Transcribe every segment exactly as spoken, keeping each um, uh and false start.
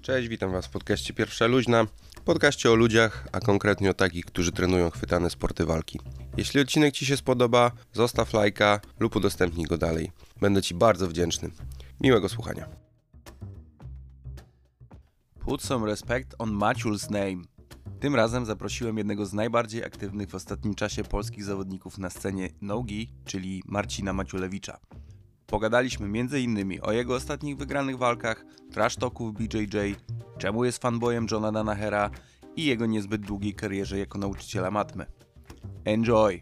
Cześć, witam Was w podcaście Pierwsza Luźna, podcaście o ludziach, a konkretnie o takich, którzy trenują chwytane sporty walki. Jeśli odcinek Ci się spodoba, zostaw lajka lub udostępnij go dalej. Będę Ci bardzo wdzięczny. Miłego słuchania. Put some respect on Maciul's name. Tym razem zaprosiłem jednego z najbardziej aktywnych w ostatnim czasie polskich zawodników na scenie nogi, czyli Marcina Maciulewicza. Pogadaliśmy między innymi o jego ostatnich wygranych walkach, trash talku w B J J, czemu jest fanboyem Johna Danahera i jego niezbyt długiej karierze jako nauczyciela matmy. Enjoy!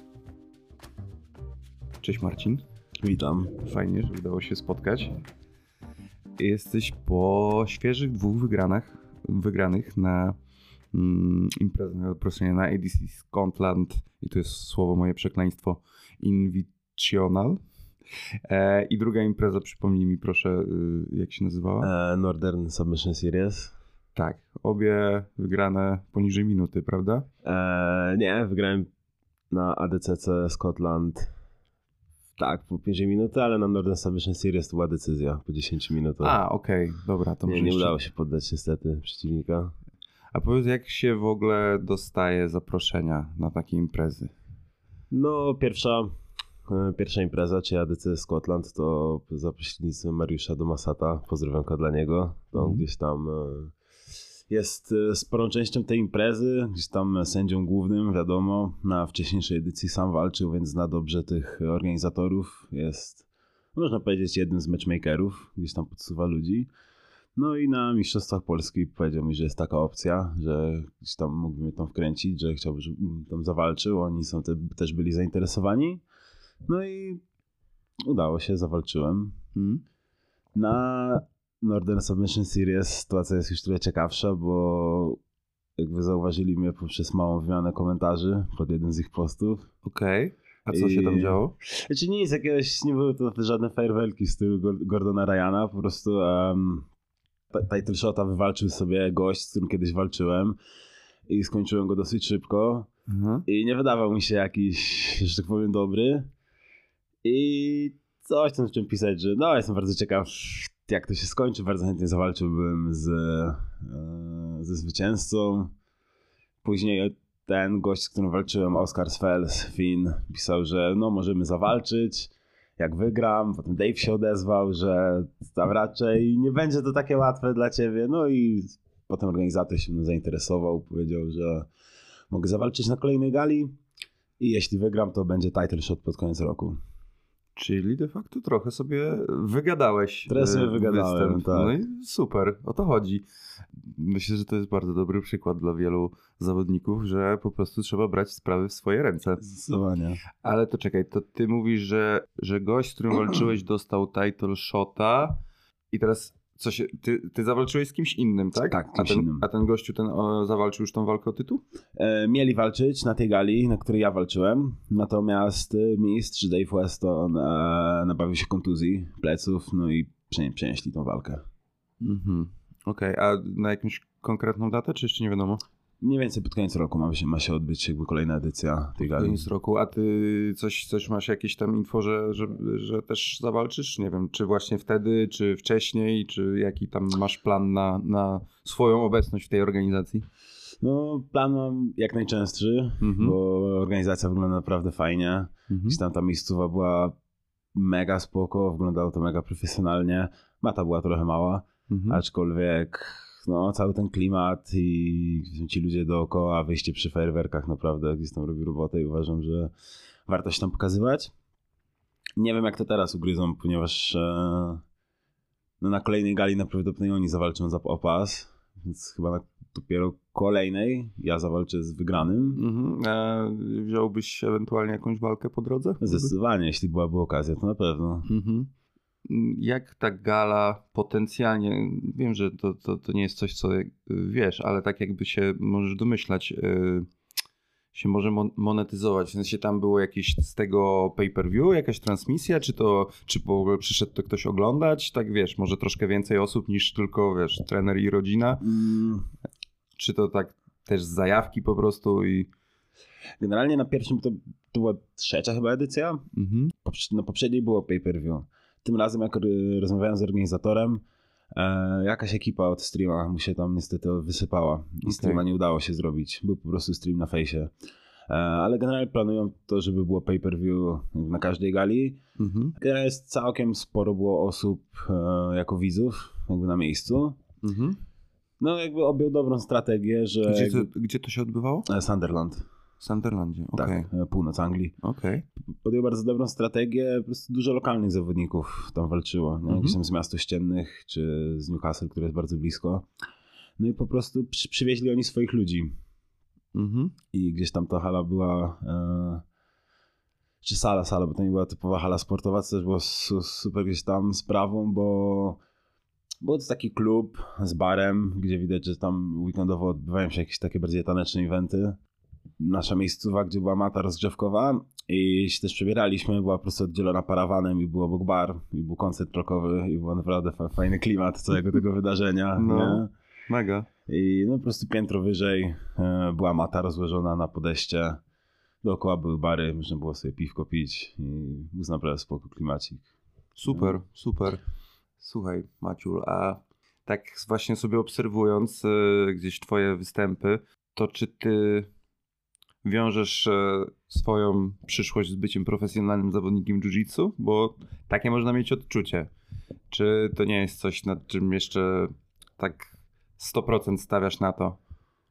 Cześć Marcin. Witam. Fajnie, że udało się spotkać. Jesteś po świeżych dwóch wygranych, wygranych na mm, imprezę profesjonalną na A D C Scotland i to jest słowo moje przekleństwo Invitational. E, I druga impreza, przypomnij mi proszę, y, jak się nazywała? E, Northern Submission Series. Tak, obie wygrane poniżej minuty, prawda? E, nie, wygrałem na A D C C Scotland tak, po pięć minuty, ale na Northern Submission Series to była decyzja po dziesięć minutach. A, okej, okay, dobra. To nie, może nie jeszcze... udało się poddać niestety przeciwnika. A powiedz, jak się w ogóle dostaje zaproszenia na takie imprezy? No, pierwsza... Pierwsza impreza, czyli A D C Scotland, to za pośrednictwem Mariusza Domasata, pozdrowionka dla niego, to mm. gdzieś tam jest sporą częścią tej imprezy, gdzieś tam sędzią głównym, wiadomo, na wcześniejszej edycji sam walczył, więc zna dobrze tych organizatorów, jest, można powiedzieć, jednym z matchmakerów, gdzieś tam podsuwa ludzi. No i na Mistrzostwach Polski powiedział mi, że jest taka opcja, że gdzieś tam mógłby mnie tam wkręcić, że chciałby, żebym tam zawalczył, oni są te, też byli zainteresowani. No i udało się, zawalczyłem. Hmm. Na Northern Submission Series sytuacja jest już trochę ciekawsza, bo jakby zauważyli mnie poprzez małą wymianę komentarzy pod jednym z ich postów. Okej, okay. A co I... się tam działo? Znaczy nic jakiegoś, nie były to żadne fajerwerki w stylu Gordona Ryana, po prostu um, title shota wywalczył sobie gość, z którym kiedyś walczyłem i skończyłem go dosyć szybko mhm. i nie wydawał mi się jakiś, że tak powiem, dobry. I coś tam zacząłem pisać, że no jestem bardzo ciekaw jak to się skończy, bardzo chętnie zawalczyłbym z, ze zwycięzcą. Później ten gość, z którym walczyłem, Oskar Svels, Finn, pisał, że no możemy zawalczyć, jak wygram. Potem Dave się odezwał, że tam raczej nie będzie to takie łatwe dla ciebie. No i potem organizator się mną zainteresował, powiedział, że mogę zawalczyć na kolejnej gali i jeśli wygram, to będzie title shot pod koniec roku. Czyli de facto trochę sobie wygadałeś. Trochę sobie wygadałem, występ. tak. No i super, o to chodzi. Myślę, że to jest bardzo dobry przykład dla wielu zawodników, że po prostu trzeba brać sprawy w swoje ręce. Zdecydowanie. Ale to czekaj, to ty mówisz, że, że gość, z którym walczyłeś, dostał title shota i teraz co się, ty, ty zawalczyłeś z kimś innym, tak? Tak, kimś a ten, innym. A ten gościu ten o, zawalczył już tą walkę o tytuł? E, mieli walczyć na tej gali, na której ja walczyłem, natomiast mistrz Dave Weston e, nabawił się kontuzji pleców, no i przenieśli tą walkę. Mhm. Okej, okay. A na jakąś konkretną datę, czy jeszcze nie wiadomo? Mniej więcej pod koniec roku ma się, ma się odbyć jakby kolejna edycja tej gali. Pod koniec roku, a ty coś, coś masz jakieś tam info, że, że, że też zawalczysz? Nie wiem, czy właśnie wtedy, czy wcześniej, czy jaki tam masz plan na, na swoją obecność w tej organizacji? No plan mam jak najczęstszy, mhm. bo organizacja wygląda naprawdę fajnie. Mhm. Gdzieś tam ta miejscowa była mega spoko, wyglądało to mega profesjonalnie. Mata była trochę mała, mhm. aczkolwiek... No, cały ten klimat i ci ludzie dookoła, wyjście przy fajerwerkach naprawdę gdzieś tam robi robotę i uważam, że warto się tam pokazywać. Nie wiem jak to teraz ugryzą, ponieważ e, no, na kolejnej gali najprawdopodobniej oni zawalczą za o pas, więc chyba na dopiero kolejnej ja zawalczę z wygranym. Mhm. A wziąłbyś ewentualnie jakąś walkę po drodze? Zdecydowanie, jeśli byłaby okazja, to na pewno. Mhm. Jak ta gala potencjalnie, wiem, że to, to, to nie jest coś, co wiesz, ale tak jakby się możesz domyślać, yy, się może monetyzować. W sensie tam było jakieś z tego pay-per-view, jakaś transmisja, czy to, czy w ogóle przyszedł to ktoś oglądać? Tak wiesz, może troszkę więcej osób niż tylko, wiesz, trener i rodzina? Mm. Czy to tak też z zajawki po prostu i... Generalnie na pierwszym to, to była trzecia chyba edycja. Mhm. Na poprzedniej było pay-per-view. Tym razem jak rozmawiałem z organizatorem, E, jakaś ekipa od streama mu się tam niestety wysypała i Okay. streama nie udało się zrobić. Był po prostu stream na fejsie. E, ale generalnie planują to, żeby było pay-per-view na każdej gali. Mhm. Generalnie jest całkiem sporo było osób e, jako widzów jakby na miejscu. Mhm. No jakby objął dobrą strategię, że... Gdzie, to, jakby... gdzie to się odbywało? E, Sunderland. W Sunderlandzie, okej. Tak, e, północ Anglii. Okej. Podjął bardzo dobrą strategię, po prostu dużo lokalnych zawodników tam walczyło, nie? Mhm. Gdzieś tam z Miast Ościennych, czy z Newcastle, które jest bardzo blisko. No i po prostu przy, przywieźli oni swoich ludzi. Mhm. I gdzieś tam ta hala była, e, czy sala, sala, bo to nie była typowa hala sportowa, co też było su, super gdzieś tam sprawą, bo był to taki klub z barem, gdzie widać, że tam weekendowo odbywają się jakieś takie bardziej taneczne eventy. Nasza miejscowa, gdzie była mata rozgrzewkowa i się też przebieraliśmy, była po prostu oddzielona parawanem i był obok bar i był koncert rockowy i był naprawdę fa- fajny klimat całego tego wydarzenia. No. Nie? Mega. I no po prostu piętro wyżej e, była mata rozłożona na podejście. Dookoła były bary, można było sobie piwko pić i był naprawdę spoko klimacik. Super, super. Słuchaj, Maciul, a tak właśnie sobie obserwując y, gdzieś twoje występy, to czy ty wiążesz y, swoją przyszłość z byciem profesjonalnym zawodnikiem jiu-jitsu? Bo takie można mieć odczucie. Czy to nie jest coś, nad czym jeszcze tak sto procent stawiasz na to?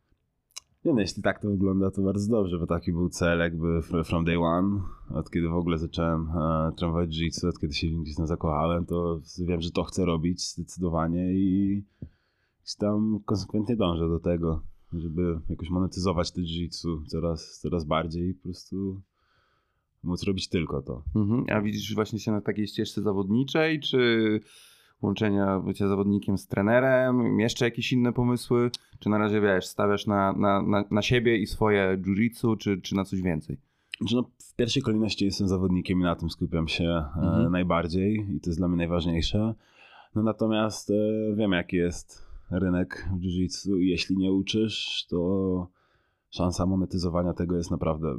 Nie no, jeśli tak to wygląda, to bardzo dobrze, bo taki był cel jakby from day one. Od kiedy w ogóle zacząłem e, trenować jiu-jitsu, od kiedy się gdzieś tam zakochałem, to wiem, że to chcę robić zdecydowanie i gdzieś tam konsekwentnie dążę do tego, żeby jakoś monetyzować te jiu-jitsu coraz, coraz bardziej i po prostu móc robić tylko to. Mhm. A widzisz właśnie się na takiej ścieżce zawodniczej, czy łączenia bycia zawodnikiem z trenerem, jeszcze jakieś inne pomysły, czy na razie wiesz, stawiasz na, na, na, na siebie i swoje jiu-jitsu, czy, czy na coś więcej? Znaczy, no, w pierwszej kolejności jestem zawodnikiem i na tym skupiam się Mhm. e, najbardziej i to jest dla mnie najważniejsze. No natomiast e, wiem, jaki jest rynek w jiu-jitsu i jeśli nie uczysz, to szansa monetyzowania tego jest naprawdę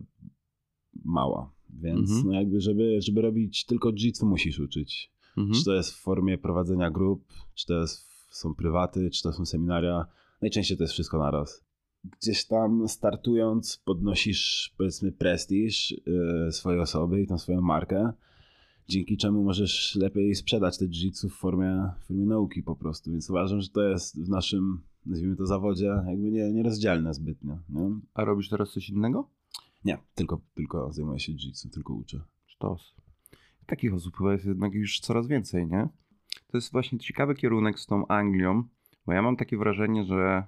mała. Więc Mhm. no jakby, żeby, żeby robić tylko jiu-jitsu, musisz uczyć. Mhm. Czy to jest w formie prowadzenia grup, czy to jest, są prywaty, czy to są seminaria. Najczęściej to jest wszystko naraz. Gdzieś tam startując podnosisz, powiedzmy, prestiż yy, swojej osoby i tą swoją markę, dzięki czemu możesz lepiej sprzedać te jiu-jitsu w formie, w formie nauki po prostu. Więc uważam, że to jest w naszym, nazwijmy to, zawodzie jakby nie, nierozdzielne zbytnio. Nie? A robisz teraz coś innego? Nie, tylko, tylko zajmuję się jiu-jitsu, tylko uczę. Sztos. Takich osób chyba jest jednak już coraz więcej, nie? To jest właśnie ciekawy kierunek z tą Anglią, bo ja mam takie wrażenie, że,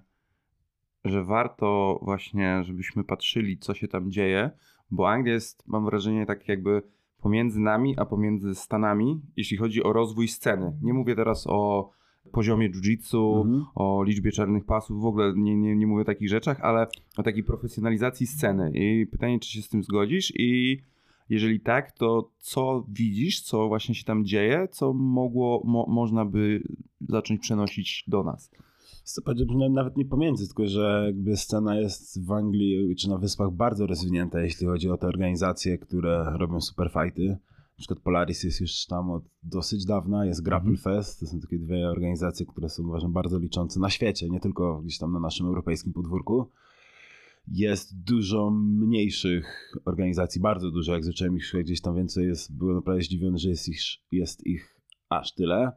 że warto właśnie, żebyśmy patrzyli, co się tam dzieje, bo Anglia jest, mam wrażenie, tak jakby pomiędzy nami, a pomiędzy Stanami, jeśli chodzi o rozwój sceny. Nie mówię teraz o poziomie jiu-jitsu, Mhm. o liczbie czarnych pasów, w ogóle nie, nie, nie mówię o takich rzeczach, ale o takiej profesjonalizacji sceny. I pytanie, czy się z tym zgodzisz i jeżeli tak, to co widzisz, co właśnie się tam dzieje, co mogło, mo, można by zacząć przenosić do nas? Chcę powiedzieć, że nawet nie pomiędzy, tylko że jakby scena jest w Anglii czy na Wyspach bardzo rozwinięta, jeśli chodzi o te organizacje, które robią superfighty. Na przykład Polaris jest już tam od dosyć dawna, jest Grapple Fest, to są takie dwie organizacje, które są, uważam, bardzo liczące na świecie, nie tylko gdzieś tam na naszym europejskim podwórku. Jest dużo mniejszych organizacji, bardzo dużo, jak zacząłem ich szukać gdzieś tam więcej, jest, byłem naprawdę zdziwiony, że jest ich, jest ich aż tyle.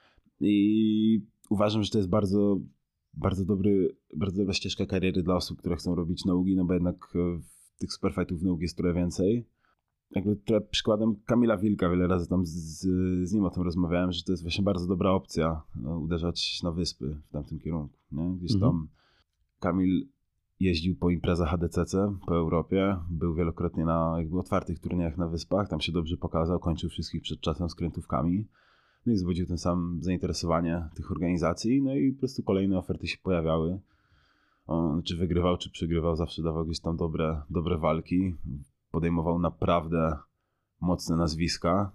I uważam, że to jest bardzo, bardzo, dobry, bardzo dobra ścieżka kariery dla osób, które chcą robić nauki, no bo jednak w tych superfightów nauki jest trochę więcej. Jakby trochę przykładem Kamila Wilka, wiele razy tam z, z nim o tym rozmawiałem, że to jest właśnie bardzo dobra opcja, no, uderzać na wyspy w tamtym kierunku. Nie? Gdzieś Mhm. tam Kamil jeździł po imprezach H D C C po Europie, był wielokrotnie na jakby otwartych turniejach na wyspach, tam się dobrze pokazał, kończył wszystkich przed czasem skrętówkami. No i wzbudził tym samym zainteresowanie tych organizacji, no i po prostu kolejne oferty się pojawiały. On, czy wygrywał, czy przegrywał, zawsze dawał gdzieś tam dobre, dobre walki. Podejmował naprawdę mocne nazwiska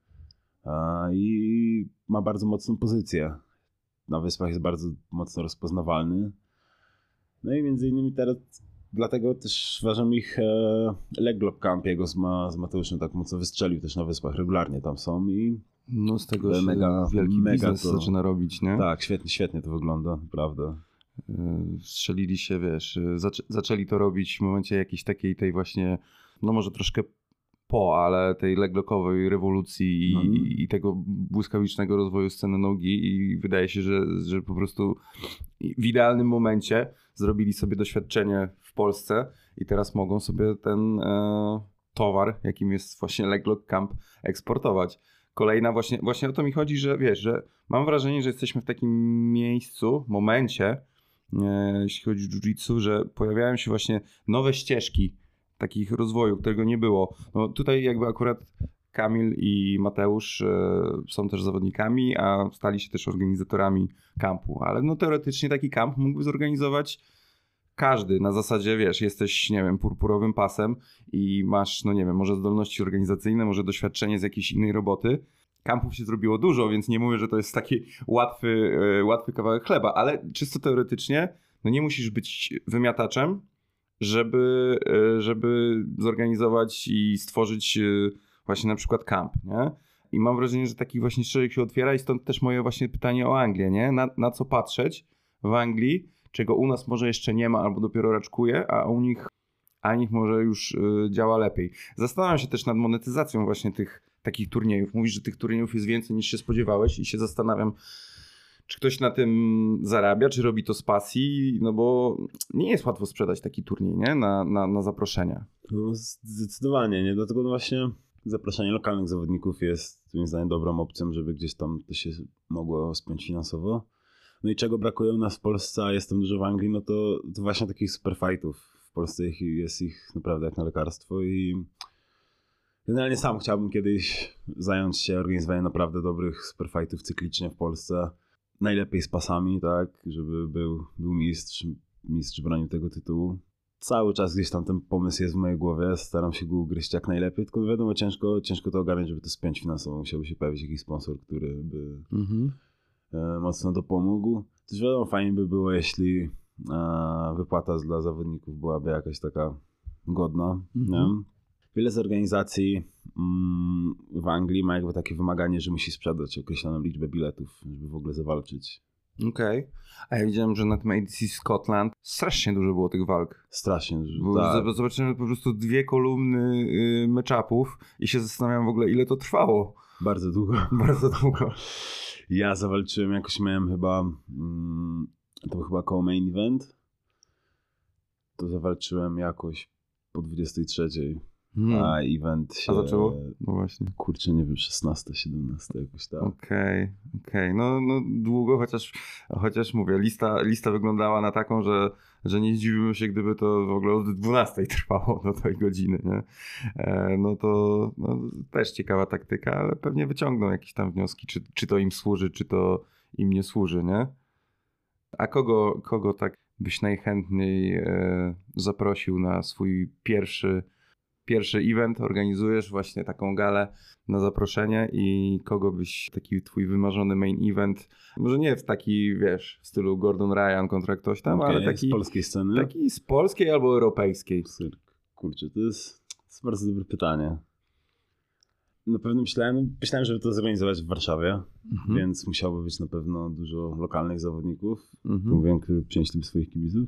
a, i ma bardzo mocną pozycję. Na Wyspach jest bardzo mocno rozpoznawalny. No i między innymi teraz, dlatego też uważam ich e, Leg Lock Camp jego z, ma, z Mateuszem tak mocno wystrzelił też na Wyspach, regularnie tam są i No z tego się mega, wielki mega biznes to, zaczyna robić, nie? Tak, świetnie, świetnie to wygląda, naprawdę. Strzelili się, wiesz, zaczę- zaczęli to robić w momencie jakiejś takiej tej właśnie, no może troszkę po, ale tej leglockowej rewolucji i, Mhm. i tego błyskawicznego rozwoju sceny nogi i wydaje się, że, że po prostu w idealnym momencie zrobili sobie doświadczenie w Polsce i teraz mogą sobie ten e, towar, jakim jest właśnie Leglock Camp, eksportować. Kolejna właśnie, właśnie o to mi chodzi, że wiesz, że mam wrażenie, że jesteśmy w takim miejscu, momencie, e, jeśli chodzi o jiu-jitsu, że pojawiają się właśnie nowe ścieżki takich rozwoju, którego nie było. No tutaj jakby akurat Kamil i Mateusz e, są też zawodnikami, a stali się też organizatorami kampu, ale no teoretycznie taki kamp mógłby zorganizować każdy. Na zasadzie, wiesz, jesteś, nie wiem, purpurowym pasem i masz, no nie wiem, może zdolności organizacyjne, może doświadczenie z jakiejś innej roboty. Kampów się zrobiło dużo, więc nie mówię, że to jest taki łatwy, e, łatwy kawałek chleba, ale czysto teoretycznie, no nie musisz być wymiataczem, żeby, e, żeby zorganizować i stworzyć e, właśnie na przykład kamp, nie? I mam wrażenie, że taki właśnie szereg się otwiera i stąd też moje właśnie pytanie o Anglię, nie? Na, na co patrzeć w Anglii, czego u nas może jeszcze nie ma albo dopiero raczkuje, a u nich, a nich może już y, działa lepiej. Zastanawiam się też nad monetyzacją właśnie tych takich turniejów. Mówisz, że tych turniejów jest więcej niż się spodziewałeś i się zastanawiam, czy ktoś na tym zarabia, czy robi to z pasji, no bo nie jest łatwo sprzedać taki turniej, nie? Na, na, na zaproszenia. No, zdecydowanie, nie? Dlatego no właśnie zapraszanie lokalnych zawodników jest moim zdaniem dobrą opcją, żeby gdzieś tam to się mogło spiąć finansowo. No i czego brakuje u nas w Polsce, a jestem dużo w Anglii, no to, to właśnie takich super fightów. W Polsce ich, jest ich naprawdę jak na lekarstwo i generalnie sam chciałbym kiedyś zająć się organizowaniem naprawdę dobrych super fightów cyklicznie w Polsce. Najlepiej z pasami, tak, żeby był, był mistrz, mistrz bronił tego tytułu. Cały czas gdzieś tam ten pomysł jest w mojej głowie, staram się go ugryźć jak najlepiej, tylko wiadomo, ciężko, ciężko to ogarnąć, żeby to spiąć finansowo. Musiałby się pojawić jakiś sponsor, który by Mhm. e, mocno dopomógł. Też wiadomo, fajnie by było, jeśli e, wypłata dla zawodników byłaby jakaś taka godna. Mhm. Nie? Wiele z organizacji mm, w Anglii ma jakby takie wymaganie, że musi sprzedać określoną liczbę biletów, żeby w ogóle zawalczyć. Okej. Okay. A ja widziałem, że na tym A D C Scotland strasznie dużo było tych walk. Strasznie dużo. Bo Tak. zobaczyłem po prostu dwie kolumny y, match-upów i się zastanawiam w ogóle, ile to trwało. Bardzo długo. Bardzo długo. Ja zawalczyłem, jakoś miałem chyba, mm, to był chyba koło main event, to zawalczyłem jakoś po dwudziestej trzeciej, Hmm. a event się... A zaczęło? No właśnie. Kurczę, nie wiem, szesnasta, siedemnasta jakoś tak. Okej, okay, okej. Okay. No, no długo, chociaż, chociaż mówię, lista, lista wyglądała na taką, że, że nie zdziwiłbym się, gdyby to w ogóle od dwunastej trwało do tej godziny, nie? E, no to no, też ciekawa taktyka, ale pewnie wyciągną jakieś tam wnioski, czy, czy to im służy, czy to im nie służy, nie? A kogo, kogo tak byś najchętniej e, zaprosił na swój pierwszy Pierwszy event, organizujesz właśnie taką galę na zaproszenie i kogo byś, taki twój wymarzony main event, może nie w taki, wiesz, w stylu Gordon Ryan kontra ktoś tam, okay, ale taki z polskiej sceny? Taki z polskiej albo europejskiej. Kurczę, to jest, to jest bardzo dobre pytanie. Na pewno myślałem, myślałem, żeby to zorganizować w Warszawie, mhm. więc musiałoby być na pewno dużo lokalnych zawodników. Mhm. Mówiłem, którzy przynieśliby swoich kibiców.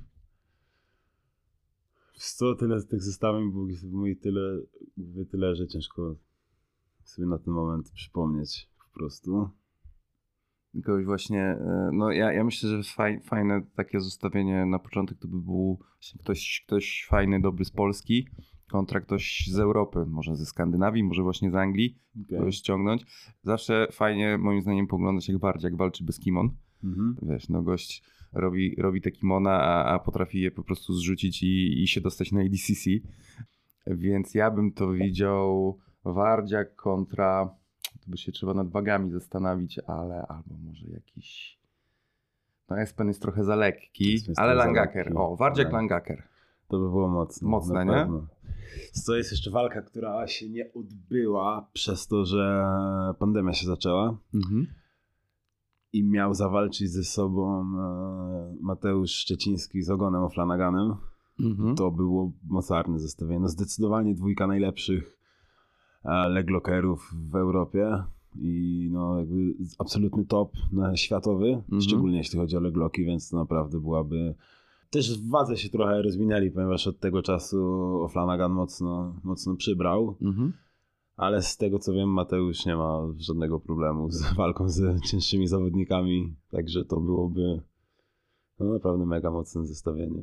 Co tyle z tych zestawień było mój tyle, tyle, że ciężko sobie na ten moment przypomnieć po prostu. Kogoś właśnie, no ja, ja myślę, że faj, fajne takie zestawienie na początek to by był ktoś, ktoś fajny, dobry z Polski kontra ktoś z Europy, może ze Skandynawii, może właśnie z Anglii, okay. Kogoś ściągnąć. Zawsze fajnie moim zdaniem poglądać jak Wardziak walczy bez kimon. Mhm. Wiesz, no gość robi, robi te kimona, a, a potrafi je po prostu zrzucić i, i się dostać na A D C C. Więc ja bym to widział Wardziak kontra, to by się trzeba nad wagami zastanowić, ale albo może jakiś, no Espen jest trochę za lekki, jest ale Langaker, o Wardziak Langaker. To by było mocne. Mocne, nie? To jest jeszcze walka, która się nie odbyła przez to, że pandemia się zaczęła. Mhm. I miał zawalczyć ze sobą Mateusz Szczeciński z Ogonem O'Flanaganem. Mhm. To było mocarne zestawienie. No zdecydowanie dwójka najlepszych leglockerów w Europie. i no jakby absolutny top na światowy, Mhm. szczególnie jeśli chodzi o legloki, więc to naprawdę byłaby... Też w wadze się trochę rozwinęli, ponieważ od tego czasu O'Flanagan mocno, mocno przybrał, Mhm. ale z tego co wiem, Mateusz nie ma żadnego problemu z walką z cięższymi zawodnikami, także to byłoby no, naprawdę mega mocne zestawienie.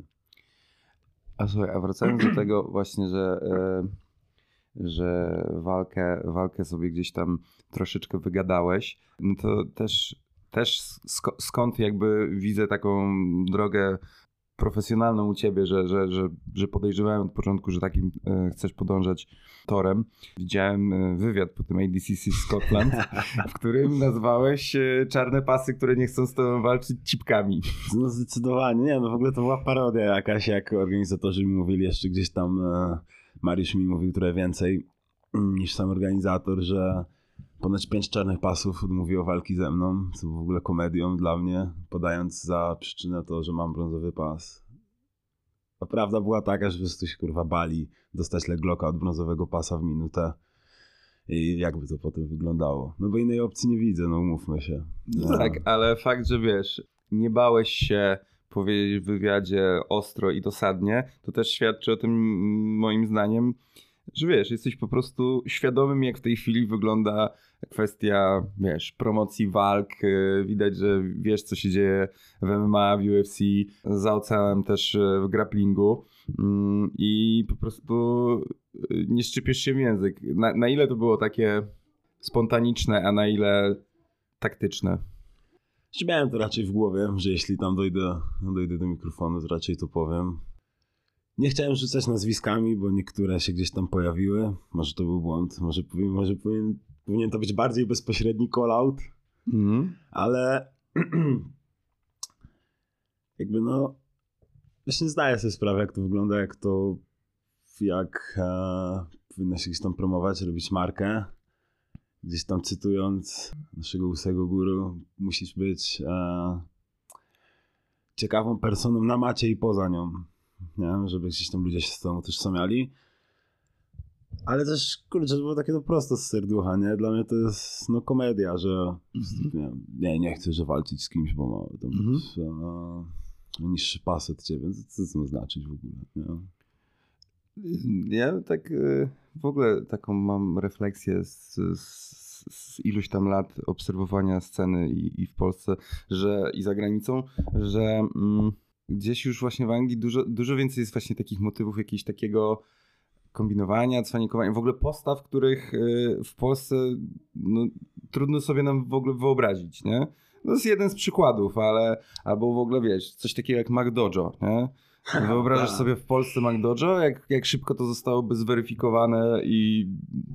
A słuchaj, a wracając do tego właśnie, że, e, że walkę, walkę sobie gdzieś tam troszeczkę wygadałeś, no to też, też sk- skąd jakby widzę taką drogę profesjonalną u ciebie, że, że, że, że podejrzewałem od początku, że takim e, chcesz podążać torem. Widziałem e, wywiad po tym A D C C Scotland, w którym nazwałeś e, czarne pasy, które nie chcą z tobą walczyć, cipkami. No zdecydowanie, nie no w ogóle to była parodia jakaś, jak organizatorzy mi mówili, jeszcze gdzieś tam e, Mariusz mi mówił trochę więcej mm, niż sam organizator, że ponoć pięć czarnych pasów odmówiło walki ze mną, co było w ogóle komedią dla mnie, podając za przyczynę to, że mam brązowy pas. A prawda była taka, że po prostu się kurwa bali dostać leglocka od brązowego pasa w minutę. I jakby to potem wyglądało. No bo innej opcji nie widzę, no umówmy się. No tak, ale fakt, że wiesz, nie bałeś się powiedzieć w wywiadzie ostro i dosadnie, to też świadczy o tym moim zdaniem, że wiesz, jesteś po prostu świadomym, jak w tej chwili wygląda kwestia, wiesz, promocji walk. Widać, że wiesz, co się dzieje w M M A, w U F C, za oceanem też w grapplingu i po prostu nie szczypiesz się w język. Na, na ile to było takie spontaniczne, a na ile taktyczne? Miałem to raczej w głowie, że jeśli tam dojdę, dojdę do mikrofonu, to raczej to powiem. Nie chciałem rzucać nazwiskami, bo niektóre się gdzieś tam pojawiły. Może to był błąd, może, powinien, może powinien, powinien to być bardziej bezpośredni call-out, Mm. ale jakby no właśnie zdaję sobie sprawę, jak to wygląda, jak to jak e, powinno się gdzieś tam promować, robić markę. Gdzieś tam cytując naszego łysego guru, musisz być e, ciekawą personą na macie i poza nią. Nie? Żeby gdzieś tam ludzie się z tobą utożsamiali. Ale też, kurczę, to było takie no prosto z serducha, nie? Dla mnie to jest no komedia, że mm-hmm. nie, nie chcę, że walczyć z kimś, bo ma tam mm-hmm. e, niższy pas od ciebie, więc co to ma znaczyć w ogóle, nie? Ja tak w ogóle taką mam refleksję z, z, z iluś tam lat obserwowania sceny i, i w Polsce, że i za granicą, że mm, gdzieś już właśnie w Anglii dużo, dużo więcej jest właśnie takich motywów jakiegoś takiego kombinowania, cwanikowania, w ogóle postaw, których w Polsce no, trudno sobie nam w ogóle wyobrazić, nie? To jest jeden z przykładów, ale albo w ogóle wiesz, coś takiego jak McDojo, nie? Wyobrażasz sobie w Polsce McDojo, jak, jak szybko to zostałoby zweryfikowane i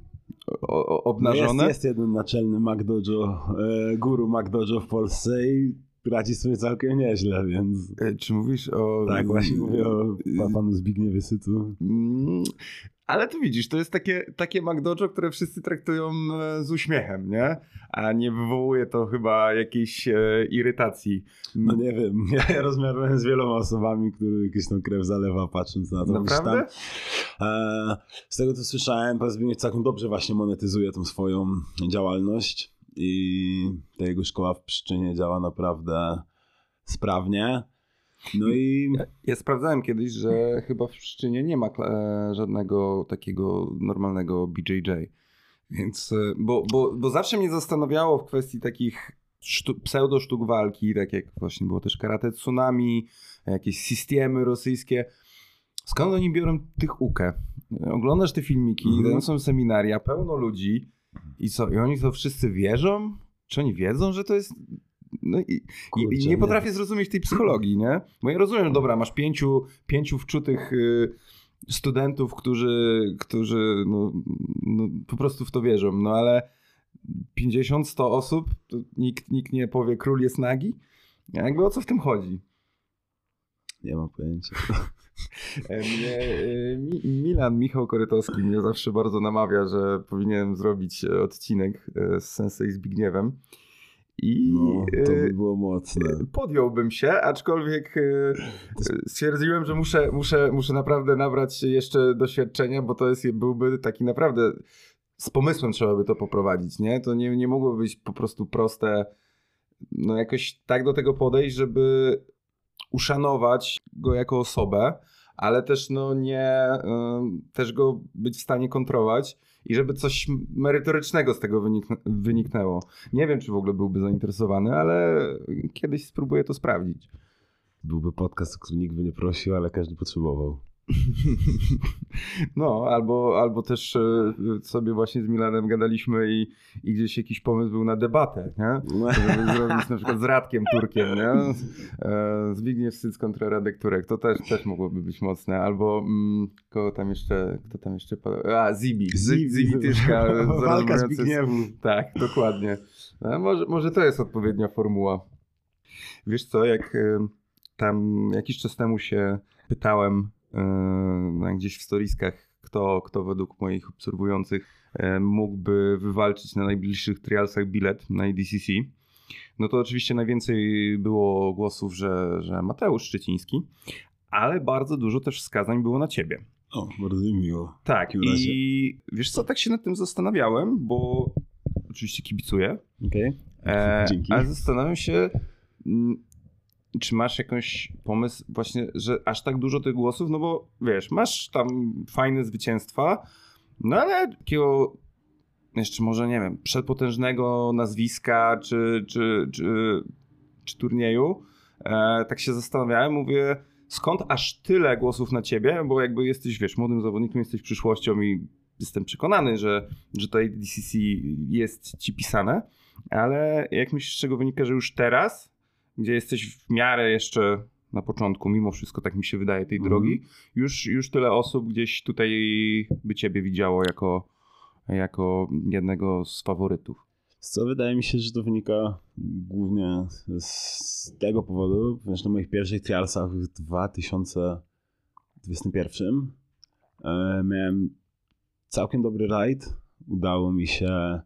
o, o, obnażone? Jest, jest jeden naczelny McDojo, e, guru McDojo w Polsce i radzi sobie całkiem nieźle, więc... E, czy mówisz o... Tak, właśnie mówię o panu Zbigniewie Sycu. Mm, ale tu widzisz, to jest takie, takie McDojo, które wszyscy traktują z uśmiechem, nie? A nie wywołuje to chyba jakiejś e, irytacji. No nie wiem, ja rozmawiałem z wieloma osobami, które jakieś tam krew zalewa patrząc na to. Naprawdę? Tam, e, z tego co słyszałem, pan Zbigniew całkiem dobrze właśnie monetyzuje tą swoją działalność i ta jego szkoła w Pszczynie działa naprawdę sprawnie. No i... Ja, ja sprawdzałem kiedyś, że chyba w Pszczynie nie ma e, żadnego takiego normalnego B J J. Więc, e, bo, bo, bo zawsze mnie zastanawiało w kwestii takich sztu, pseudo-sztuk walki, tak jak właśnie było też karate tsunami, jakieś systemy rosyjskie. Skąd oni biorą tych ukę? Oglądasz te filmiki, mm-hmm. tam są seminaria, pełno ludzi i co? I oni to wszyscy wierzą? Czy oni wiedzą, że to jest... No i, Kurczę, i nie potrafię nie. zrozumieć tej psychologii, nie? Bo ja rozumiem, dobra, masz pięciu, pięciu wczutych y, studentów, którzy, którzy no, no, po prostu w to wierzą, no ale pięćdziesiąt sto osób, to nikt, nikt nie powie, król jest nagi? Jakby o co w tym chodzi? Nie mam pojęcia. Mnie, Mi, Milan, Michał Korytowski mnie zawsze bardzo namawia, że powinienem zrobić odcinek z Sensei Zbigniewem. I no, to by było mocne. Podjąłbym się, aczkolwiek stwierdziłem, że muszę, muszę, muszę naprawdę nabrać jeszcze doświadczenia, bo to jest, byłby taki naprawdę z pomysłem trzeba by to poprowadzić, nie? To nie, nie mogło być po prostu proste, no jakoś tak do tego podejść, żeby uszanować go jako osobę, ale też no nie, y, też go być w stanie kontrolować i żeby coś merytorycznego z tego wyniknę, wyniknęło. Nie wiem, czy w ogóle byłby zainteresowany, ale kiedyś spróbuję to sprawdzić. Byłby podcast, o który nikt by nie prosił, ale każdy potrzebował. No, albo, albo też e, sobie właśnie z Milanem gadaliśmy i, i gdzieś jakiś pomysł był na debatę, nie? Żeby zrobić na przykład z Radkiem Turkiem, nie? E, Zbigniew Syc kontra Radek Turek, to też, też mogłoby być mocne, albo mm, kogo tam jeszcze, kto tam jeszcze, a Zibi, Zibi. Zibi Tyszka. Walka Zbigniewu. Tak, dokładnie. A może, może to jest odpowiednia formuła. Wiesz co, jak e, tam jakiś czas temu się pytałem Yy, gdzieś w storieskach, kto, kto według moich obserwujących yy, mógłby wywalczyć na najbliższych trialsach bilet na A D C C, no to oczywiście najwięcej było głosów, że, że Mateusz Szczeciński, ale bardzo dużo też wskazań było na ciebie. O, bardzo mi miło. Tak, i wiesz co, tak się nad tym zastanawiałem, bo oczywiście kibicuję, Okej, e, dzięki. ale zastanawiam się, m, czy masz jakiś pomysł właśnie, że aż tak dużo tych głosów, no bo wiesz, masz tam fajne zwycięstwa, no ale takiego jeszcze może, nie wiem, przepotężnego nazwiska czy, czy, czy, czy turnieju, e, tak się zastanawiałem, mówię, skąd aż tyle głosów na ciebie, bo jakby jesteś, wiesz, młodym zawodnikiem, jesteś przyszłością i jestem przekonany, że, że to A D C C jest ci pisane, ale jak myślisz, z czego wynika, że już teraz, gdzie jesteś w miarę jeszcze na początku, mimo wszystko tak mi się wydaje, tej Mhm. drogi, już, już tyle osób gdzieś tutaj by ciebie widziało jako, jako jednego z faworytów. Co wydaje mi się, że to wynika głównie z tego powodu, ponieważ na moich pierwszych trialsach w dwa tysiące dwudziestym pierwszym e, miałem całkiem dobry rajd. Udało mi się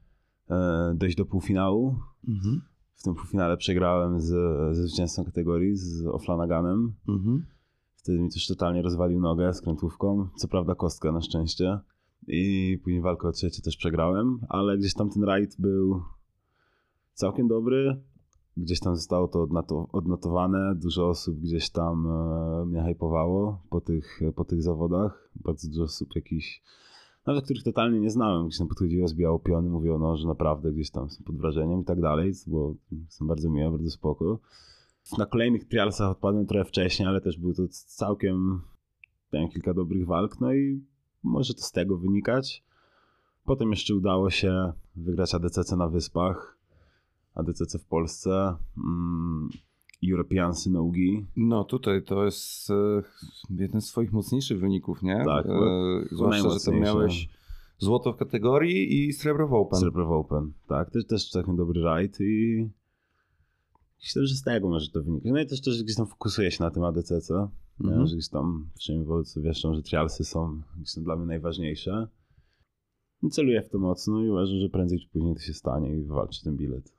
e, dojść do półfinału. Mhm. W tym półfinale przegrałem z, ze zwycięzcą kategorii, z O'Flanaganem. Mhm. Wtedy mi też totalnie rozwalił nogę skrętówką. Co prawda kostkę na szczęście. I później walkę o trzecie też przegrałem, ale gdzieś tam ten rajd był całkiem dobry. Gdzieś tam zostało to odnoto- odnotowane. Dużo osób gdzieś tam e, mnie hypowało po tych, po tych zawodach. Bardzo dużo osób jakichś, nawet których totalnie nie znałem, gdzieś tam podchodziło, zbijało piony, mówiło, no, że naprawdę gdzieś tam są pod wrażeniem i tak dalej, bo są bardzo miłe, bardzo spoko. Na kolejnych trialsach odpadłem trochę wcześniej, ale też były to całkiem, miałem kilka dobrych walk, no i może to z tego wynikać. Potem jeszcze udało się wygrać A D C C na Wyspach, A D C C w Polsce, mm, Europeansy Nogi. No tutaj to jest e, jeden z twoich mocniejszych wyników, nie? Tak, E, chyba zwłaszcza, że tam najmocniejszy. miałeś złoto w kategorii i srebro w Open. Srebro w Open, tak, też, też całkiem dobry rajd i myślę, że z tego może to wynikać. No i też, też gdzieś tam fokusuję się na tym A D C C, Mhm. nie? Że gdzieś tam przynajmniej wolcy wieszczą, że trialsy są gdzieś tam dla mnie najważniejsze. I celuję w to mocno i uważam, że prędzej czy później to się stanie i wywalczy ten bilet.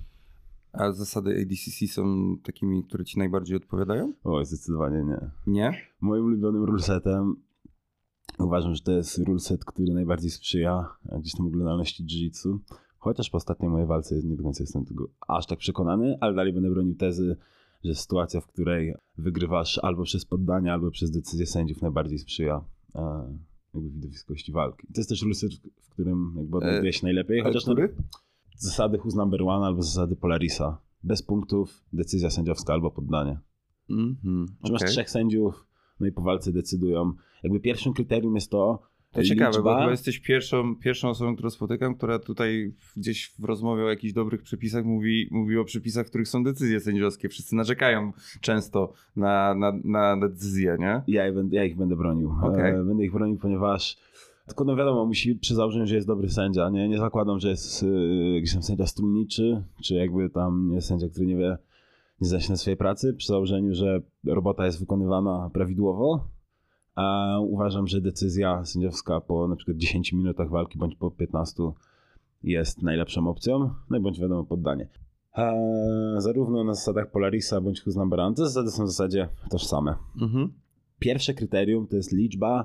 A zasady A D C C są takimi, które ci najbardziej odpowiadają? Oj, zdecydowanie nie. Nie? Moim ulubionym rulesetem uważam, że to jest ruleset, który najbardziej sprzyja gdzieś tam oglądalności jiu-jitsu. Chociaż po ostatniej mojej walce nie do końca jestem tego aż tak przekonany, ale dalej będę bronił tezy, że sytuacja, w której wygrywasz albo przez poddanie, albo przez decyzję sędziów najbardziej sprzyja e, jakby widowiskości walki. To jest też ruleset, w którym jakby odnajduje się najlepiej. Chociaż no, Który? zasady Who's Number One albo zasady Polarisa. Bez punktów, decyzja sędziowska albo poddanie. Mhm. Czy masz okej. trzech sędziów, no i po walce decydują. Jakby pierwszym kryterium jest to, To ciekawe, liczba... bo chyba jesteś pierwszą, pierwszą osobą, którą spotykam, która tutaj gdzieś w rozmowie o jakichś dobrych przepisach mówi, mówi o przepisach, w których są decyzje sędziowskie. Wszyscy narzekają często na, na, na decyzje, nie? Ja, ich będę, ja ich będę bronił. Okej. E, będę ich bronił, ponieważ tylko no wiadomo, musi przy założeniu, że jest dobry sędzia. Nie, nie zakładam, że jest y, jakiś tam sędzia strunniczy, czy jakby tam nie sędzia, który nie wie, nie zna się na swojej pracy. Przy założeniu, że robota jest wykonywana prawidłowo. A uważam, że decyzja sędziowska po na przykład dziesięciu minutach walki bądź po piętnastu jest najlepszą opcją. No i bądź wiadomo poddanie. A zarówno na zasadach Polarisa bądź Who's Number One, te zasady są w zasadzie tożsame. Mhm. Pierwsze kryterium to jest liczba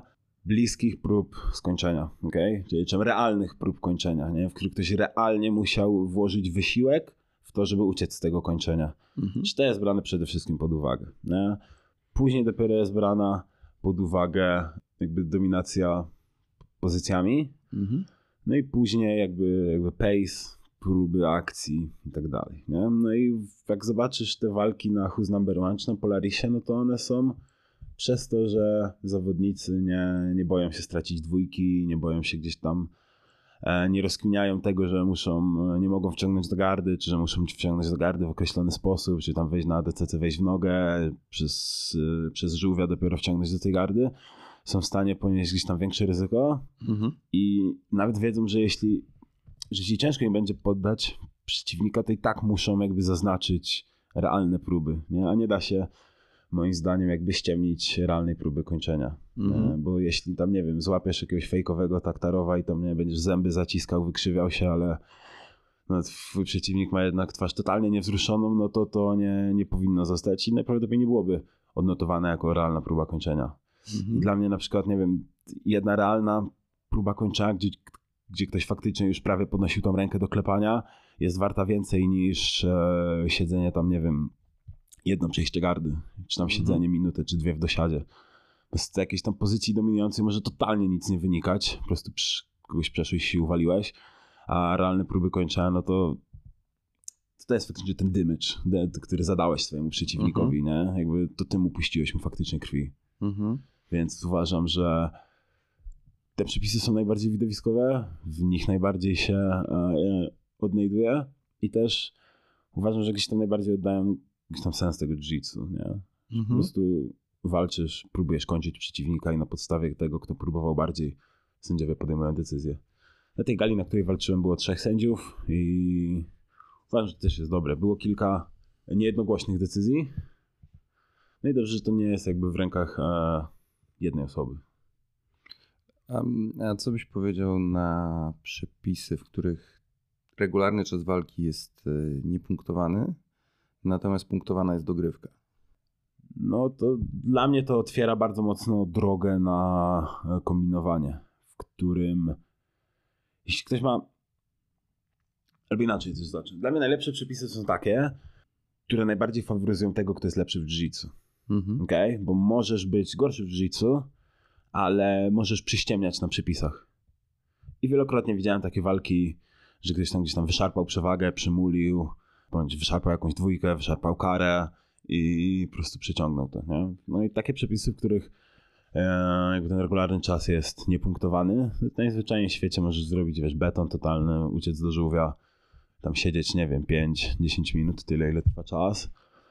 bliskich prób skończenia, okay? Czyli czym realnych prób kończenia, nie? W których ktoś realnie musiał włożyć wysiłek w to, żeby uciec z tego kończenia. Mhm. Czy to jest brane przede wszystkim pod uwagę, nie? Później dopiero jest brana pod uwagę jakby dominacja pozycjami, Mhm. no i później jakby, jakby pace, próby akcji i tak dalej, nie? No i jak zobaczysz te walki na Who's Number One czy na Polarisie, no to one są przez to, że zawodnicy nie, nie boją się stracić dwójki, nie boją się gdzieś tam, e, nie rozkminiają tego, że muszą, nie mogą wciągnąć do gardy, czy że muszą wciągnąć do gardy w określony sposób, czy tam wejść na A D C C, wejść w nogę, przez, e, przez żółwia dopiero wciągnąć do tej gardy, są w stanie ponieść gdzieś tam większe ryzyko Mhm. i nawet wiedzą, że jeśli, że jeśli ciężko im będzie poddać przeciwnika, to i tak muszą jakby zaznaczyć realne próby, nie? A nie da się moim zdaniem jakby ściemnić realnej próby kończenia. Mhm. E, Bo jeśli tam, nie wiem, złapiesz jakiegoś fejkowego taktarowa i tam, nie będziesz zęby zaciskał, wykrzywiał się, ale no, twój przeciwnik ma jednak twarz totalnie niewzruszoną, no to to nie, nie powinno zostać i najprawdopodobniej nie byłoby odnotowane jako realna próba kończenia. Mhm. I dla mnie na przykład, nie wiem, jedna realna próba kończenia, gdzie, gdzie ktoś faktycznie już prawie podnosił tą rękę do klepania, jest warta więcej niż e, siedzenie tam, nie wiem, jedno przejście gardy, czy tam Mhm. siedzenie minutę, czy dwie w dosiadzie. Z jakiejś tam pozycji dominującej może totalnie nic nie wynikać, po prostu przy, kogoś przeszłeś i uwaliłeś, a realne próby kończenia, no to to jest faktycznie ten damage, de- który zadałeś swojemu przeciwnikowi, nie? Jakby to ty mu puściłeś mu faktycznie krwi. Mhm. Więc uważam, że te przepisy są najbardziej widowiskowe, w nich najbardziej się e, odnajduję i też uważam, że gdzieś tam najbardziej oddają jakiś tam sens tego jiu-jitsu, nie? Po Mhm. prostu walczysz, próbujesz kończyć przeciwnika i na podstawie tego, kto próbował bardziej, sędziowie podejmują decyzję. Na tej gali, na której walczyłem, było trzech sędziów i uważam, że to też jest dobre. Było kilka niejednogłośnych decyzji. No i dobrze, że to nie jest jakby w rękach e, jednej osoby. A, a co byś powiedział na przepisy, w których regularny czas walki jest y, niepunktowany, natomiast punktowana jest dogrywka? No to dla mnie to otwiera bardzo mocno drogę na kombinowanie, w którym jeśli ktoś ma, albo inaczej coś zacznę. Dla mnie najlepsze przepisy są takie, które najbardziej faworyzują tego, kto jest lepszy w jiu-jitsu. Mhm. Okay? Bo możesz być gorszy w jiu-jitsu, ale możesz przyściemniać na przepisach. I wielokrotnie widziałem takie walki, że ktoś tam gdzieś tam wyszarpał przewagę, przymulił, bądź wyszarpał jakąś dwójkę, wyszarpał karę i po prostu przeciągnął to, nie? No i takie przepisy, w których e, jakby ten regularny czas jest niepunktowany, najzwyczajniej w świecie możesz zrobić, wiesz, beton totalny, uciec do żółwia, tam siedzieć, nie wiem, pięć dziesięć minut, tyle ile trwa czas,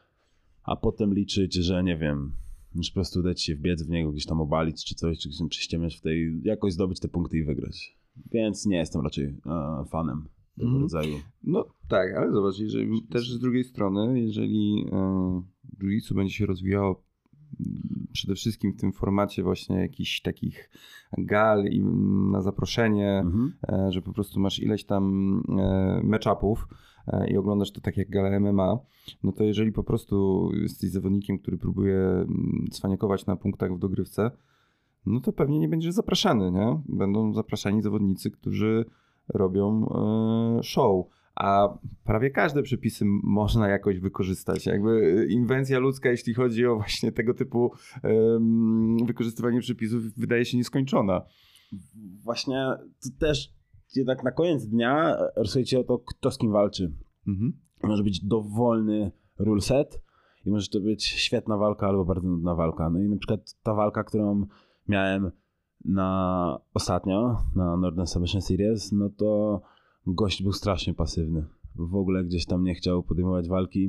a potem liczyć, że nie wiem, już po prostu dać się wbiec w niego, gdzieś tam obalić czy coś, czy gdzieś tam przyściemniać w tej, jakoś zdobyć te punkty i wygrać. Więc nie jestem raczej e, fanem tego Mhm. rodzaju. No tak, ale zobacz, jeżeli, też z drugiej strony, jeżeli e, jiu-jitsu będzie się rozwijało m, przede wszystkim w tym formacie właśnie jakichś takich gal i m, na zaproszenie, Mhm. e, że po prostu masz ileś tam e, match-upów e, i oglądasz to tak jak gala M M A, no to jeżeli po prostu jesteś zawodnikiem, który próbuje m, cwaniakować na punktach w dogrywce, no to pewnie nie będziesz zapraszany, nie? Będą zapraszani zawodnicy, którzy robią e, show, a prawie każde przepisy można jakoś wykorzystać. Jakby inwencja ludzka, jeśli chodzi o właśnie tego typu em, wykorzystywanie przepisów, wydaje się nieskończona. Właśnie to też jednak na koniec dnia rysujecie o to, kto z kim walczy. Mhm. Może być dowolny rule set i może to być świetna walka albo bardzo nudna walka. No i na przykład ta walka, którą miałem na ostatnio, na Northern Submission Series, no to gość był strasznie pasywny. W ogóle gdzieś tam nie chciał podejmować walki.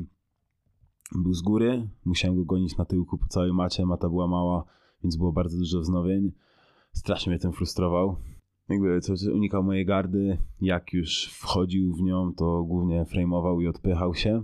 Był z góry, musiałem go gonić na tyłku po całej macie, mata była mała, więc było bardzo dużo wznowień. Strasznie mnie ten frustrował. Jakby co, co unikał mojej gardy, jak już wchodził w nią, to głównie frameował i odpychał się.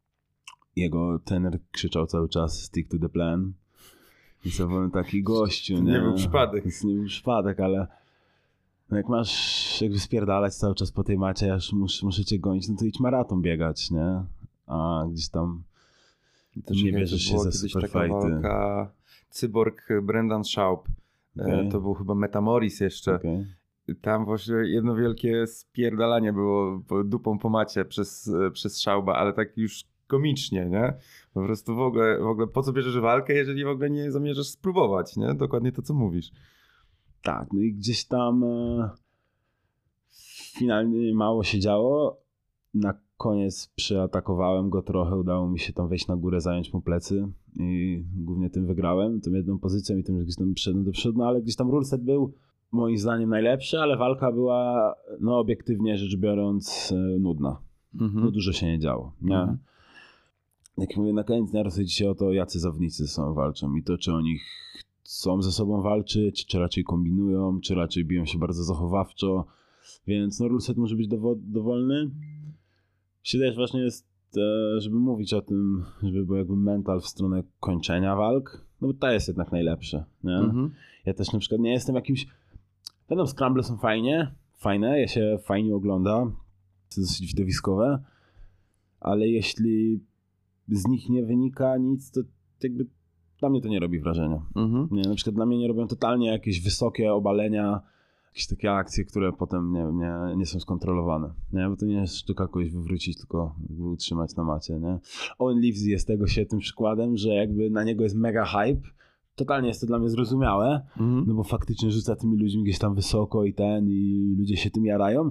Jego trener krzyczał cały czas stick to the plan. I co byłem taki gościu, To nie? nie był przypadek. To nie był przypadek, ale no jak masz jakby spierdalać cały czas po tej macie, ja już muszę, muszę cię gonić, no to idź maraton biegać, nie? A gdzieś tam To nie czekaj, bierzesz to się była za kiedyś super taka fighty. walka Cyborg Brendan Schaub Okay. To był chyba Metamoris jeszcze. Okay. Tam właśnie jedno wielkie spierdalanie było dupą po macie przez, przez Szauba, ale tak już komicznie, nie? Po prostu w ogóle, w ogóle po co bierzesz walkę, jeżeli w ogóle nie zamierzasz spróbować, nie? Dokładnie to, co mówisz. Tak, no i gdzieś tam e, finalnie mało się działo. Na koniec przyatakowałem go trochę, udało mi się tam wejść na górę, zająć mu plecy i głównie tym wygrałem, tą jedną pozycją i tym, że gdzieś tam przyszedłem do przodu, no ale gdzieś tam ruleset był moim zdaniem najlepszy, ale walka była, no obiektywnie rzecz biorąc, e, nudna. Mhm. No dużo się nie działo, nie? Mhm. Jak mówię, na koniec dnia rozchodzi się o to, jacy zawodnicy są walczą i to, czy oni chcą ze sobą walczyć, czy raczej kombinują, czy raczej biją się bardzo zachowawczo, więc no ruleset może być dowo- dowolny. Myślę, że ważne jest, e, żeby mówić o tym, żeby był jakby mental w stronę kończenia walk, no bo to jest jednak najlepsze, nie? Mhm. Ja też na przykład nie jestem jakimś, wiadomo, scramble są fajnie, fajne, ja się fajnie ogląda, to jest dosyć widowiskowe, ale jeśli z nich nie wynika nic, to jakby dla mnie to nie robi wrażenia. Mhm. Nie, na przykład dla mnie nie robią totalnie jakieś wysokie obalenia, jakieś takie akcje, które potem nie, wiem, nie, nie są skontrolowane. Nie? Bo to nie jest sztuka kogoś wywrócić, tylko jakby utrzymać na macie. Nie? Owen Livesey jest tego świetnym przykładem, że jakby na niego jest mega hype. Totalnie jest to dla mnie zrozumiałe, mhm. no bo faktycznie rzuca tymi ludźmi gdzieś tam wysoko i ten, i ludzie się tym jarają.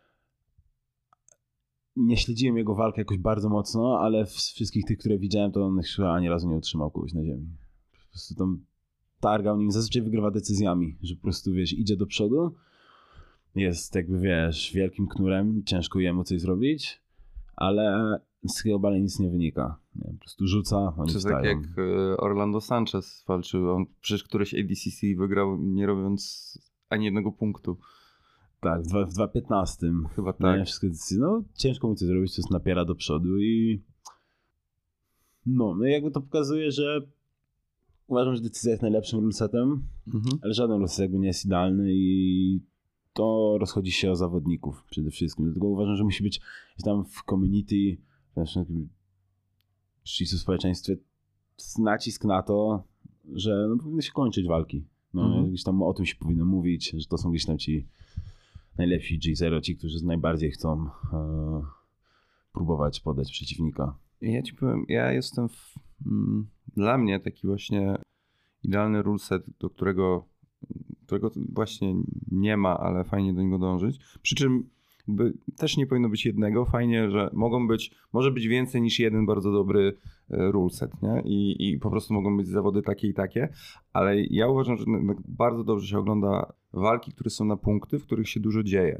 Nie śledziłem jego walki jakoś bardzo mocno, ale z wszystkich tych, które widziałem, to on chyba ani razu nie utrzymał kogoś na ziemi. Po prostu tam targał nim, zazwyczaj wygrywa decyzjami, że po prostu, wiesz, idzie do przodu, jest jakby, wiesz, wielkim knurem, ciężko jemu coś zrobić, ale z takiego obalenia nic nie wynika. Nie, po prostu rzuca, oni Czy tak jak Orlando Sanchez walczył, on przecież któreś A D C C wygrał nie robiąc ani jednego punktu. Tak, w dwa piętnaście chyba tak. Nie, wszystkie decyzje, no ciężko mu coś zrobić, to jest napiera do przodu i no, no jakby to pokazuje, że uważam, że decyzja jest najlepszym rulesetem, mhm. ale żaden ruleset jakby nie jest idealny i to rozchodzi się o zawodników przede wszystkim. Dlatego uważam, że musi być tam w community, w społeczeństwie nacisk na to, że no, powinny się kończyć walki. No, mhm. Gdzieś tam o tym się powinno mówić, że to są gdzieś tam ci najlepsi G zero, ci, którzy najbardziej chcą e, próbować podać przeciwnika. Ja ci powiem, ja jestem w, mm, dla mnie taki właśnie idealny ruleset, do którego, którego właśnie nie ma, ale fajnie do niego dążyć. Przy czym jakby też nie powinno być jednego. Fajnie, że mogą być, może być więcej niż jeden bardzo dobry ruleset, nie? I, i po prostu mogą być zawody takie i takie, ale ja uważam, że bardzo dobrze się ogląda walki, które są na punkty, w których się dużo dzieje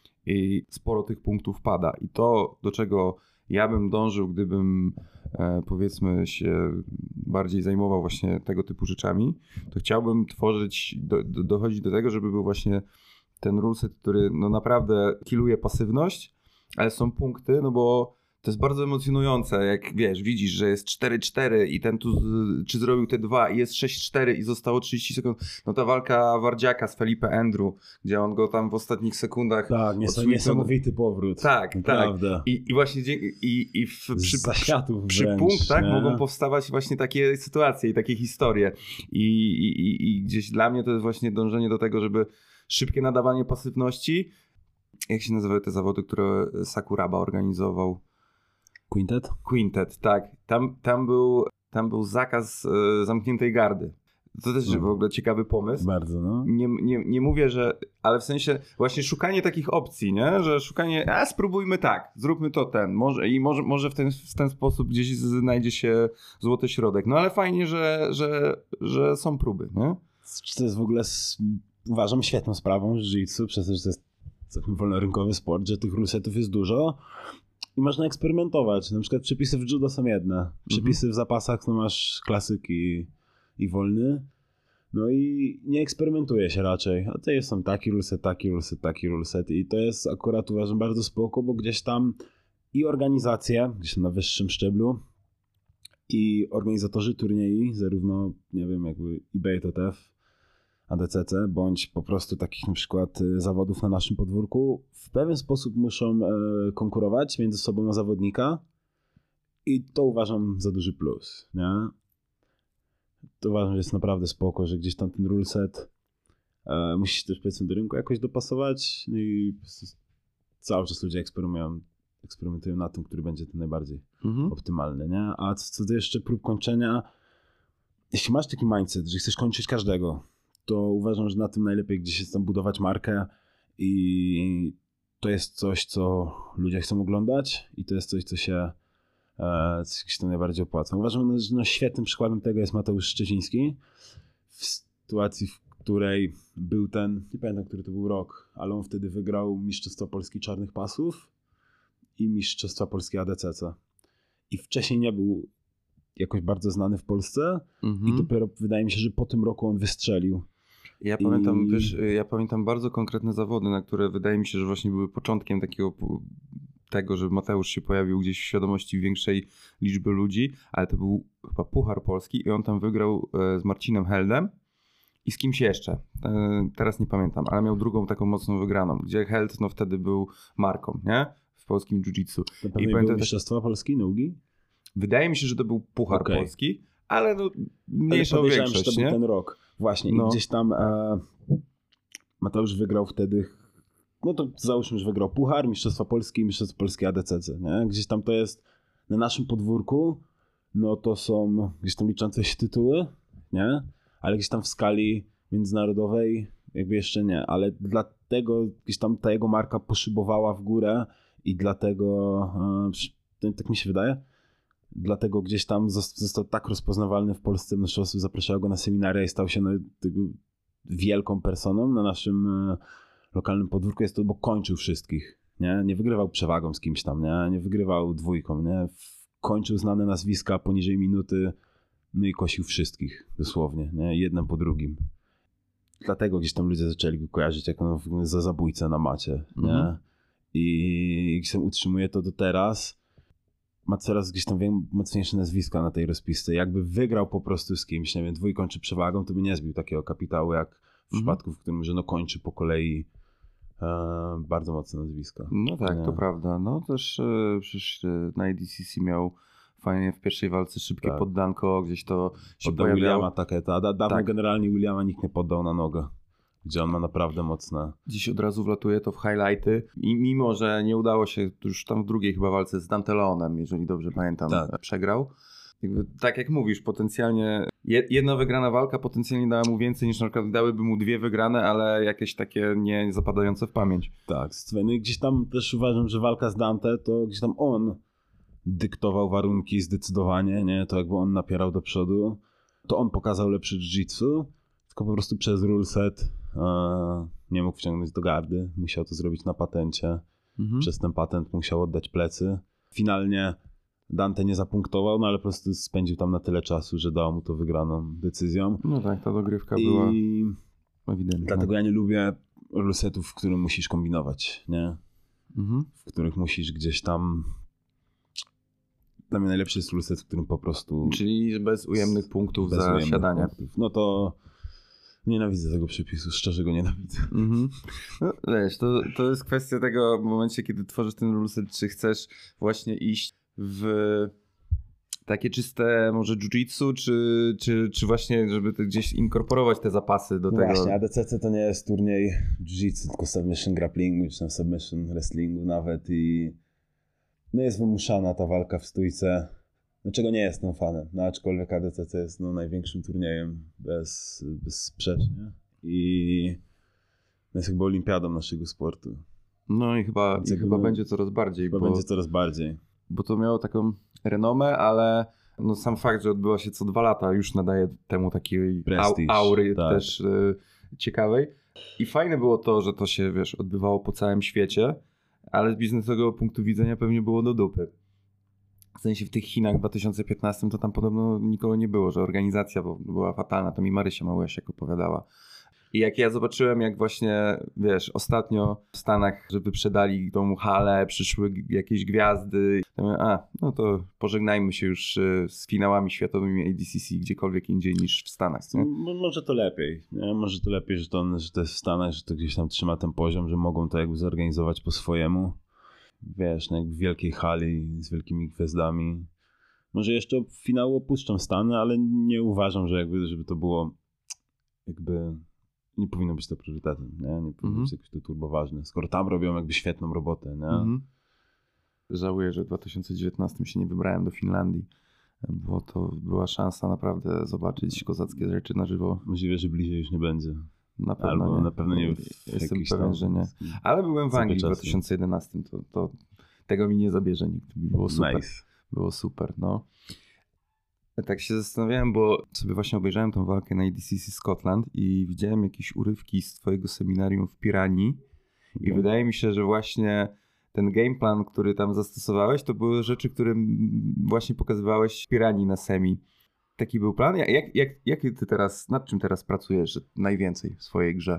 i sporo tych punktów pada i to, do czego ja bym dążył, gdybym e, powiedzmy się bardziej zajmował właśnie tego typu rzeczami, to chciałbym tworzyć, do, do, dochodzić do tego, żeby był właśnie ten ruleset, który no naprawdę killuje pasywność, ale są punkty, no bo to jest bardzo emocjonujące, jak wiesz, widzisz, że jest cztery cztery i ten tu, czy zrobił te dwa i jest sześć cztery i zostało trzydzieści sekund. No ta walka Wardziaka z Felipe Andrew, gdzie on go tam w ostatnich sekundach... Tak, nies- niesamowity powrót. Tak, naprawdę. tak. I, i właśnie i, i w, przy, przy, przy wręcz, punktach nie? mogą powstawać właśnie takie sytuacje i takie historie. I, i, i gdzieś dla mnie to jest właśnie dążenie do tego, żeby szybkie nadawanie pasywności. Jak się nazywały te zawody, które Sakuraba organizował? Quintet? Quintet, tak. Tam, tam, był, tam był zakaz e, zamkniętej gardy. To też no. w ogóle ciekawy pomysł. Bardzo, no. Nie, nie, nie mówię, że... Ale w sensie właśnie szukanie takich opcji, nie? Że szukanie... A spróbujmy tak, zróbmy to ten. Może, I może, może w, ten, w ten sposób gdzieś znajdzie się złoty środek. No ale fajnie, że, że, że są próby, nie? To jest w ogóle... Uważam świetną sprawą jiu-jitsu, przez to, że to jest wolnorynkowy sport, że tych rulesetów jest dużo i można eksperymentować. Na przykład przepisy w judo są jedne. Przepisy mhm. w zapasach to masz klasyk i, i wolny. No i nie eksperymentuje się raczej. A to są taki ruleset, taki ruleset, taki ruleset i to jest akurat uważam bardzo spoko, bo gdzieś tam i organizacje, gdzieś tam na wyższym szczeblu i organizatorzy turniej, zarówno, nie wiem, jakby I B J T F, A D C C, bądź po prostu takich na przykład zawodów na naszym podwórku w pewien sposób muszą e, konkurować między sobą na zawodnika i to uważam za duży plus, nie? To uważam, że jest naprawdę spoko, że gdzieś tam ten ruleset E, musi się też powiedzmy do rynku jakoś dopasować no i po prostu cały czas ludzie eksperymentują, eksperymentują na tym, który będzie ten najbardziej Mhm. optymalny, nie? A co, co do jeszcze prób kończenia, jeśli masz taki mindset, że chcesz kończyć każdego, to uważam, że na tym najlepiej gdzieś jest tam budować markę i to jest coś, co ludzie chcą oglądać i to jest coś, co się, e, co się tam najbardziej opłaca. Uważam, że no świetnym przykładem tego jest Mateusz Szczeciński w sytuacji, w której był ten, nie pamiętam, który to był rok, ale on wtedy wygrał Mistrzostwa Polski Czarnych Pasów i Mistrzostwa Polski A D C C. I wcześniej nie był jakoś bardzo znany w Polsce Mhm. i dopiero wydaje mi się, że po tym roku on wystrzelił. Ja pamiętam, I- wiesz, ja pamiętam bardzo konkretne zawody, na które wydaje mi się, że właśnie były początkiem takiego pu- tego, że Mateusz się pojawił gdzieś w świadomości większej liczby ludzi, ale to był chyba Puchar Polski i on tam wygrał e, z Marcinem Heldem i z kimś jeszcze. E, teraz nie pamiętam, ale miał drugą taką mocną wygraną, gdzie Held no wtedy był marką, nie? W polskim jiu-jitsu. To I pewnie pamiętam były też- Mistrzostwa Polski, Nogi? Wydaje mi się, że to był Puchar Okej. Polski, ale no Ale mniejsza o podejrzewam, że większość, to był nie? ten rok. Właśnie. No. I gdzieś tam e, Mateusz wygrał wtedy, no to załóżmy, że wygrał Puchar, Mistrzostwa Polski i Mistrzostwa Polskie A D C C, nie? Gdzieś tam to jest na naszym podwórku, no to są gdzieś tam liczące się tytuły, nie? Ale gdzieś tam w skali międzynarodowej jakby jeszcze nie, ale dlatego gdzieś tam ta jego marka poszybowała w górę i dlatego, e, przy- tak mi się wydaje, dlatego gdzieś tam zos- został tak rozpoznawalny w Polsce, mnóstwo osób zapraszało go na seminaria i stał się no, tego wielką personą na naszym e, lokalnym podwórku. Jest to, bo kończył wszystkich, nie? Nie wygrywał przewagą z kimś tam, nie? Nie wygrywał dwójką, nie? W- Kończył znane nazwiska poniżej minuty, no i kosił wszystkich, dosłownie, nie? Jednym po drugim. Dlatego gdzieś tam ludzie zaczęli go kojarzyć jako no, za zabójcę na macie, nie? Mhm. I gdzieś tam utrzymuje to do teraz. Ma coraz gdzieś tam wiem, mocniejsze nazwiska na tej rozpisce. Jakby wygrał po prostu z kimś, nie wiem, dwójką czy przewagą, to by nie zbił takiego kapitału jak w Mhm. przypadku, w którym że no kończy po kolei e, bardzo mocne nazwiska. No tak, Nie. to prawda. No też e, przecież e, na A D C C miał fajnie w pierwszej walce szybkie Tak. poddanko, gdzieś to się Poddał pojawiało. Williama Taketa. Da, dawno Tak. generalnie Williama nikt nie poddał na nogę, gdzie on ma naprawdę mocne. Dziś od razu wlatuje to w highlighty i mimo, że nie udało się już tam w drugiej chyba walce z Dante Leonem, jeżeli dobrze pamiętam, Tak. przegrał. Jakby, tak jak mówisz, potencjalnie je- jedna wygrana walka potencjalnie dała mu więcej niż na przykład dałyby mu dwie wygrane, ale jakieś takie nie zapadające w pamięć. Tak, no i gdzieś tam też uważam, że walka z Dante to gdzieś tam on dyktował warunki zdecydowanie, nie? To jakby on napierał do przodu. To on pokazał lepszy jiu-jitsu, tylko po prostu przez ruleset e, nie mógł wciągnąć do gardy. Musiał to zrobić na patencie. Mhm. Przez ten patent musiał oddać plecy. Finalnie Dante nie zapunktował, no ale po prostu spędził tam na tyle czasu, że dało mu to wygraną decyzją. No tak, ta dogrywka była I ewidentna. dlatego ja nie lubię rulesetów, w którym musisz kombinować, nie? Mhm. W których musisz gdzieś tam... Dla mnie najlepszy jest ruleset, w którym po prostu... Czyli bez ujemnych punktów bez za ujemnych siadanie. punktów. No to nienawidzę tego przepisu, szczerze go nienawidzę. Mhm. No, wiesz, to, to jest kwestia tego w momencie, kiedy tworzysz ten ruleset, czy chcesz właśnie iść w takie czyste może jiu-jitsu, czy, czy, czy właśnie, żeby to gdzieś inkorporować te zapasy do No tego. właśnie, A D C C to nie jest turniej jiu-jitsu, tylko submission grapplingu, czy tam submission wrestlingu nawet i no jest wymuszana ta walka w stójce, no czego nie jestem fanem, no aczkolwiek A D C C jest no największym turniejem bez, bezsprzecznie i no jest jakby olimpiadą naszego sportu. No i chyba, Więc i jakby chyba no- będzie coraz bardziej, Chyba bo, będzie coraz bardziej. bo to miało taką renomę, ale no sam fakt, że odbyła się co dwa lata już nadaje temu takiej au, Prestiż, aury tak. też y, ciekawej. I fajne było to, że to się, wiesz, odbywało po całym świecie, ale z biznesowego punktu widzenia pewnie było do dupy. W sensie w tych Chinach w dwa tysiące piętnastym to tam podobno nikogo nie było, że organizacja bo- była fatalna, to mi Marysia Małysiak opowiadała. I jak ja zobaczyłem, jak właśnie, wiesz, ostatnio w Stanach, że wyprzedali tą halę, przyszły g- jakieś gwiazdy, to mówię, a, no to pożegnajmy się już y, z finałami światowymi A D C C gdziekolwiek indziej niż w Stanach, nie? M- może to lepiej, nie? Może to lepiej, że to, że to jest w Stanach, że to gdzieś tam trzyma ten poziom, że mogą to jakby zorganizować po swojemu. Wiesz, no jak w wielkiej hali z wielkimi gwiazdami. Może jeszcze finału opuszczą Stany, ale nie uważam, że jakby, żeby to było jakby nie powinno być to priorytetem, nie? Nie powinno Mhm. być jakoś to turbo ważne. Skoro tam robią jakby świetną robotę, nie? Mhm. Żałuję, że w dwa tysiące dziewiętnastym się nie wybrałem do Finlandii, bo to była szansa naprawdę zobaczyć kozackie rzeczy na żywo. Możliwe, że bliżej już nie będzie. Na pewno Albo nie. na pewno nie w Jestem jakiś pewien, tam... że nie. Ale byłem w Anglii w Czasy. dwa tysiące jedenastym, to, to tego mi nie zabierze nikt. Było super. Nice. Było super, no. Tak się zastanawiałem, bo sobie właśnie obejrzałem tą walkę na A D C C Scotland i widziałem jakieś urywki z twojego seminarium w Piranii i Mhm. wydaje mi się, że właśnie ten game plan, który tam zastosowałeś, to były rzeczy, które m, właśnie pokazywałeś w Piranii na semi. Taki był plan? Jak, jak, jak, jak ty teraz, nad czym teraz pracujesz najwięcej w swojej grze?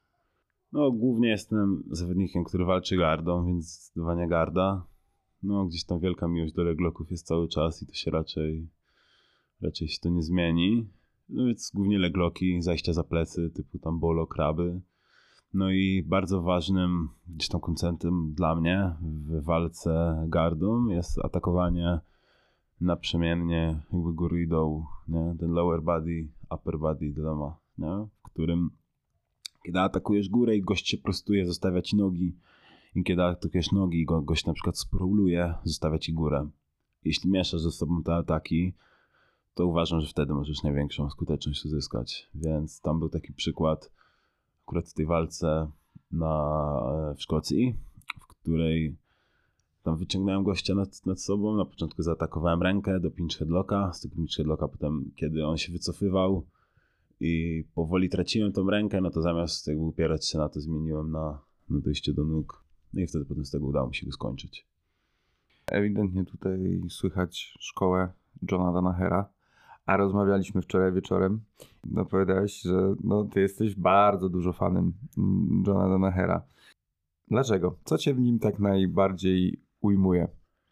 No głównie jestem zawodnikiem, który walczy gardą, więc zdecydowanie garda. No gdzieś tam wielka miłość do leglocków jest cały czas i to się raczej raczej się to nie zmieni. No więc głównie legloki, zajścia za plecy, typu tam bolo, kraby. No i bardzo ważnym gdzieś tam konceptem dla mnie w walce gardą jest atakowanie naprzemiennie jakby góry i dołu, nie? Ten lower body, upper body dilema, nie? W którym kiedy atakujesz górę i gość się prostuje, zostawia ci nogi i kiedy atakujesz nogi i go, gość na przykład sprowluje, zostawia ci górę. Jeśli mieszasz ze sobą te ataki, to uważam, że wtedy możesz największą skuteczność uzyskać. Więc tam był taki przykład akurat w tej walce na, w Szkocji, w której tam wyciągnąłem gościa nad, nad sobą. Na początku zaatakowałem rękę do pinch headlocka. Z tego pinch headlocka potem, kiedy on się wycofywał i powoli traciłem tą rękę, no to zamiast jakby upierać się na to, zmieniłem na, na dojście do nóg. No i wtedy potem z tego udało mi się go skończyć. Ewidentnie tutaj słychać szkołę Johna Danahera, a rozmawialiśmy wczoraj wieczorem. Opowiadałeś, że no, ty jesteś bardzo dużo fanem mm, Johna Danahera. Dlaczego? Co cię w nim tak najbardziej ujmuje?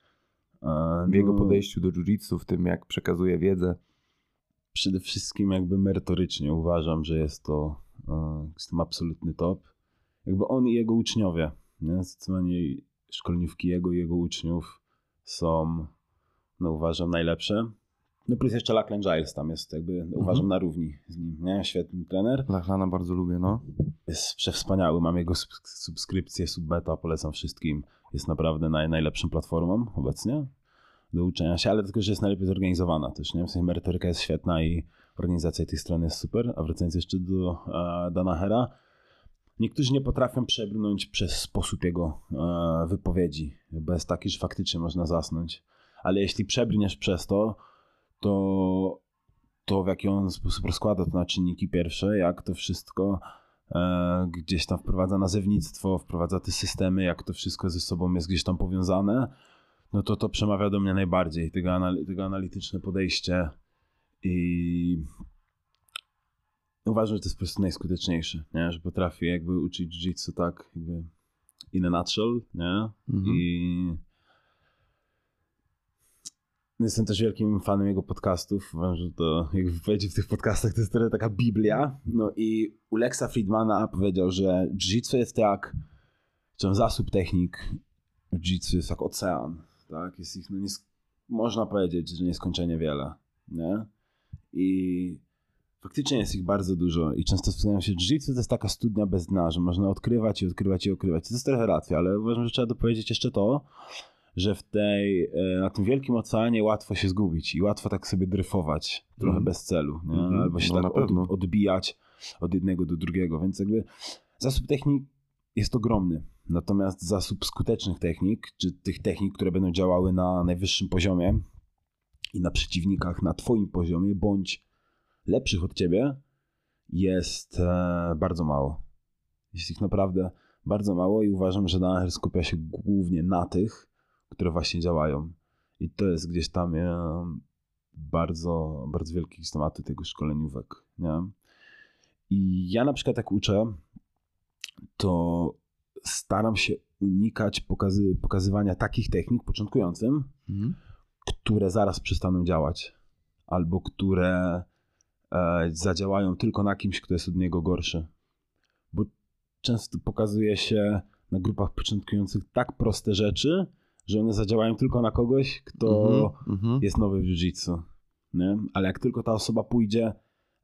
A, W jego no, podejściu do jiu-jitsu, w tym jak przekazuje wiedzę. Przede wszystkim jakby merytorycznie uważam, że jest to e, jest tam absolutny top. Jakby on i jego uczniowie, nie? Zdecydowanie szkoleniówki jego i jego uczniów są, no uważam, najlepsze. No plus jeszcze Lachlan Giles tam jest jakby, mhm. uważam, na równi z nim, nie? Świetny trener. Lachlana bardzo lubię, no. Jest przewspaniały, mam jego sub- subskrypcję, subbeta, polecam wszystkim. Jest naprawdę naj, najlepszą platformą obecnie do uczenia się, ale tylko, że jest najlepiej zorganizowana też, nie? W sensie merytoryka jest świetna i organizacja tej strony jest super. A wracając jeszcze do e, Danahera, niektórzy nie potrafią przebrnąć przez sposób jego e, wypowiedzi, bo jest taki, że faktycznie można zasnąć, ale jeśli przebrniesz przez to, to to w jaki on sposób rozkłada to na czynniki pierwsze, jak to wszystko e, gdzieś tam wprowadza nazewnictwo, wprowadza te systemy, jak to wszystko ze sobą jest gdzieś tam powiązane, no to to przemawia do mnie najbardziej, tego, anal- tego analityczne podejście i uważam, że to jest po prostu najskuteczniejsze, nie? Że potrafi jakby uczyć jiu-jitsu tak jakby in a nutshell, nie? Mhm. I jestem też wielkim fanem jego podcastów. Uważam, że to jego wypowiedzi w tych podcastach to jest trochę taka Biblia. No i u Lexa Friedmana powiedział, że jiu-jitsu jest jak, czy zasób technik w jiu-jitsu jest jak ocean. Tak? Jest ich, no nie, można powiedzieć, że nieskończenie wiele. Nie? I faktycznie jest ich bardzo dużo i często wspominają się, że jiu-jitsu to jest taka studnia bez dna, że można odkrywać i odkrywać i odkrywać. To jest trochę racja, ale uważam, że trzeba dopowiedzieć jeszcze to, że w tej, na tym wielkim oceanie łatwo się zgubić i łatwo tak sobie dryfować, trochę Mhm. bez celu, nie? Mhm. Albo się No, tak na pewno. od, odbijać od jednego do drugiego, więc jakby zasób technik jest ogromny, natomiast zasób skutecznych technik, czy tych technik, które będą działały na najwyższym poziomie i na przeciwnikach na twoim poziomie, bądź lepszych od ciebie, jest e, bardzo mało. Jest ich naprawdę bardzo mało i uważam, że Danaher skupia się głównie na tych, które właśnie działają. I to jest gdzieś tam e, bardzo, bardzo wielki temat tego szkoleniówek, nie? I ja na przykład jak uczę, to staram się unikać pokazy, pokazywania takich technik początkującym, Mhm. które zaraz przestaną działać. Albo które e, zadziałają tylko na kimś, kto jest od niego gorszy. Bo często pokazuje się na grupach początkujących tak proste rzeczy, że one zadziałają tylko na kogoś, kto Mhm. Mhm. jest nowy w jiu-jitsu. Nie? Ale jak tylko ta osoba pójdzie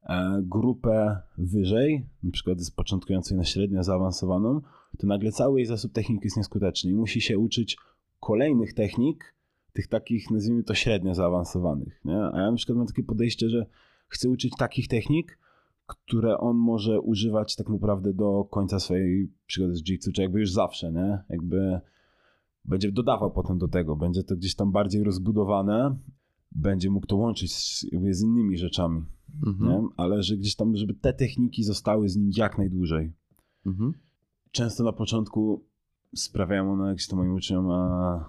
e, grupę wyżej, na przykład z początkującej na średnio zaawansowaną, to nagle cały jej zasób technik jest nieskuteczny i musi się uczyć kolejnych technik, tych takich, nazwijmy to, średnio zaawansowanych. Nie? A ja na przykład mam takie podejście, że chcę uczyć takich technik, które on może używać tak naprawdę do końca swojej przygody z jiu-jitsu, czy jakby już zawsze, nie? Jakby będzie dodawał potem do tego, będzie to gdzieś tam bardziej rozbudowane, będzie mógł to łączyć z, jakby z innymi rzeczami, Mhm. nie? Ale że gdzieś tam, żeby te techniki zostały z nim jak najdłużej. Mhm. Często na początku sprawiają one jakiś to moim uczniom e,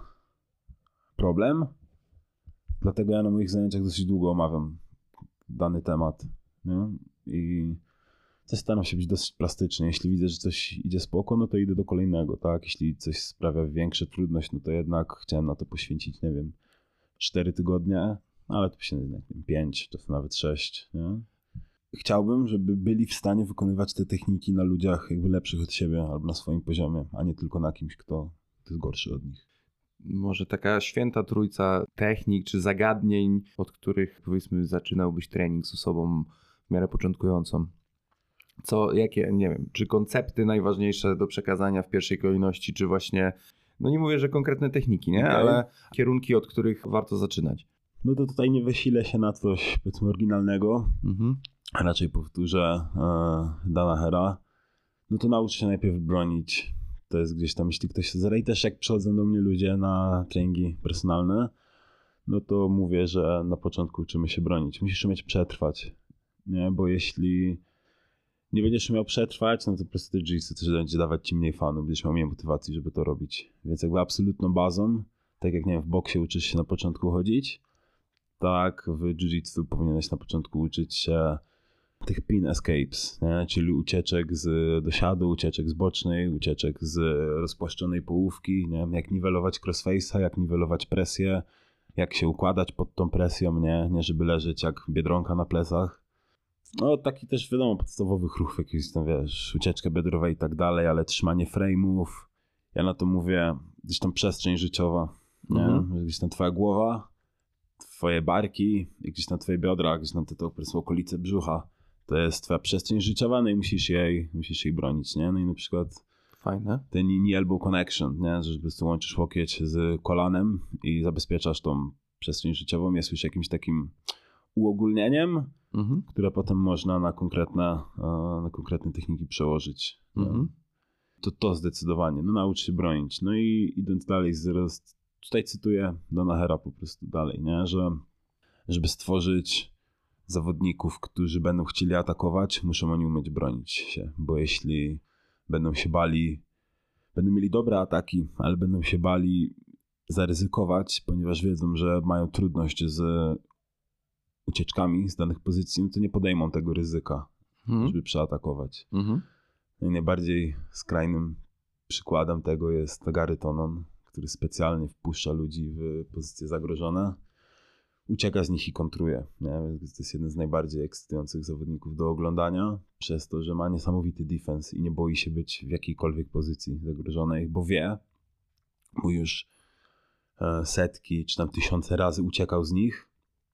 problem, dlatego ja na moich zajęciach dosyć długo omawiam dany temat, nie? I też staram się być dosyć plastyczny. Jeśli widzę, że coś idzie spoko, no to idę do kolejnego, tak? Jeśli coś sprawia większą trudność, no to jednak chciałem na to poświęcić, nie wiem, cztery tygodnie, ale to się nie wiem, pięć, czasem nawet sześć, nie? Chciałbym, żeby byli w stanie wykonywać te techniki na ludziach jakby lepszych od siebie albo na swoim poziomie, a nie tylko na kimś, kto jest gorszy od nich. Może taka święta trójca technik czy zagadnień, od których powiedzmy zaczynałbyś trening z osobą w miarę początkującą. Co, jakie, nie wiem, czy koncepty najważniejsze do przekazania w pierwszej kolejności, czy właśnie, no nie mówię, że konkretne techniki, nie? Okay. Ale kierunki, od których warto zaczynać. No to tutaj nie wysilę się na coś, powiedzmy, oryginalnego, Mhm. a raczej powtórzę e, Dana Hera. No to naucz się najpierw bronić. To jest gdzieś tam, jeśli ktoś się zera i też jak przychodzą do mnie ludzie na treningi personalne, no to mówię, że na początku uczymy się bronić. Musisz umieć przetrwać, nie? Bo jeśli nie będziesz umiał przetrwać, no to po prostu jiu-jitsu też będzie dawać ci mniej fanów, będziesz miał mniej motywacji, żeby to robić. Więc jakby absolutną bazą, tak jak nie wiem, w boksie uczysz się na początku chodzić, tak w jiu-jitsu powinieneś na początku uczyć się tych pin escapes, nie? Czyli ucieczek z dosiadu, ucieczek z bocznej, ucieczek z rozpłaszczonej połówki, nie? Jak niwelować crossface'a, jak niwelować presję, jak się układać pod tą presją, nie? Nie żeby leżeć jak biedronka na plecach. No taki też wiadomo podstawowych ruchów, jakiś tam wiesz, ucieczka biodrowa i tak dalej, ale trzymanie frame'ów, ja na to mówię gdzieś tam przestrzeń życiowa, nie? Mhm. Gdzieś tam twoja głowa, twoje barki, gdzieś tam twoje biodra, gdzieś tam te to powiedzmy okolice brzucha, to jest twoja przestrzeń życiowa, no i musisz jej, musisz jej bronić, nie? No i na przykład Fajne. ten knee elbow connection, nie? Że po prostu łączysz łokieć z kolanem i zabezpieczasz tą przestrzeń życiową, jest już jakimś takim uogólnieniem, Mhm. które potem można na konkretne, na konkretne techniki przełożyć. Mhm. To to zdecydowanie. No naucz się bronić. No i idąc dalej, zaraz, tutaj cytuję Dana Hera po prostu dalej, nie? Że żeby stworzyć zawodników, którzy będą chcieli atakować, muszą oni umieć bronić się, bo jeśli będą się bali, będą mieli dobre ataki, ale będą się bali zaryzykować, ponieważ wiedzą, że mają trudność z ucieczkami z danych pozycji, no to nie podejmą tego ryzyka, Mhm. żeby przeatakować. Mhm. No i najbardziej skrajnym przykładem tego jest Gary Tonon, który specjalnie wpuszcza ludzi w pozycje zagrożone, ucieka z nich i kontruje. Nie? To jest jeden z najbardziej ekscytujących zawodników do oglądania, przez to, że ma niesamowity defense i nie boi się być w jakiejkolwiek pozycji zagrożonej, bo wie, bo już setki czy tam tysiące razy uciekał z nich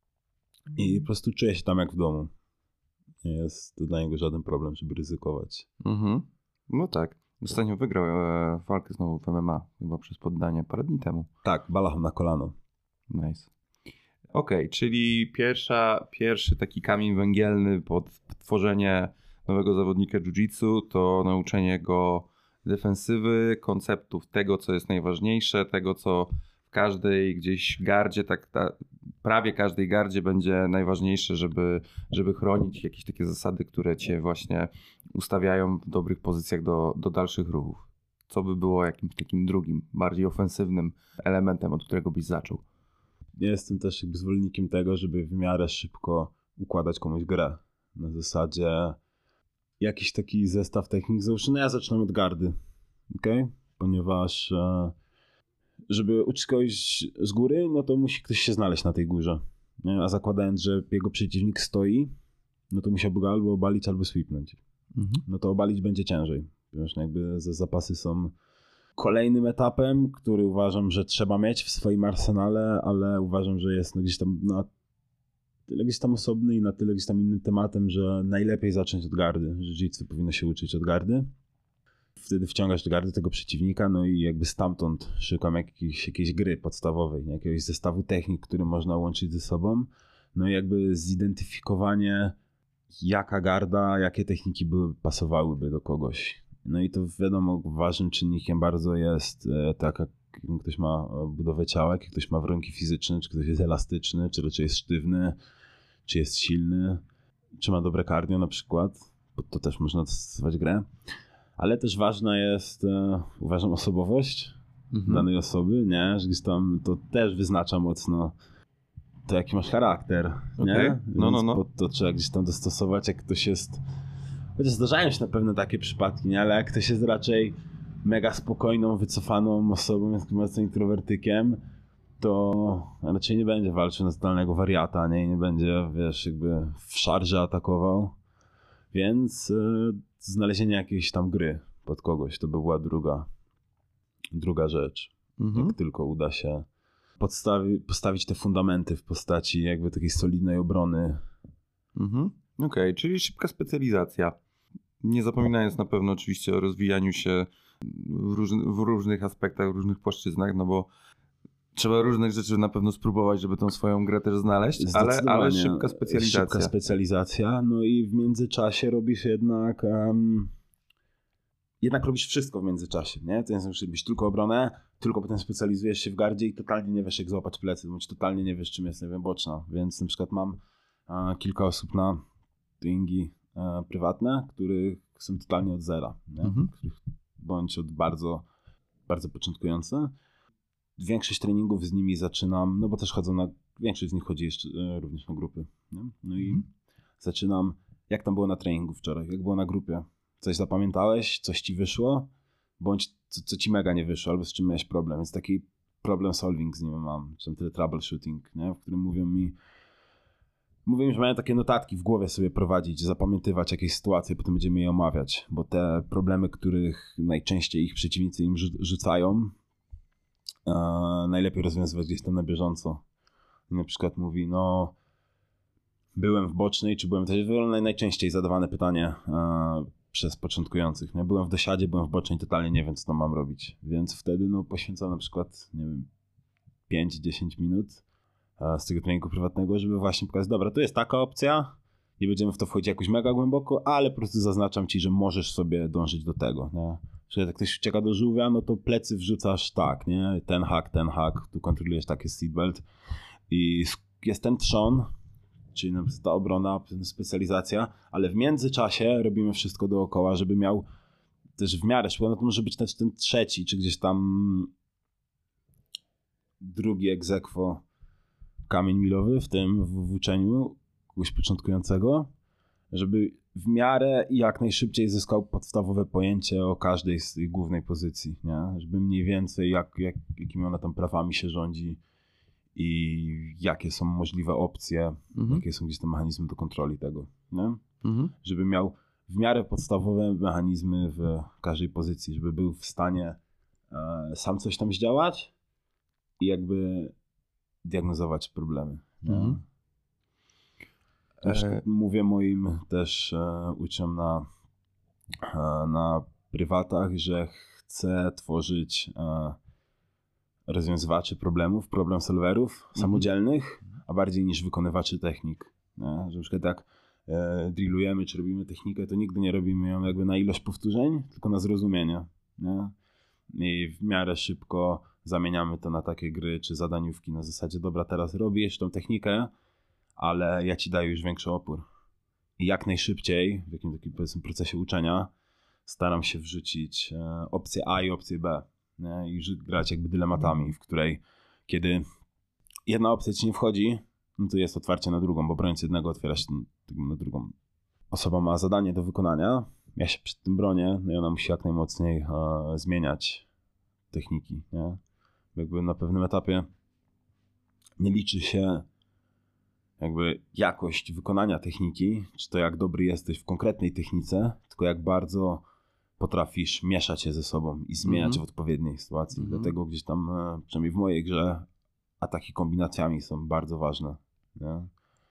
i po prostu czuje się tam jak w domu. Nie jest to dla niego żaden problem, żeby ryzykować. Mhm. No tak. Ostatnio wygrał e, walkę znowu w M M A, chyba przez poddanie parę dni temu. Tak, balachą na kolano. Nice. Okej, czyli pierwsza, pierwszy taki kamień węgielny pod tworzenie nowego zawodnika jiu-jitsu to nauczenie go defensywy, konceptów tego, co jest najważniejsze, tego, co w każdej gdzieś gardzie, tak ta, prawie każdej gardzie będzie najważniejsze, żeby, żeby chronić jakieś takie zasady, które cię właśnie ustawiają w dobrych pozycjach do, do dalszych ruchów. Co by było jakimś takim drugim, bardziej ofensywnym elementem, od którego byś zaczął? Ja jestem też jakby zwolennikiem tego, żeby w miarę szybko układać komuś grę. Na zasadzie jakiś taki zestaw technik. Załóżmy, no ja zacznę od gardy, okay? Ponieważ e, żeby uczyć kogoś z góry, no to musi ktoś się znaleźć na tej górze. Nie? A zakładając, że jego przeciwnik stoi, no to musiałby go albo obalić, albo sweepnąć. Mhm. No to obalić będzie ciężej. Ponieważ jakby zapasy są kolejnym etapem, który uważam, że trzeba mieć w swoim arsenale, ale uważam, że jest no gdzieś tam na tyle gdzieś tam osobny i na tyle gdzieś tam innym tematem, że najlepiej zacząć od gardy. Jiu-jitsu powinno się uczyć od gardy. Wtedy wciągasz do gardy tego przeciwnika, no i jakby stamtąd szukam jakiejś, jakiejś gry podstawowej, jakiegoś zestawu technik, który można łączyć ze sobą. No i jakby zidentyfikowanie, jaka garda, jakie techniki by pasowałyby do kogoś. No i to wiadomo, ważnym czynnikiem bardzo jest tak, jak ktoś ma budowę ciała, jak ktoś ma warunki fizyczne, czy ktoś jest elastyczny, czy raczej jest sztywny, czy jest silny, czy ma dobre cardio na przykład, bo to też można dostosować grę. Ale też ważna jest, e, uważam, osobowość mhm. danej osoby, nie? Że gdzieś tam to też wyznacza mocno to, jaki masz charakter, okay. nie? No, no, no. To trzeba gdzieś tam dostosować, jak ktoś jest... Chociaż zdarzają się na pewno takie przypadki, nie? Ale jak ktoś jest raczej mega spokojną, wycofaną osobą, jest mocno introwertykiem, to raczej nie będzie walczył na totalnego wariata, nie? I nie będzie, wiesz, jakby w szarży atakował. Więc e, znalezienie jakiejś tam gry pod kogoś to by była druga, druga rzecz. Mhm. Jak tylko uda się podstawi, postawić te fundamenty w postaci jakby takiej solidnej obrony. Mhm. Okej, okay, czyli szybka specjalizacja. Nie zapominając na pewno oczywiście o rozwijaniu się w, różny, w różnych aspektach, w różnych płaszczyznach, no bo trzeba różnych rzeczy na pewno spróbować, żeby tą swoją grę też znaleźć, ale, ale szybka specjalizacja. Szybka specjalizacja, no i w międzyczasie robisz jednak um, jednak robisz wszystko w międzyczasie, nie? To jest, musi być tylko obronę, tylko potem specjalizujesz się w gardzie i totalnie nie wiesz, jak złapać plecy, bądź totalnie nie wiesz, czym jest, nie wiem, boczna, więc na przykład mam uh, kilka osób na treningi uh, prywatne, których są totalnie od zera, nie? Mhm. Których, bądź od bardzo, bardzo początkujące. Większość treningów z nimi zaczynam, no bo też chodzą na, większość z nich chodzi jeszcze e, również na grupy, nie? No i mm. zaczynam, jak tam było na treningu wczoraj, jak było na grupie, coś zapamiętałeś, coś ci wyszło, bądź co, co ci mega nie wyszło, albo z czym miałeś problem, więc taki problem solving z nimi mam, czy tam tyle troubleshooting, nie? W którym mówią mi, mówią mi, że mają takie notatki w głowie sobie prowadzić, zapamiętywać jakieś sytuacje, potem będziemy je omawiać, bo te problemy, których najczęściej ich przeciwnicy im rzu- rzucają, Uh, najlepiej rozwiązywać gdzieś tam na bieżąco. Na przykład mówi, no byłem w bocznej, czy byłem, to jest najczęściej zadawane pytanie uh, przez początkujących. Nie? Byłem w dosiadzie, byłem w bocznej, totalnie nie wiem, co tam mam robić. Więc wtedy no poświęcam na przykład, nie wiem, pięć do dziesięciu minut uh, z tego treningu prywatnego, żeby właśnie pokazać, dobra, to jest taka opcja, nie będziemy w to wchodzić jakoś mega głęboko, ale po prostu zaznaczam ci, że możesz sobie dążyć do tego, nie? Czyli jak ktoś ucieka do żółwia, no to plecy wrzucasz tak, nie? Ten hak, ten hak, tu kontrolujesz taki seatbelt i jest ten trzon, czyli na przykład ta obrona, specjalizacja, ale w międzyczasie robimy wszystko dookoła, żeby miał też w miarę szybko, no to może być też ten trzeci, czy gdzieś tam drugi ex aequo kamień milowy w tym, w, w uczeniu kogoś początkującego, żeby w miarę i jak najszybciej zyskał podstawowe pojęcie o każdej z tej głównej pozycji, nie? Żeby mniej więcej jak, jak, jakimi ona tam prawami się rządzi i jakie są możliwe opcje, mhm. jakie są gdzieś te mechanizmy do kontroli tego, nie? Mhm. Żeby miał w miarę podstawowe mechanizmy w każdej pozycji, żeby był w stanie e, sam coś tam zdziałać i jakby diagnozować problemy, nie? Mhm. Też mówię moim też e, uczniom na, e, na prywatach, że chcę tworzyć e, rozwiązywaczy problemów, problem solverów mm-hmm. samodzielnych, a bardziej niż wykonywaczy technik. Nie? Że na przykład jak e, drillujemy czy robimy technikę, to nigdy nie robimy ją jakby na ilość powtórzeń, tylko na zrozumienie. Nie? I w miarę szybko zamieniamy to na takie gry czy zadaniówki na zasadzie, dobra, teraz robisz tą technikę, ale ja ci daję już większy opór. I jak najszybciej, w jakimś takim powiedzmy procesie uczenia, staram się wrzucić e, opcję A i opcję B. Nie? I grać jakby dylematami, w której kiedy jedna opcja ci nie wchodzi, no to jest otwarcie na drugą, bo broniąc jednego otwiera się na drugą. Osoba ma zadanie do wykonania, ja się przed tym bronię, no i ona musi jak najmocniej e, zmieniać techniki. Nie? Jakby na pewnym etapie nie liczy się jakby jakość wykonania techniki, czy to jak dobry jesteś w konkretnej technice, tylko jak bardzo potrafisz mieszać się ze sobą i zmieniać mm-hmm. w odpowiedniej sytuacji. Mm-hmm. Dlatego gdzieś tam, przynajmniej w mojej grze, ataki kombinacjami są bardzo ważne. Nie?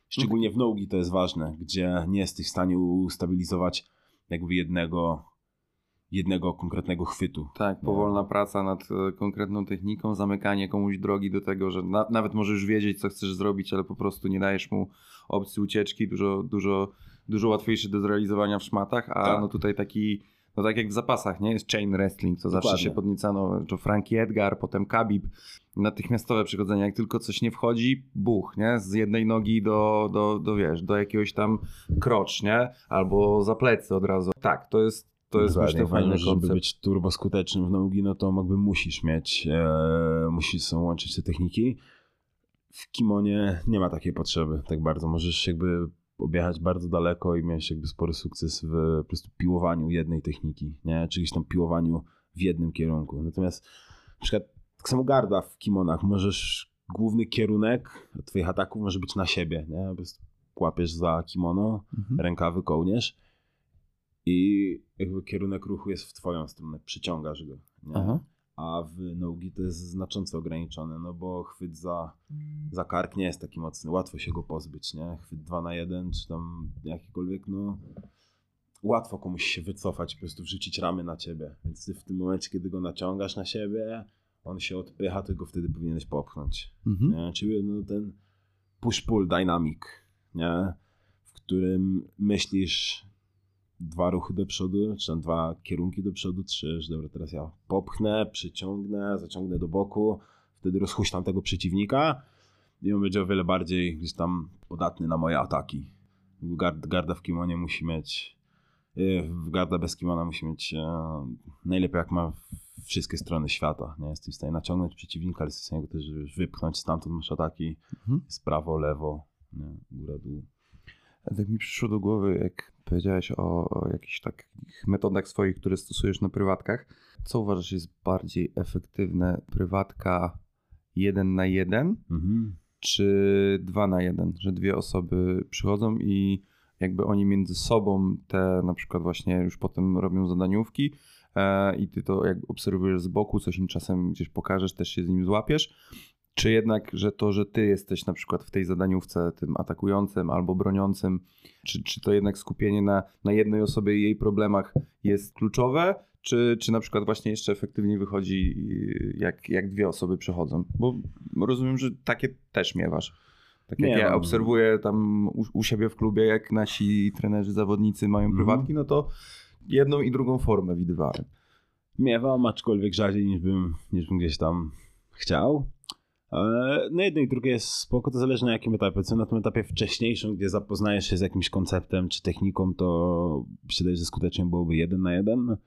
Szczególnie w nogi to jest ważne, gdzie nie jesteś w stanie ustabilizować jakby jednego, jednego konkretnego chwytu. Tak, powolna praca nad e, konkretną techniką, zamykanie komuś drogi do tego, że na, nawet możesz wiedzieć, co chcesz zrobić, ale po prostu nie dajesz mu opcji ucieczki, dużo, dużo, dużo łatwiejsze do zrealizowania w szmatach, a Tak. no tutaj taki, no tak jak w zapasach, nie? Jest chain wrestling, co zawsze Dokładnie. się podniecano, to Frankie Edgar, potem Khabib, natychmiastowe przychodzenie, jak tylko coś nie wchodzi, buch, nie? Z jednej nogi do, do, do wiesz, do jakiegoś tam krocz, nie? Albo za plecy od razu. Tak, to jest To jest Dokładnie. myślę fajny Ważne, koncept. żeby być turbo skutecznym w nogi, no to jakby musisz mieć, e, musisz są łączyć te techniki. W kimonie nie ma takiej potrzeby tak bardzo. Możesz jakby objechać bardzo daleko i mieć jakby spory sukces w po prostu piłowaniu jednej techniki, nie? Czy gdzieś tam piłowaniu w jednym kierunku. Natomiast na przykład tak samo garda w kimonach, możesz główny kierunek twoich ataków może być na siebie, nie? Po prostu łapiesz za kimono, Mhm. rękawy kołniesz i jakby kierunek ruchu jest w twoją stronę, przyciągasz go, nie? Aha. A w nogi to jest znacząco ograniczone, no bo chwyt za, za kark nie jest taki mocny, łatwo się go pozbyć, nie? Chwyt dwa na jeden, czy tam jakikolwiek, no łatwo komuś się wycofać, po prostu wrzucić ramy na ciebie, więc ty w tym momencie, kiedy go naciągasz na siebie, on się odpycha, to go wtedy powinieneś popchnąć, Mhm. nie? Czyli no, ten push-pull dynamic, nie? W którym myślisz dwa ruchy do przodu, czy tam dwa kierunki do przodu, trzy, że dobra, teraz ja popchnę, przyciągnę, zaciągnę do boku, wtedy rozhuśtam tego przeciwnika i on będzie o wiele bardziej gdzieś tam podatny na moje ataki. Gard, garda w kimonie musi mieć, yy, garda bez kimona musi mieć yy, najlepiej jak ma wszystkie strony świata. Nie jesteś w stanie naciągnąć przeciwnika, ale jesteś w stanie go też wypchnąć, stamtąd masz ataki Mhm. z prawo, lewo, nie, góra, dół. Tak mi przyszło do głowy, jak powiedziałeś o, o jakichś takich metodach swoich, które stosujesz na prywatkach. Co uważasz jest bardziej efektywne? Prywatka jeden na jeden Mhm. czy dwa na jeden? Że dwie osoby przychodzą i jakby oni między sobą te na przykład właśnie już potem robią zadaniówki e, i ty to jak obserwujesz z boku, coś im czasem gdzieś pokażesz, też się z nim złapiesz. Czy jednak, że to, że ty jesteś na przykład w tej zadaniówce tym atakującym albo broniącym, czy, czy to jednak skupienie na, na jednej osobie i jej problemach jest kluczowe, czy, czy na przykład właśnie jeszcze efektywniej wychodzi jak, jak dwie osoby przychodzą? Bo rozumiem, że takie też miewasz. Tak jak Nie ja mam. obserwuję tam u, u siebie w klubie, jak nasi trenerzy, zawodnicy mają Mhm. prywatki, no to jedną i drugą formę widywałem. Miewam, aczkolwiek rzadziej niż bym, niż bym gdzieś tam chciał. Ale no jedno i drugie jest spoko, to zależy na jakim etapie. Co na tym etapie wcześniejszym, gdzie zapoznajesz się z jakimś konceptem czy techniką, to wydaje, że skutecznie byłoby jeden na jeden.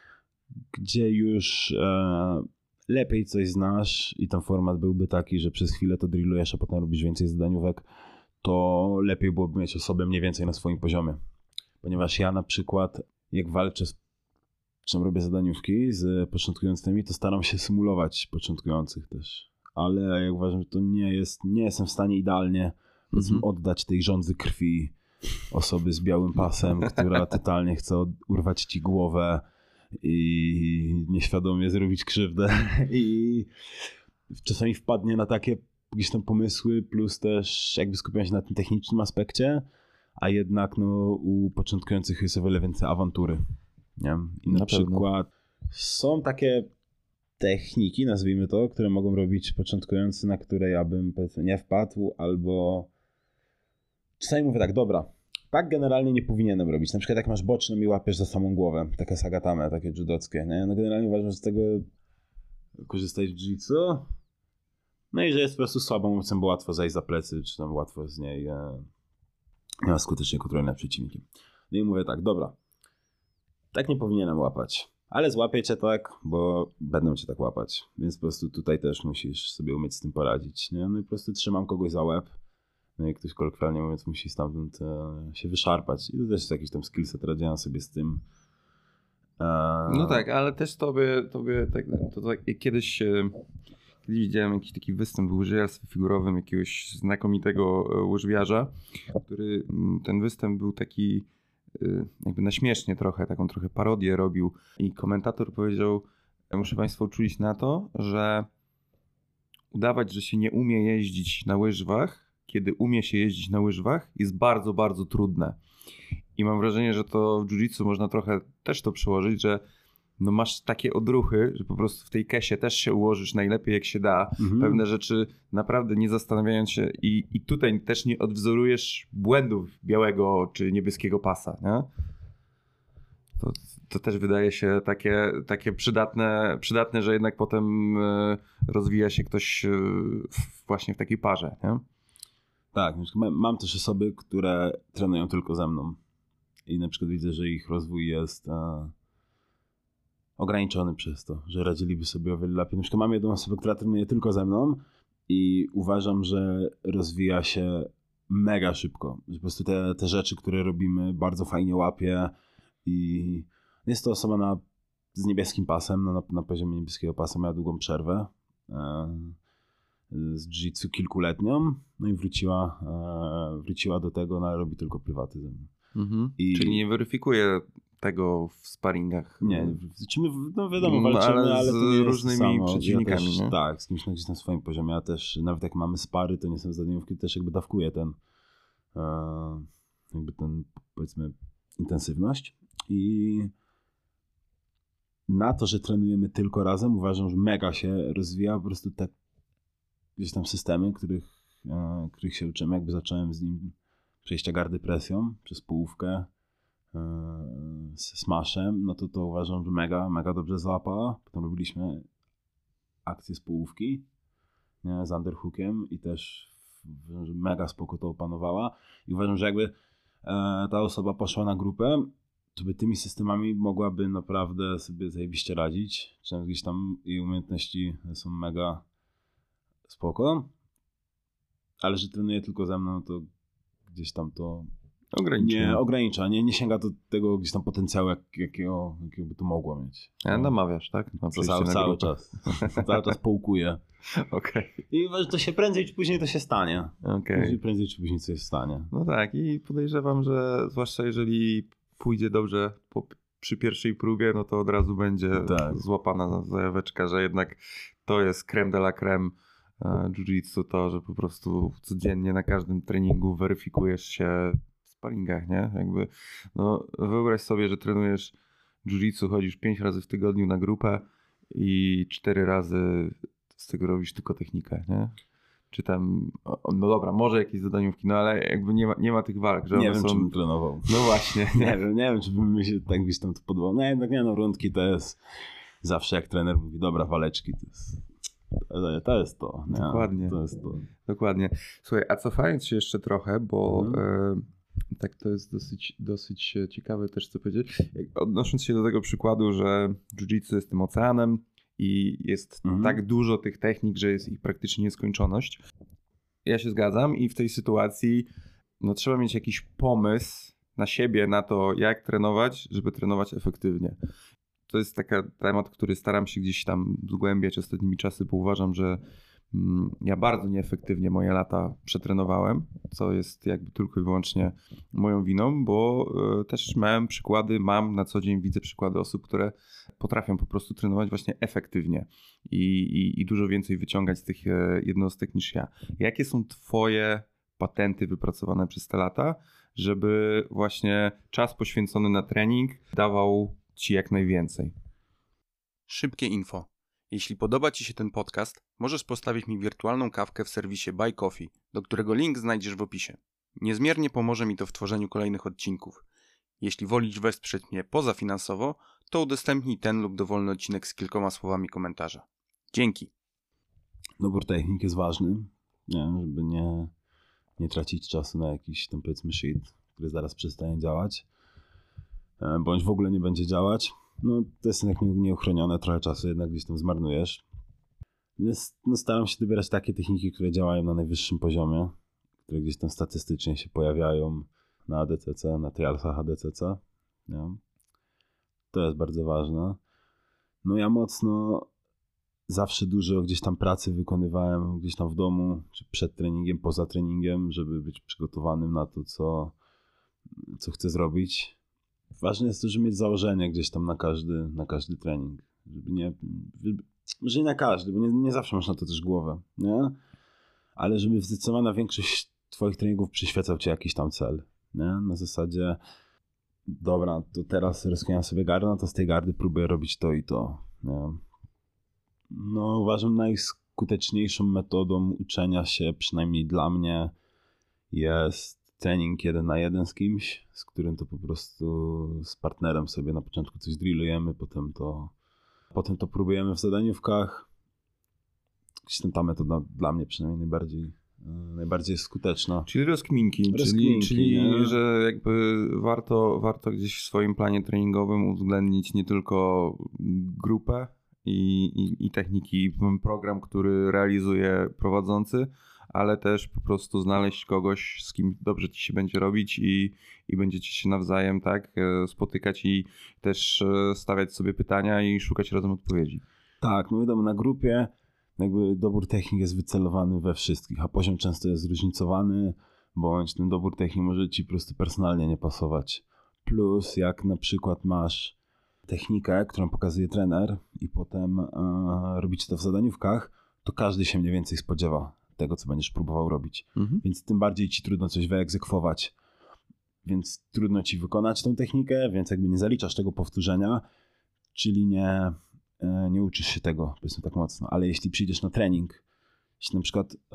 Gdzie już e, lepiej coś znasz i ten format byłby taki, że przez chwilę to drillujesz, a potem robisz więcej zadaniówek, to lepiej byłoby mieć osobę mniej więcej na swoim poziomie. Ponieważ ja na przykład, jak walczę z czym robię zadaniówki z początkującymi, to staram się symulować początkujących też. Ale ja uważam, że to nie jest, nie jestem w stanie idealnie powiedzmy, Mhm. oddać tej żądzy krwi osoby z białym pasem, która totalnie chce od- urwać ci głowę i nieświadomie zrobić krzywdę. I czasami wpadnie na takie jakieś tam pomysły, plus też jakby skupiam się na tym technicznym aspekcie, a jednak no, u początkujących jest o wiele więcej awantury. Nie? I na, Na przykład są takie techniki, nazwijmy to, które mogą robić początkujący, na które ja bym powiedzmy nie wpadł, albo czasami mówię tak, dobra, tak generalnie nie powinienem robić. Na przykład jak masz boczną i łapiesz za samą głowę, takie sagatame, takie judockie, nie? No generalnie uważam, że z tego korzystać w jiu-jitsu. No i że jest po prostu słabą opcją, bo łatwo zajść za plecy, czy tam łatwo z niej e, nie ma skutecznie kontroli nad przeciwnikiem. No i mówię tak, dobra, tak nie powinienem łapać, ale złapię cię tak, bo będę cię tak łapać, więc po prostu tutaj też musisz sobie umieć z tym poradzić, nie? No i po prostu trzymam kogoś za łeb, no i ktoś kolokwialnie mówiąc musi stamtąd e, się wyszarpać i to też jest jakiś tam skillset radzenia sobie z tym. E, No tak, ale też tobie, tobie tak, to tak jak kiedyś, e, kiedyś widziałem jakiś taki występ w łyżwiarstwie figurowym jakiegoś znakomitego e, łyżwiarza, który m, ten występ był taki e, jakby na śmiesznie trochę, taką trochę parodię robił i komentator powiedział, muszę państwa uczulić na to, że udawać, że się nie umie jeździć na łyżwach, kiedy umie się jeździć na łyżwach, jest bardzo, bardzo trudne. I mam wrażenie, że to w jiu-jitsu można trochę też to przełożyć, że no masz takie odruchy, że po prostu w tej kesie też się ułożysz najlepiej jak się da. Mhm. Pewne rzeczy naprawdę nie zastanawiając się i, i tutaj też nie odwzorujesz błędów białego czy niebieskiego pasa, nie? To, to też wydaje się takie, takie przydatne, przydatne, że jednak potem y, rozwija się ktoś y, w, właśnie w takiej parze, nie? Tak, mam też osoby, które trenują tylko ze mną i na przykład widzę, że ich rozwój jest e, ograniczony przez to, że radziliby sobie o wiele lepiej. Na przykład mam jedną osobę, która trenuje tylko ze mną i uważam, że rozwija się mega szybko. Że po prostu te, te rzeczy, które robimy, bardzo fajnie łapie i jest to osoba na, z niebieskim pasem, no na, na poziomie niebieskiego pasa, miała długą przerwę e, z jiu-jitsu kilkuletnią, no i wróciła, e, wróciła do tego, no ale robi tylko prywaty ze mną. Mhm. I- Czyli nie weryfikuje tego w sparingach. Nie, czy my, no wiadomo, No, walczymy, ale ale, z to nie jest różnymi to samo. przeciwnikami, Ja też, nie? tak, z kimś na gdzieś na swoim poziomie. Ja też, nawet jak mamy spary, to nie są zadaniówki, też jakby dawkuję ten e, jakby ten, powiedzmy, intensywność. I na to, że trenujemy tylko razem, uważam, że mega się rozwija po prostu te gdzieś tam systemy, których, e, których się uczymy. Jakby zacząłem z nim przejścia gardy presją przez połówkę z smashem, no to to uważam, że mega, mega dobrze złapała. Potem robiliśmy akcję z połówki, nie, z underhookiem i też uważam, że mega spoko to opanowała. I uważam, że jakby e, ta osoba poszła na grupę, to by tymi systemami mogłaby naprawdę sobie zajebiście radzić. Czy gdzieś tam jej umiejętności są mega spoko. Ale że trenuje tylko ze mną, to gdzieś tam to Ograniczenie. nie ogranicza, nie, nie sięga do tego gdzieś tam potencjału, jak, jakiego, jakiego by to mogło mieć. A namawiasz, tak? Na To przejście cały, na cały grupę. czas. Cały czas połkuje. Okej, I uważam, że to się prędzej czy później to się stanie. okej. Później, prędzej czy później coś stanie. No tak i podejrzewam, że zwłaszcza jeżeli pójdzie dobrze po, przy pierwszej próbie, no to od razu będzie Tak. złapana zajaweczka, że jednak to jest creme de la creme e, jiu-jitsu, to, że po prostu codziennie na każdym treningu weryfikujesz się w sparingach, nie? Jakby, no wyobraź sobie, że trenujesz jiu-jitsu, chodzisz pięć razy w tygodniu na grupę i cztery razy z tego robisz tylko technikę, nie? Czy tam, o, no dobra, może jakieś zadaniówki, no ale jakby nie ma, nie ma tych walk, że Nie one wiem, są... czy bym trenował. No właśnie, Nie wiem, nie wiem, czy by mi się tak gdzieś tam to podobało. No jednak nie, no rundki to jest zawsze jak trener mówi, dobra, waleczki to jest to, to, jest to. Nie? Dokładnie. To jest to. Dokładnie. Słuchaj, a cofając się jeszcze trochę, bo Mhm. e, tak to jest dosyć, dosyć ciekawe też co powiedzieć. Jak- Odnosząc się do tego przykładu, że jiu-jitsu jest tym oceanem i jest Mhm. tak dużo tych technik, że jest ich praktycznie nieskończoność. Ja się zgadzam i w tej sytuacji no, trzeba mieć jakiś pomysł na siebie, na to jak trenować, żeby trenować efektywnie. To jest taki temat, który staram się gdzieś tam zgłębiać ostatnimi czasy, bo uważam, że mm, ja bardzo nieefektywnie moje lata przetrenowałem, co jest jakby tylko i wyłącznie moją winą, bo e, też miałem przykłady, mam na co dzień widzę przykłady osób, które potrafią po prostu trenować właśnie efektywnie i, i, i dużo więcej wyciągać z tych e, jednostek niż ja. Jakie są twoje patenty wypracowane przez te lata, żeby właśnie czas poświęcony na trening dawał ci jak najwięcej? Szybkie info. Jeśli podoba Ci się ten podcast, możesz postawić mi wirtualną kawkę w serwisie Buy Coffee, do którego link znajdziesz w opisie. Niezmiernie pomoże mi to w tworzeniu kolejnych odcinków. Jeśli wolisz wesprzeć mnie pozafinansowo, to udostępnij ten lub dowolny odcinek z kilkoma słowami komentarza. Dzięki. Dobór technik jest ważny, nie, żeby nie, nie tracić czasu na jakiś tam powiedzmy shit, który zaraz przestanie działać, e, bądź w ogóle nie będzie działać. No to jest jednak nie- nieuchronione, trochę czasu jednak gdzieś tam zmarnujesz. Więc, no, staram się dobierać takie techniki, które działają na najwyższym poziomie, które gdzieś tam statystycznie się pojawiają na A D C C, na trialsach A D C C. Nie? To jest bardzo ważne. No ja mocno zawsze dużo gdzieś tam pracy wykonywałem gdzieś tam w domu, czy przed treningiem, poza treningiem, żeby być przygotowanym na to, co, co chcę zrobić. Ważne jest to, żeby mieć założenie gdzieś tam na każdy, na każdy trening. Żeby nie, żeby, może nie na każdy, bo nie, nie zawsze masz na to też głowę, nie? Ale żeby zdecydowana większość twoich treningów przyświecał ci jakiś tam cel, nie? Na zasadzie dobra, to teraz rozkładam sobie gardę, no to z tej gardy próbuję robić to i to, nie? No uważam, najskuteczniejszą metodą uczenia się, przynajmniej dla mnie, jest trening jeden na jeden z kimś, z którym to po prostu z partnerem sobie na początku coś drillujemy, potem to, potem to próbujemy w zadaniówkach. Ta metoda dla mnie przynajmniej najbardziej, najbardziej jest skuteczna. Czyli rozkminki, Rozkminki, czyli, czyli nie? że jakby warto, warto gdzieś w swoim planie treningowym uwzględnić nie tylko grupę i, i, i techniki, program, który realizuje prowadzący, ale też po prostu znaleźć kogoś, z kim dobrze ci się będzie robić i, i będziecie się nawzajem tak spotykać i też stawiać sobie pytania i szukać razem odpowiedzi. Tak, no wiadomo, na grupie jakby dobór technik jest wycelowany we wszystkich, a poziom często jest zróżnicowany, bądź ten dobór technik może ci po prostu personalnie nie pasować. Plus jak na przykład masz technikę, którą pokazuje trener i potem e, robicie to w zadaniówkach, to każdy się mniej więcej spodziewa tego, co będziesz próbował robić. Mhm. Więc tym bardziej ci trudno coś wyegzekwować. Więc trudno ci wykonać tą technikę, więc jakby nie zaliczasz tego powtórzenia, czyli nie, nie uczysz się tego, powiedzmy tak mocno. Ale jeśli przyjdziesz na trening, jeśli na przykład e,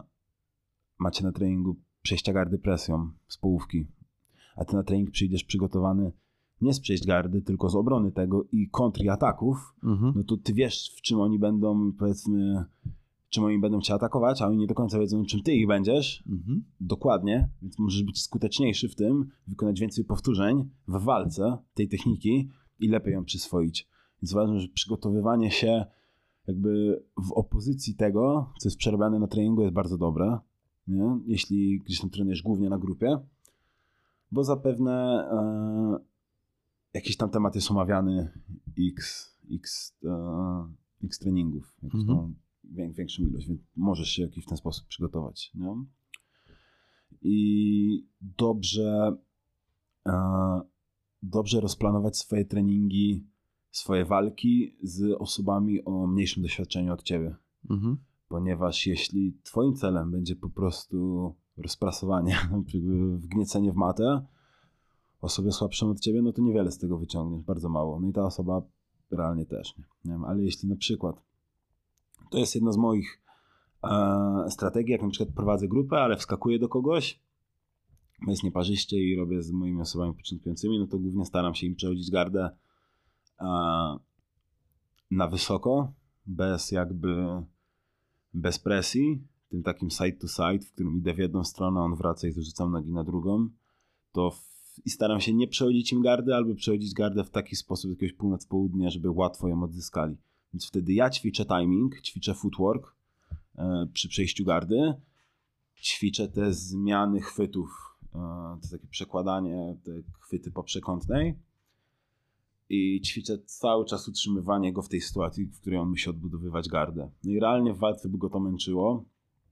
macie na treningu przejścia gardy presją z połówki, a ty na trening przyjdziesz przygotowany nie z przejść gardy, tylko z obrony tego i kontry ataków, mhm. no to ty wiesz, w czym oni będą, powiedzmy, czym oni będą cię atakować, a oni nie do końca wiedzą, czym ty ich będziesz. Mhm. Dokładnie, więc możesz być skuteczniejszy w tym, wykonać więcej powtórzeń w walce tej techniki i lepiej ją przyswoić. Więc ważne, że przygotowywanie się jakby w opozycji tego, co jest przerabiane na treningu, jest bardzo dobre, nie? Jeśli gdzieś tam trenujesz głównie na grupie, bo zapewne e, jakiś tam temat jest omawiany x, x, e, x treningów, jakąś mhm. tam większą ilość, więc możesz się jakiś w ten sposób przygotować. Nie? I dobrze, e, dobrze rozplanować swoje treningi, swoje walki z osobami o mniejszym doświadczeniu od ciebie. Mhm. Ponieważ jeśli twoim celem będzie po prostu rozprasowanie, wgniecenie w matę osobie słabszą od ciebie, no to niewiele z tego wyciągniesz, bardzo mało. No i ta osoba realnie też. Nie, nie wiem, ale jeśli na przykład to jest jedna z moich e, strategii, jak na przykład prowadzę grupę, ale wskakuję do kogoś, jest nieparzyście i robię z moimi osobami początkującymi, no to głównie staram się im przechodzić gardę e, na wysoko, bez jakby bez presji, tym takim side to side, w którym idę w jedną stronę, on wraca i zrzucam nogi na drugą, to w, i staram się nie przechodzić im gardę, albo przechodzić gardę w taki sposób, jakiegoś północ-południa, żeby łatwo ją odzyskali. Więc wtedy ja ćwiczę timing, ćwiczę footwork e, przy przejściu gardy, ćwiczę te zmiany chwytów, e, to takie przekładanie, te chwyty po przekątnej i ćwiczę cały czas utrzymywanie go w tej sytuacji, w której on musi odbudowywać gardę. No i realnie w walce by go to męczyło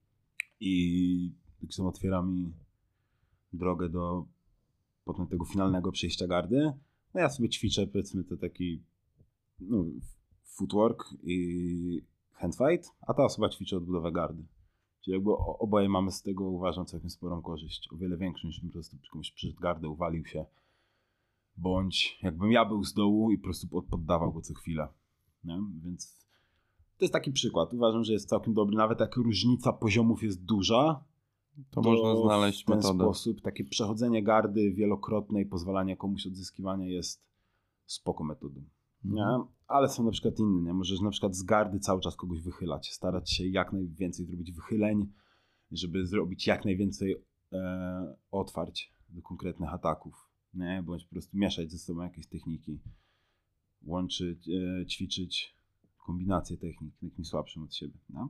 i tak samo otwiera mi drogę do potem tego finalnego przejścia gardy. No ja sobie ćwiczę, powiedzmy, to taki no, footwork i handfight, a ta osoba ćwiczy odbudowę gardy. Czyli jakby oboje mamy z tego, uważam, całkiem sporą korzyść. O wiele większą, niż bym po prostu komuś przyszedł gardę, uwalił się. Bądź jakbym ja był z dołu i po prostu poddawał go co chwilę. Nie? Więc to jest taki przykład. Uważam, że jest całkiem dobry. Nawet jak różnica poziomów jest duża, to, to można znaleźć w ten metodę. sposób takie przechodzenie gardy wielokrotne i pozwalanie komuś odzyskiwania jest spoko metodą. Nie? Ale są na przykład inne. Nie? Możesz na przykład z gardy cały czas kogoś wychylać. Starać się jak najwięcej zrobić wychyleń, żeby zrobić jak najwięcej e, otwarć do konkretnych ataków. Nie? Bądź po prostu mieszać ze sobą jakieś techniki. Łączyć, e, ćwiczyć kombinacje technik, jakimś słabszym od siebie. Nie?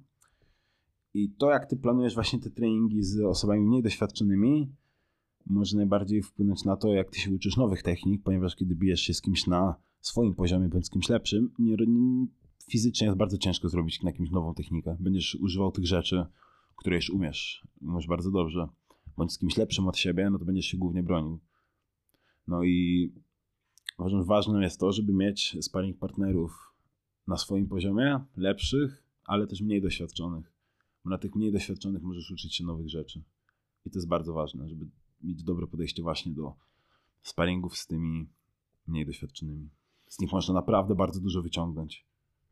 I to, jak ty planujesz właśnie te treningi z osobami mniej doświadczonymi, może najbardziej wpłynąć na to, jak ty się uczysz nowych technik, ponieważ kiedy bijesz się z kimś na swoim poziomie, bądź z kimś lepszym, nie, nie, fizycznie jest bardzo ciężko zrobić na jakąś nową technikę. Będziesz używał tych rzeczy, które już umiesz. Umiesz bardzo dobrze. Bądź z kimś lepszym od siebie, no to będziesz się głównie bronił. No i uważam, że ważne jest to, żeby mieć sparring partnerów na swoim poziomie, lepszych, ale też mniej doświadczonych. Bo na tych mniej doświadczonych możesz uczyć się nowych rzeczy. I to jest bardzo ważne, żeby mieć dobre podejście właśnie do sparingów z tymi mniej doświadczonymi. Z nich można naprawdę bardzo dużo wyciągnąć.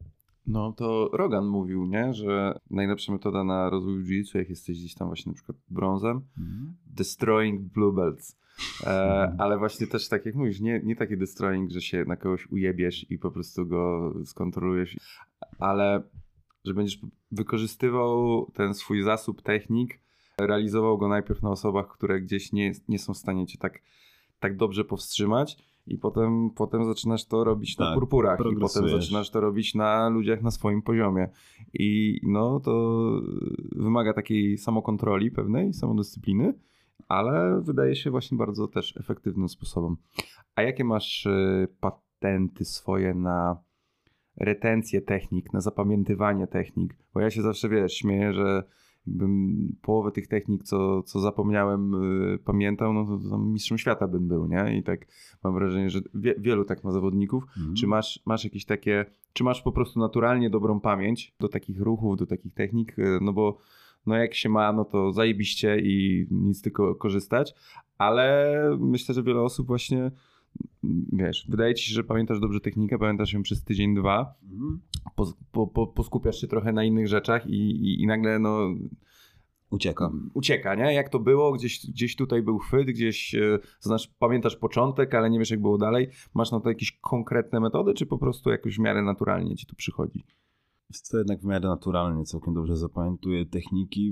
No to Rogan mówił, nie, że najlepsza metoda na rozwój jiu-jitsu, jak jesteś gdzieś tam właśnie na przykład brązem, mm. destroying blue belts. E, ale właśnie też tak jak mówisz, nie, nie taki destroying, że się na kogoś ujebiesz i po prostu go skontrolujesz, ale że będziesz wykorzystywał ten swój zasób technik, realizował go najpierw na osobach, które gdzieś nie, nie są w stanie cię tak, tak dobrze powstrzymać i potem, potem zaczynasz to robić tak, na purpurach i potem zaczynasz to robić na ludziach na swoim poziomie. I no to wymaga takiej samokontroli pewnej, samodyscypliny, ale wydaje się właśnie bardzo też efektywnym sposobem. A jakie masz y, patenty swoje na retencję technik, na zapamiętywanie technik? Bo ja się zawsze, wiesz, śmieję, że jakbym połowę tych technik, co, co zapomniałem, y, pamiętał, no to, to tam mistrzem świata bym był, nie? I tak mam wrażenie, że wie, wielu tak ma zawodników. Mm. Czy masz, masz jakieś takie, czy masz po prostu naturalnie dobrą pamięć do takich ruchów, do takich technik? Y, no bo no jak się ma, no to zajebiście i nic tylko korzystać, ale myślę, że wiele osób właśnie, wiesz, wydaje ci się, że pamiętasz dobrze technikę, pamiętasz ją przez tydzień, dwa, mm. po, po, po, poskupiasz się trochę na innych rzeczach i, i, i nagle no... Ucieka. Ucieka, nie? Jak to było? Gdzieś, gdzieś tutaj był chwyt, gdzieś e, znasz, pamiętasz początek, ale nie wiesz jak było dalej. Masz na to jakieś konkretne metody, czy po prostu jakoś w miarę naturalnie ci to przychodzi? To jednak w miarę naturalnie, całkiem dobrze zapamiętuję techniki.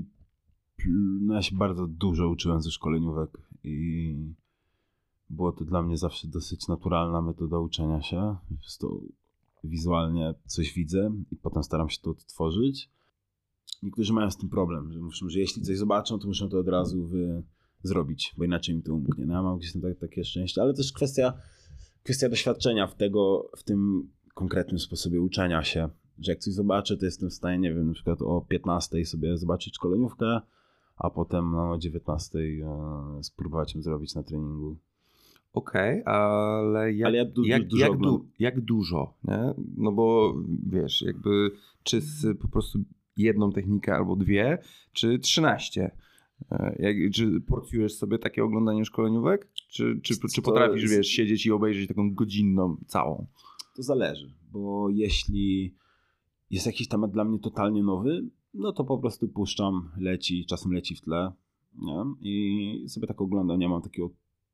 No ja się bardzo dużo uczyłem ze szkoleniówek i było to dla mnie zawsze dosyć naturalna metoda uczenia się. Po prostu wizualnie coś widzę i potem staram się to odtworzyć. Niektórzy mają z tym problem, że muszą, że jeśli coś zobaczą, to muszą to od razu wy zrobić, bo inaczej mi to umknie. No ja mam gdzieś tam tak, takie szczęście, ale też kwestia, kwestia doświadczenia w, tego, w tym konkretnym sposobie uczenia się. Że jak coś zobaczę, to jestem w stanie, nie wiem, na przykład o piętnastej sobie zobaczyć szkoleniówkę, a potem no, o dziewiętnastej e, spróbować ją zrobić na treningu. Okej, okay, ale jak, ale ja du- jak, dużo jak, du- jak dużo, nie? No bo wiesz, jakby czy z po prostu jedną technikę albo dwie, czy trzynaście? Jak, czy porcjujesz sobie takie oglądanie szkoleniówek? Czy, czy, czy potrafisz, jest... wiesz, siedzieć i obejrzeć taką godzinną całą? To zależy, bo jeśli jest jakiś temat dla mnie totalnie nowy, no to po prostu puszczam, leci, czasem leci w tle, nie? I sobie tak oglądam, nie mam takiego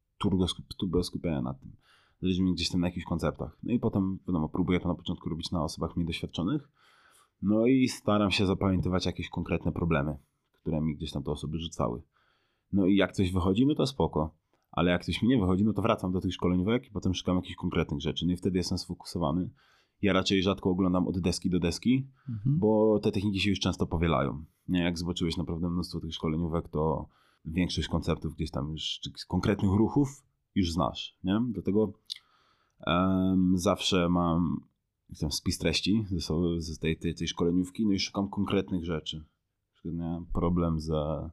turbo skupienia na tym. Zależy mi gdzieś tam na jakichś konceptach. No i potem, wiadomo, próbuję to na początku robić na osobach mniej doświadczonych, no i staram się zapamiętywać jakieś konkretne problemy, które mi gdzieś tam te osoby rzucały. No i jak coś wychodzi, no to spoko. Ale jak coś mi nie wychodzi, no to wracam do tych szkoleniówek i potem szukam jakichś konkretnych rzeczy. No i wtedy jestem sfokusowany. Ja raczej rzadko oglądam od deski do deski, mhm. bo te techniki się już często powielają. Nie, jak zobaczyłeś naprawdę mnóstwo tych szkoleniówek, to większość konceptów gdzieś tam już, czy konkretnych ruchów już znasz, nie? Dlatego um, zawsze mam tam spis treści ze, z tej, tej, tej szkoleniówki, no i szukam konkretnych rzeczy. Nie? Problem za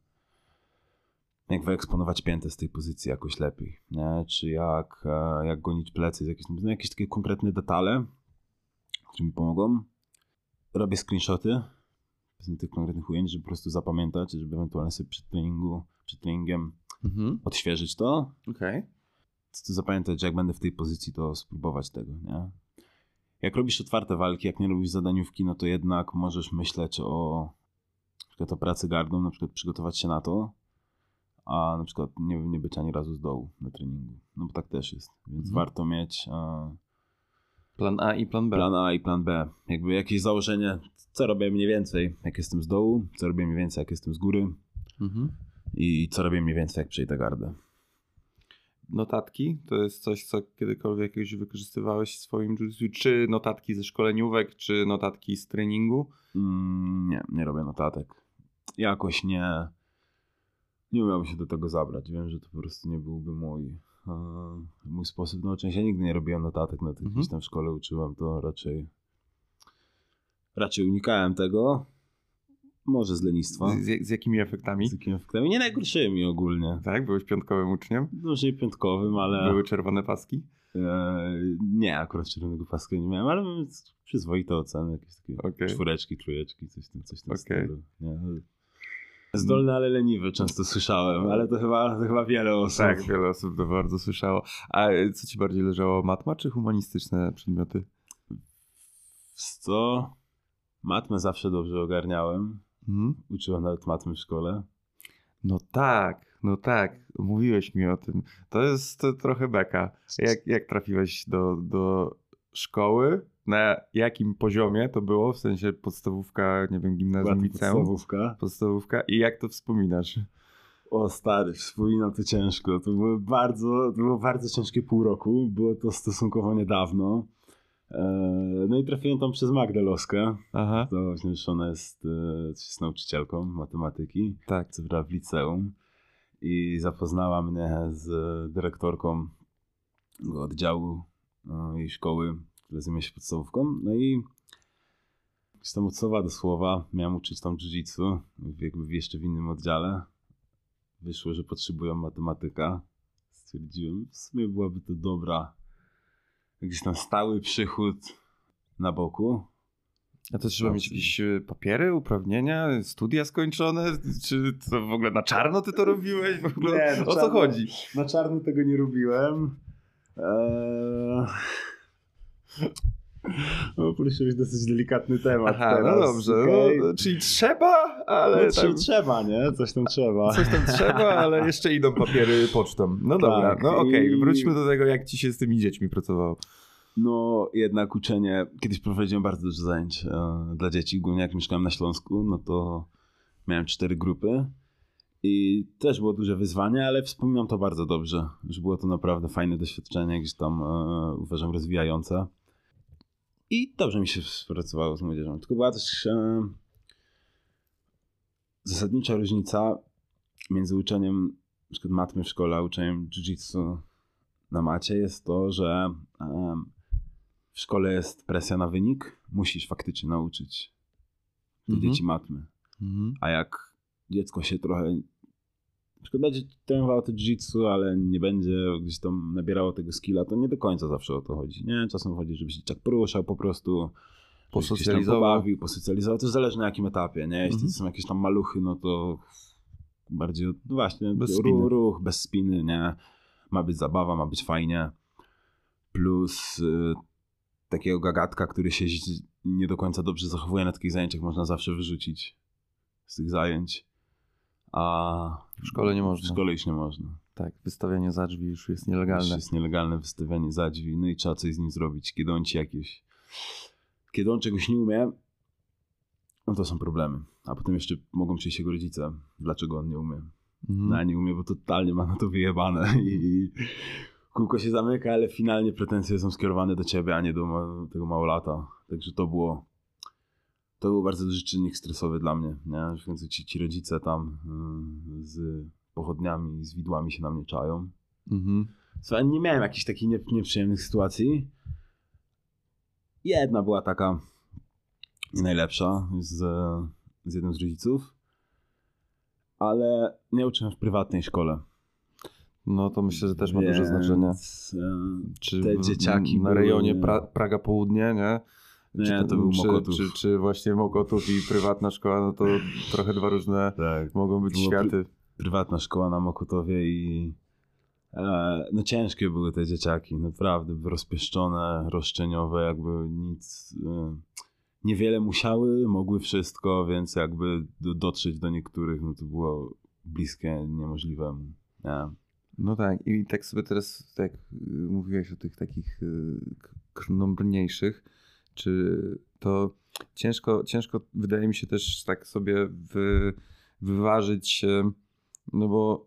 jak wyeksponować piętę z tej pozycji jakoś lepiej, nie? Czy jak, jak gonić plecy, jakieś, no, jakieś takie konkretne detale, które mi pomogą. Robię screenshoty z tych konkretnych ujęć, żeby po prostu zapamiętać, żeby ewentualnie sobie przed treningu, przed treningiem mhm. odświeżyć to. Okej. Okay. To zapamiętać, że jak będę w tej pozycji, to spróbować tego, nie? Jak robisz otwarte walki, jak nie robisz zadaniówki, no to jednak możesz myśleć o na przykład o pracy gardą, na przykład przygotować się na to, a na przykład nie, nie być ani razu z dołu na treningu. No bo tak też jest, więc mhm. warto mieć e, plan A i plan B. Plan A i plan B. Jakby jakieś założenie, co robię mniej więcej, jak jestem z dołu, co robię mniej więcej, jak jestem z góry mhm. i co robię mniej więcej, jak przejdę gardę. Notatki? To jest coś, co kiedykolwiek już wykorzystywałeś w swoim jiu-jitsu? Czy notatki ze szkoleniówek, czy notatki z treningu? Mm, nie, nie robię notatek. Jakoś nie nie umiałbym się do tego zabrać. Wiem, że to po prostu nie byłby mój e, mój sposób nauczenia się. Nigdy nie robiłem notatek na tych, mhm. gdzieś tam w szkole uczyłem, to raczej raczej unikałem tego. Może z lenistwa. Z, z jakimi efektami? Z jakimi efektami? Nie najgorszymi ogólnie. Tak? Byłeś piątkowym uczniem? Może i piątkowym, ale... Były czerwone paski? E, nie, akurat czerwonego paska nie miałem, ale mam przyzwoite oceny, jakieś takie okay. czwóreczki, trójeczki, coś tam, coś tam okay. stylu. Nie? Zdolny, ale leniwy często słyszałem, ale to chyba, to chyba wiele osób. Tak, wiele osób to bardzo słyszało. A co ci bardziej leżało, matma czy humanistyczne przedmioty? Co? Matmę zawsze dobrze ogarniałem. Mhm. Uczyłem nawet matmy w szkole. No tak, no tak, mówiłeś mi o tym. To jest to trochę beka. Jak, jak trafiłeś do, do szkoły? Na jakim poziomie to było? W sensie podstawówka, nie wiem, gimnazjum, Była to liceum? podstawówka. Podstawówka. I jak to wspominasz? O stary, wspominam to ciężko. To było bardzo, to było bardzo ciężkie pół roku. Było to stosunkowo niedawno. Eee, No i trafiłem tam przez Magdę Loskę. Aha, To właśnie, że ona jest, e, jest nauczycielką matematyki, tak. co brała w liceum. I zapoznała mnie z dyrektorką oddziału e, jej szkoły, która zajmuje się podstawówką. No i gdzieś tam od słowa do słowa miałem uczyć tam jiu-jitsu, jakby w jeszcze w innym oddziale. Wyszło, że potrzebują matematyka. Stwierdziłem, w sumie byłaby to dobra, jakiś tam stały przychód na boku. A to trzeba mieć jakieś e, papiery, uprawnienia, studia skończone? Czy to w ogóle na czarno ty to robiłeś? W ogóle, Nie, na o co czarno- chodzi? Na czarno tego nie robiłem. Eee... No, poruszyłeś dosyć delikatny temat. Aha, teraz. no dobrze. Okej. No, czyli trzeba, ale No, tam, trzeba, nie? Coś tam trzeba. coś tam trzeba, ale jeszcze idą papiery pocztą. No dobra, Tak, no okej, i- wróćmy do tego, jak ci się z tymi dziećmi pracowało. No jednak uczenie, kiedyś prowadziłem bardzo dużo zajęć e, dla dzieci, głównie jak mieszkałem na Śląsku, no to miałem cztery grupy i też było duże wyzwanie, ale wspominam to bardzo dobrze, że było to naprawdę fajne doświadczenie, gdzieś tam e, uważam rozwijające i dobrze mi się współpracowało z młodzieżą, tylko była też e, zasadnicza różnica między uczeniem na przykład matmy w szkole, a uczeniem jiu-jitsu na macie jest to, że em, w szkole jest presja na wynik, musisz faktycznie nauczyć te Mhm. dzieci matmy. Mhm. A jak dziecko się trochę, na przykład będzie trenowało to jiu-jitsu, ale nie będzie gdzieś tam nabierało tego skilla, to nie do końca zawsze o to chodzi. Nie, czasem chodzi, żeby się tak poruszał po prostu, żeby się gdzieś tam Posocjalizował. pobawił, posocjalizował. To zależy na jakim etapie, nie? Jeśli Mhm. to są jakieś tam maluchy, no to bardziej, no właśnie, Bez ruch, spiny. ruch, bez spiny, nie? Ma być zabawa, ma być fajnie. Plus y, takiego gagatka, który się ź- nie do końca dobrze zachowuje na takich zajęciach, można zawsze wyrzucić z tych zajęć. A W szkole nie można. W szkole już nie można. Tak, wystawianie za drzwi już jest Już nielegalne. jest nielegalne wystawianie za drzwi, no i trzeba coś z nim zrobić. Kiedy on ci jakieś... Kiedy on czegoś nie umie, no to są problemy. A potem jeszcze mogą przyjść jego rodzice, dlaczego on nie umie. Mhm. No ja nie umiem, bo totalnie ma na to wyjebane i kółko się zamyka, ale finalnie pretensje są skierowane do ciebie, a nie do ma- tego małolata. Także to było to był bardzo duży czynnik stresowy dla mnie, nie? W końcu ci, ci rodzice tam y, z pochodniami, z widłami się na mnie czają. Mhm. Słuchaj, nie miałem jakichś takich nie, nieprzyjemnych sytuacji. Jedna była taka nie najlepsza z, z jednym z rodziców, ale nie uczyłem w prywatnej szkole. No to myślę, że też ma duże Więc, znaczenie. e, Czy te w- dzieciaki na były- rejonie pra- Praga Południe, nie? Nie, Czy to był czy, Mokotów. Czy, czy właśnie Mokotów i prywatna szkoła, no to trochę dwa różne Tak. mogą być Było światy. Prywatna szkoła na Mokotowie i e, no ciężkie były te dzieciaki, naprawdę rozpieszczone, roszczeniowe, jakby nic, e, niewiele musiały, mogły wszystko, więc jakby do, dotrzeć do niektórych, no to było bliskie niemożliwemu. Nie? No tak, i tak sobie teraz, tak y, mówiłeś o tych takich y, k- krnąbrniejszych, czy to ciężko, ciężko wydaje mi się też tak sobie wy, wyważyć, y, no bo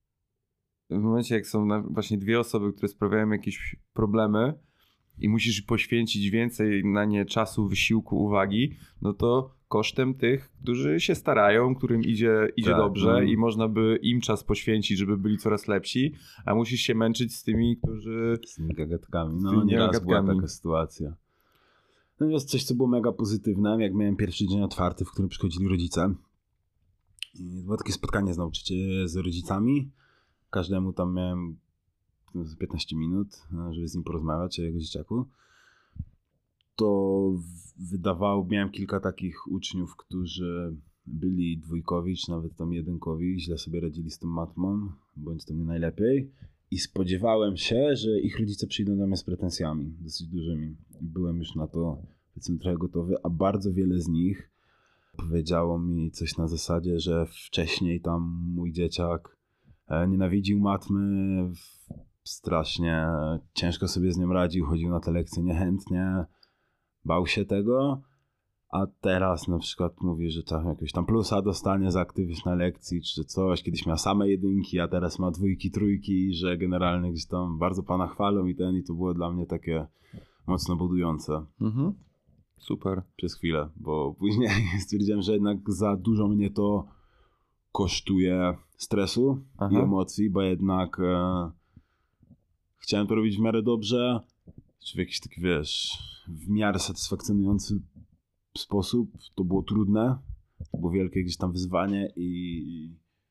w momencie jak są na, właśnie dwie osoby, które sprawiają jakieś problemy i musisz poświęcić więcej na nie czasu, wysiłku, uwagi, no to kosztem tych, którzy się starają, którym idzie, idzie Tak, dobrze no. i można by im czas poświęcić, żeby byli coraz lepsi, a musisz się męczyć z tymi, którzy... Z tymi gagatkami. Z No tymi nieraz była gagatkami. taka sytuacja. Natomiast coś, co było mega pozytywne, jak miałem pierwszy dzień otwarty, w którym przychodzili rodzice. I było takie spotkanie z nauczycielem, z rodzicami. Każdemu tam miałem z piętnaście minut, żeby z nim porozmawiać o jego dzieciaku. To w- wydawało, miałem kilka takich uczniów, którzy byli dwójkowi, czy nawet tam jedynkowi, źle sobie radzili z tym matmą, bądź to nie najlepiej. I spodziewałem się, że ich rodzice przyjdą do mnie z pretensjami dosyć dużymi. Byłem już na to, powiedzmy, trochę gotowy, a bardzo wiele z nich powiedziało mi coś na zasadzie, że wcześniej tam mój dzieciak nienawidził matmy, strasznie ciężko sobie z nią radził, chodził na te lekcje niechętnie, bał się tego, a teraz na przykład mówi, że tam jakiegoś tam plusa dostanie za aktywność na lekcji, czy coś, kiedyś miał same jedynki, a teraz ma dwójki, trójki, że generalnie gdzieś tam bardzo pana chwalą i ten, i to było dla mnie takie mocno budujące. Mhm. Super. Przez chwilę, bo później stwierdziłem, że jednak za dużo mnie to kosztuje stresu Aha. i emocji, bo jednak e, chciałem to robić w miarę dobrze, czy w jakiś taki, wiesz, w miarę satysfakcjonujący sposób. To było trudne, to było wielkie gdzieś tam wyzwanie i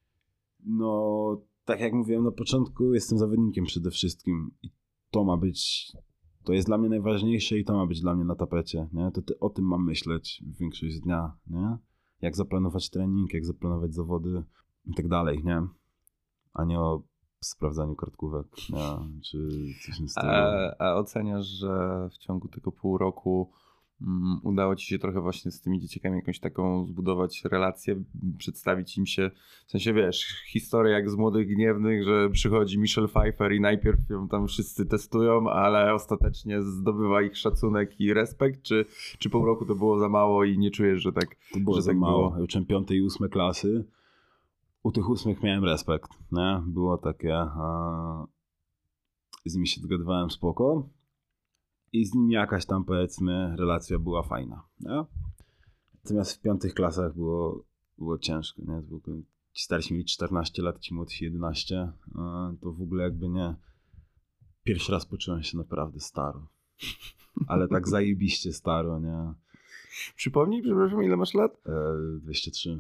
no, tak jak mówiłem na początku, jestem zawodnikiem przede wszystkim i to ma być, to jest dla mnie najważniejsze i to ma być dla mnie na tapecie, nie? To ty, o tym mam myśleć większość dnia, nie? Jak zaplanować trening, jak zaplanować zawody i tak dalej, nie? A nie o sprawdzaniu kartkówek, nie? Czy coś w stylu. A, a oceniasz, że w ciągu tego pół roku um, udało ci się trochę właśnie z tymi dzieciakami jakąś taką zbudować relację, przedstawić im się, w sensie wiesz, historię jak z Młodych Gniewnych, że przychodzi Michelle Pfeiffer i najpierw ją tam wszyscy testują, ale ostatecznie zdobywa ich szacunek i respekt, czy, czy pół roku to było za mało i nie czujesz, że tak To było że za tak mało. było? Ja uczyłem piątej i ósmej klasy. U tych ósmych miałem respekt, nie? Było takie... A... Z nimi się dogadywałem spoko. I z nimi jakaś tam, powiedzmy, relacja była fajna, nie? Natomiast w piątych klasach było, było ciężko, nie? To było, ci starsi mieli czternaście lat, ci młodsi jedenaście. A to w ogóle jakby nie... Pierwszy raz poczułem się naprawdę staro. Ale tak zajebiście staro, nie? Przypomnij, przepraszam, ile masz lat? E, dwieście trzy.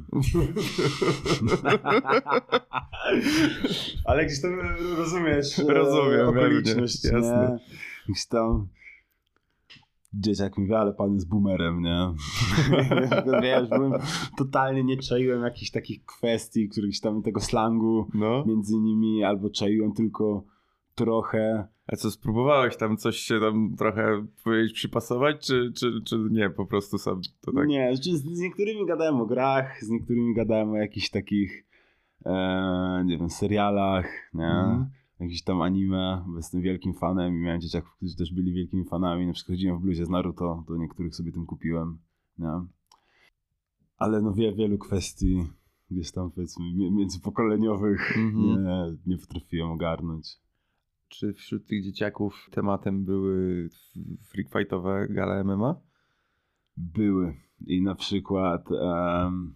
Ale gdzieś tam rozumiesz Rozumiem, okoliczność, pewnie, nie? jasne. Gdzieś tam dzieciak mówi, ale pan jest boomerem, nie? Wiesz, byłem, totalnie nie czaiłem jakichś takich kwestii, którychś tam tego slangu No. między nimi, albo czaiłem tylko trochę. A co, spróbowałeś tam coś się tam trochę powiedzieć, przypasować, czy, czy, czy nie, po prostu sam to tak? Nie, z, z niektórymi gadałem o grach, z niektórymi gadałem o jakichś takich, e, nie wiem, serialach, nie? Mhm. Jakiś tam anime, bo jestem wielkim fanem i miałem dzieciaków, którzy też byli wielkimi fanami. Na przykład chodziłem w bluzie z Naruto, to niektórych sobie tym kupiłem, nie? Ale no wie, wielu kwestii gdzieś tam, powiedzmy, mi- międzypokoleniowych Mhm. nie, nie potrafiłem ogarnąć. Czy wśród tych dzieciaków tematem były freak fightowe gale M M A? Były i na przykład... em,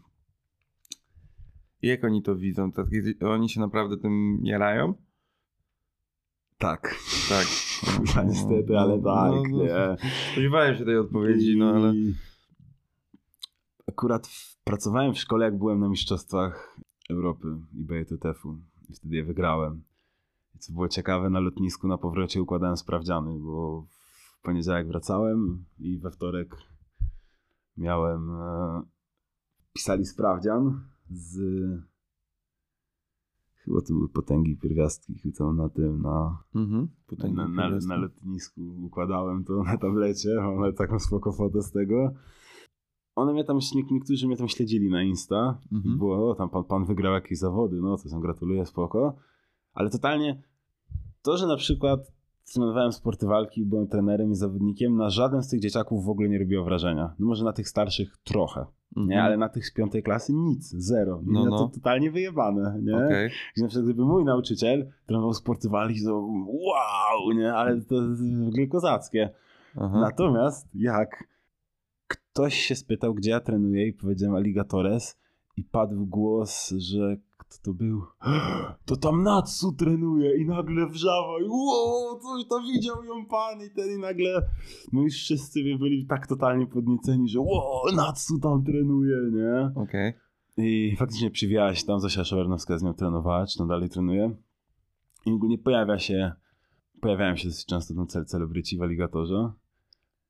I jak oni to widzą? Tak, oni się naprawdę tym jarają? tak. Tak. Ja niestety, ale No, tak, no, no. nie. Spodziewałem się tej odpowiedzi, no ale... I akurat w, pracowałem w szkole, jak byłem na Mistrzostwach Europy i B T T F-u i wtedy je wygrałem. I co było ciekawe, na lotnisku na powrocie układałem sprawdziany, bo w poniedziałek wracałem i we wtorek miałem... E, pisali sprawdzian z... Chyba to były potęgi pierwiastki, chycą na tym, na... Mhm. Na, na, na lotnisku układałem to na tablecie, mam taką spoko fotę z tego. One mnie tam, niektórzy mnie tam śledzili na Insta Mhm. i było, o, tam pan, pan wygrał jakieś zawody, no to tam gratuluję, spoko. Ale totalnie to, że na przykład trenowałem sporty walki, byłem trenerem i zawodnikiem, na żaden z tych dzieciaków w ogóle nie robiło wrażenia. No może na tych starszych trochę, Mhm. nie? Ale na tych z piątej klasy nic, zero. No, No, no. to totalnie wyjebane, nie? Okej. Gdzie na przykład gdyby mój nauczyciel trenował sporty walki, to wow, nie? Ale to jest w ogóle kozackie. Aha. Natomiast jak ktoś się spytał, gdzie ja trenuję i powiedziałem Alligatores i padł głos, że kto to był? To tam Natsu trenuje i nagle wrzawa i wow, coś tam widział ją pan i ten i nagle no już wszyscy byli tak totalnie podnieceni, że wow, Natsu tam trenuje, nie? Okej. I faktycznie przywijała się tam, Zosia Szołernowska z nią trenowała, czy tam dalej trenuje. I ogólnie pojawia się, pojawiają się dosyć często tam cel celebryci w Alligatorze.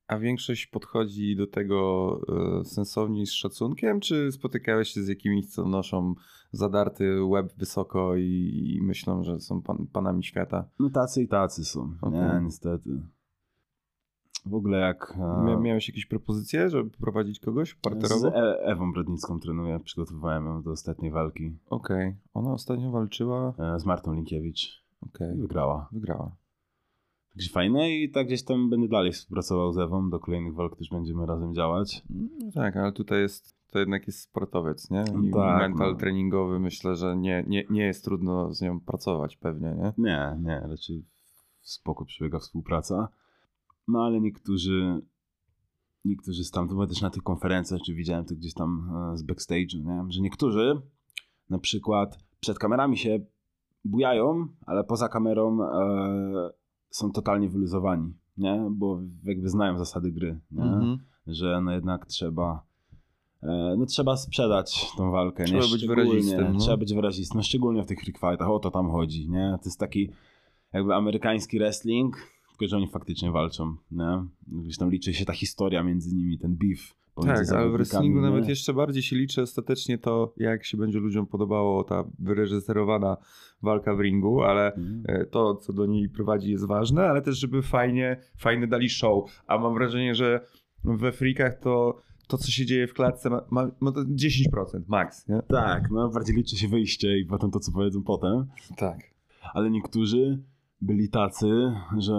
A większość podchodzi do tego e, sensownie i z szacunkiem, czy spotykałeś się z jakimiś, co noszą zadarty łeb wysoko i, i myślą, że są pan, panami świata? No tacy i tacy są, Okay. nie, niestety. W ogóle jak... Mia, miałeś jakieś propozycje, żeby prowadzić kogoś parterowo? Z e- Ewą Brodnicką trenuję, przygotowywałem ją do ostatniej walki. Okej, okay. Ona ostatnio walczyła... Z Martą Linkiewicz. Okay. Wygrała. Wygrała. Także fajne i tak gdzieś tam będę dalej współpracował z Ewą, do kolejnych walk też będziemy razem działać. No tak, ale tutaj jest, to jednak jest sportowiec, nie? I tak, mental no. treningowy, myślę, że nie, nie, nie jest trudno z nią pracować pewnie, nie? Nie, nie, raczej spoko przebiega współpraca. No ale niektórzy, niektórzy stamtąd, bo też na tych konferencjach, czy widziałem to gdzieś tam z backstage'u, nie? Że niektórzy na przykład przed kamerami się bujają, ale poza kamerą e, są totalnie wyluzowani, nie? Bo jakby znają zasady gry, nie? Mm-hmm. Że no jednak trzeba e, no trzeba sprzedać tą walkę, trzeba nie? być wyrazistym, no. Trzeba być wyrazistym, no szczególnie w tych freak fightach, o to tam chodzi, nie? To jest taki jakby amerykański wrestling, tylko że oni faktycznie walczą, nie? Gdzieś tam liczy się ta historia między nimi, ten beef. Tak, ale w wrestlingu nawet jeszcze bardziej się liczy ostatecznie to, jak się będzie ludziom podobało ta wyreżyserowana walka w ringu, ale mm. to, co do niej prowadzi, jest ważne, ale też, żeby fajnie, fajnie dali show. A mam wrażenie, że we freakach to to, co się dzieje w klatce, ma, ma, ma to dziesięć procent max, nie? Tak, no bardziej liczy się wyjście i potem to, co powiedzą potem. Tak. Ale niektórzy byli tacy, że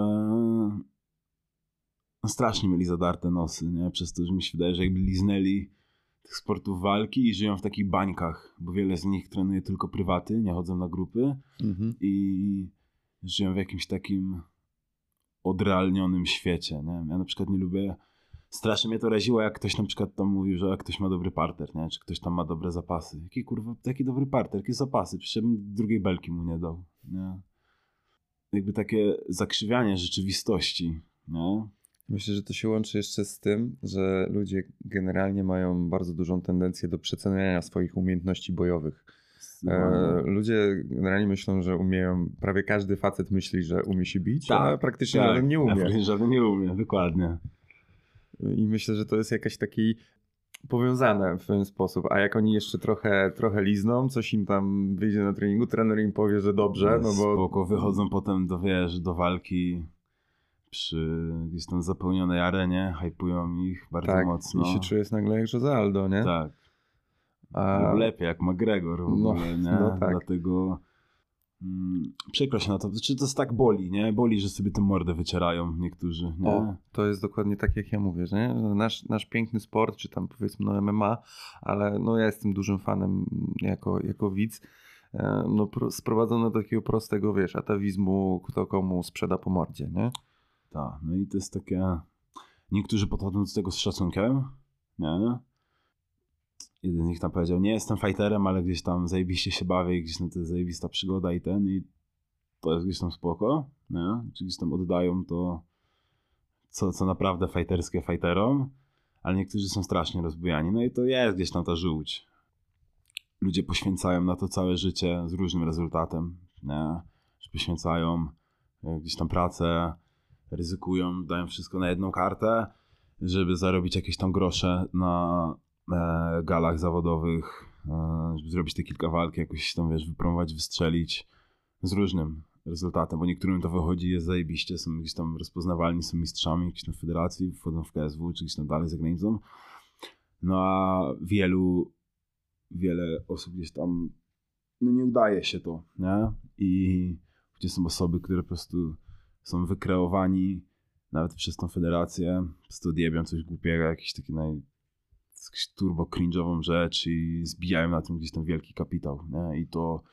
strasznie mieli zadarte nosy, nie? Przez to, że mi się wydaje, że jakby liznęli tych sportów walki i żyją w takich bańkach, bo wiele z nich trenuje tylko prywaty, nie chodzą na grupy mhm. i żyją w jakimś takim odrealnionym świecie, nie? Ja na przykład nie lubię, strasznie mnie to raziło, jak ktoś na przykład tam mówił, że ktoś ma dobry parter, nie? Czy ktoś tam ma dobre zapasy. Jaki kurwa, taki dobry parter, jakie zapasy? Przecież ja bym drugiej belki mu nie dał, nie? Jakby takie zakrzywianie rzeczywistości, nie? Myślę, że to się łączy jeszcze z tym, że ludzie generalnie mają bardzo dużą tendencję do przeceniania swoich umiejętności bojowych. E, ludzie generalnie myślą, że umieją, prawie każdy facet myśli, że umie się bić, tak, a praktycznie tak, żaden nie umie. Żaden nie umie, dokładnie. I myślę, że to jest jakaś taki powiązane w ten sposób, a jak oni jeszcze trochę, trochę lizną, coś im tam wyjdzie na treningu, trener im powie, że dobrze, no bo... Spoko, wychodzą potem do, wiesz, do walki przy gdzieś tam zapełnionej arenie, hypują ich bardzo tak, mocno. I się czujesz nagle jak Jose Aldo, nie? Tak. A... No lepiej, jak McGregor w ogóle, no, nie? No tak. Dlatego mm, przykro się na to. Czy to jest tak boli, nie? Boli, że sobie tę mordę wycierają niektórzy, nie? O, to jest dokładnie tak, jak ja mówię, że nie? Nasz, nasz piękny sport, czy tam powiedzmy no M M A, ale no ja jestem dużym fanem jako, jako widz, no sprowadzono do takiego prostego, wiesz, atawizmu, kto komu sprzeda po mordzie, nie? Tak, no i to jest takie... Niektórzy podchodzą do tego z szacunkiem, nie? Jeden z nich tam powiedział, nie jestem fighterem, ale gdzieś tam zajebiście się bawię i gdzieś tam to jest zajebista przygoda i ten i to jest gdzieś tam spoko, nie? Czy gdzieś tam oddają to, co, co naprawdę fighterskie fighterom, ale niektórzy są strasznie rozbujani, no i to jest gdzieś tam ta żółć. Ludzie poświęcają na to całe życie z różnym rezultatem, nie? Że poświęcają gdzieś tam pracę, ryzykują, dają wszystko na jedną kartę, żeby zarobić jakieś tam grosze na e, galach zawodowych, e, żeby zrobić te kilka walk, jakoś tam, wiesz, wypromować, wystrzelić z różnym rezultatem, bo niektórym to wychodzi, jest zajebiście, są gdzieś tam rozpoznawalni, są mistrzami jakiejś tam federacji, wchodzą w K S W, czy gdzieś tam dalej za granicą. No a wielu, wiele osób gdzieś tam, no nie udaje się to, nie? I gdzie są osoby, które po prostu są wykreowani nawet przez tą federację, po prostu odjebią coś głupiego, jakiś taki naj... jakąś turbo cringe'ową rzecz i zbijają na tym gdzieś tam wielki kapitał, nie? I to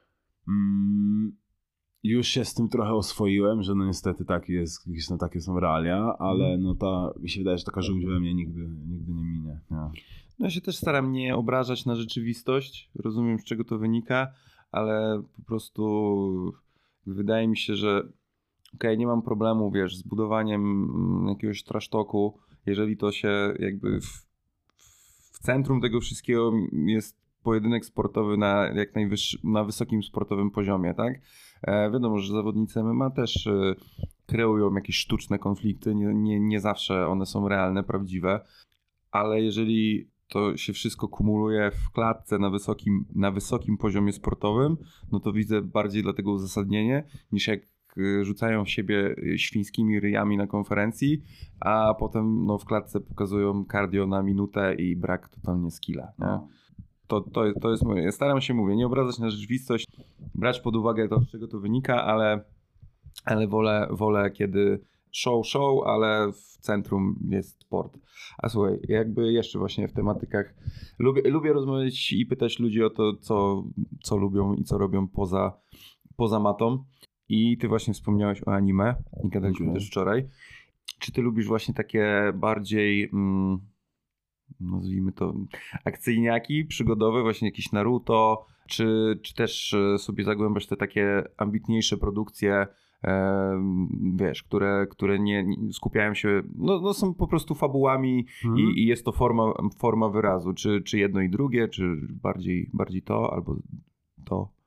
mm, już się z tym trochę oswoiłem, że no niestety taki jest, gdzieś tam takie są realia, ale no ta, mi się wydaje, że taka żółć we mnie nigdy, nigdy nie minie. Nie? No ja się też staram nie obrażać na rzeczywistość, rozumiem, z czego to wynika, ale po prostu wydaje mi się, że okej, okay, nie mam problemu, wiesz, z budowaniem jakiegoś trash talku, jeżeli to się jakby w, w centrum tego wszystkiego jest pojedynek sportowy na jak najwyższym, na wysokim sportowym poziomie, tak? E, wiadomo, że zawodnicy M M A też e, kreują jakieś sztuczne konflikty, nie, nie, nie zawsze one są realne, prawdziwe, ale jeżeli to się wszystko kumuluje w klatce na wysokim, na wysokim poziomie sportowym, no to widzę bardziej dla tego uzasadnienie, niż jak rzucają w siebie świńskimi ryjami na konferencji, a potem no, w klatce pokazują cardio na minutę i brak totalnie skilla. Nie? To, to, to jest moje. Staram się, mówię, nie obrażać na rzeczywistość, brać pod uwagę to, z czego to wynika, ale, ale wolę, wolę, kiedy show, show, ale w centrum jest sport. A słuchaj, jakby jeszcze właśnie w tematykach lubię, lubię rozmawiać i pytać ludzi o to, co, co lubią i co robią poza, poza matą. I ty właśnie wspomniałeś o anime i gadaliśmy Okay. też wczoraj. Czy ty lubisz właśnie takie bardziej, mm, nazwijmy to, akcyjniaki przygodowe, właśnie jakieś Naruto, czy, czy też sobie zagłębiasz te takie ambitniejsze produkcje, e, wiesz, które, które nie, nie skupiają się, no, no są po prostu fabułami Mhm. i, i jest to forma, forma wyrazu, czy, czy jedno i drugie, czy bardziej, bardziej to, albo to.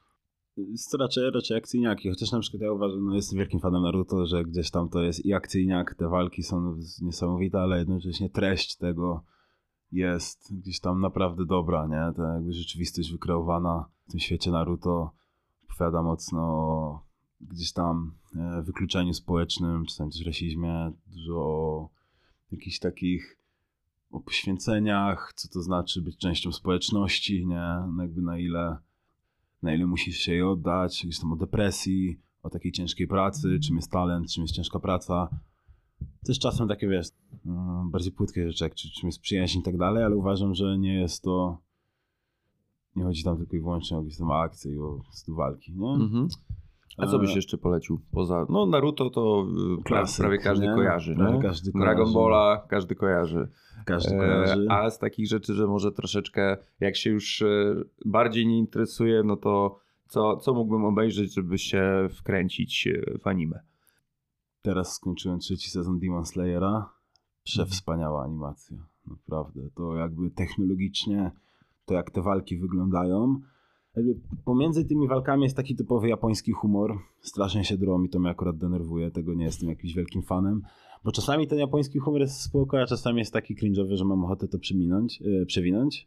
To raczej, raczej akcyjniaki, chociaż na przykład ja uważam, no jestem wielkim fanem Naruto, że gdzieś tam to jest i akcyjniak, te walki są niesamowite, ale jednocześnie treść tego jest gdzieś tam naprawdę dobra, nie? Ta jakby rzeczywistość wykreowana w tym świecie Naruto opowiada mocno o gdzieś tam e, wykluczeniu społecznym, czasami też rasizmie, dużo o jakichś takich o poświęceniach, co to znaczy być częścią społeczności, nie? No jakby na ile na ile musisz się jej oddać, gdzieś tam o depresji, o takiej ciężkiej pracy, czym jest talent, czym jest ciężka praca. Też czasem takie, wiesz, bardziej płytkie rzeczy, jak czym jest przyjaźń i tak dalej, ale uważam, że nie jest to, nie chodzi tam tylko i wyłącznie o jakieś tam akcje i o styl walki, nie? Mhm. A co byś jeszcze polecił? Poza, no Naruto to Klasyk, prawie każdy nie? kojarzy, Prawie nie? każdy kojarzy. Dragon Balla każdy kojarzy. Każdy kojarzy. E, a z takich rzeczy, że może troszeczkę, jak się już e, bardziej nie interesuje, no to co, co mógłbym obejrzeć, żeby się wkręcić w anime? Teraz skończyłem trzeci sezon Demon Slayera. Przewspaniała animacja. Naprawdę. To jakby technologicznie, to jak te walki wyglądają. Jakby pomiędzy tymi walkami jest taki typowy japoński humor. Strasznie się drą i to mnie akurat denerwuje. Tego nie jestem jakimś wielkim fanem. Bo czasami ten japoński humor jest spoko, a czasami jest taki cringe'owy, że mam ochotę to przeminąć, yy, przewinąć.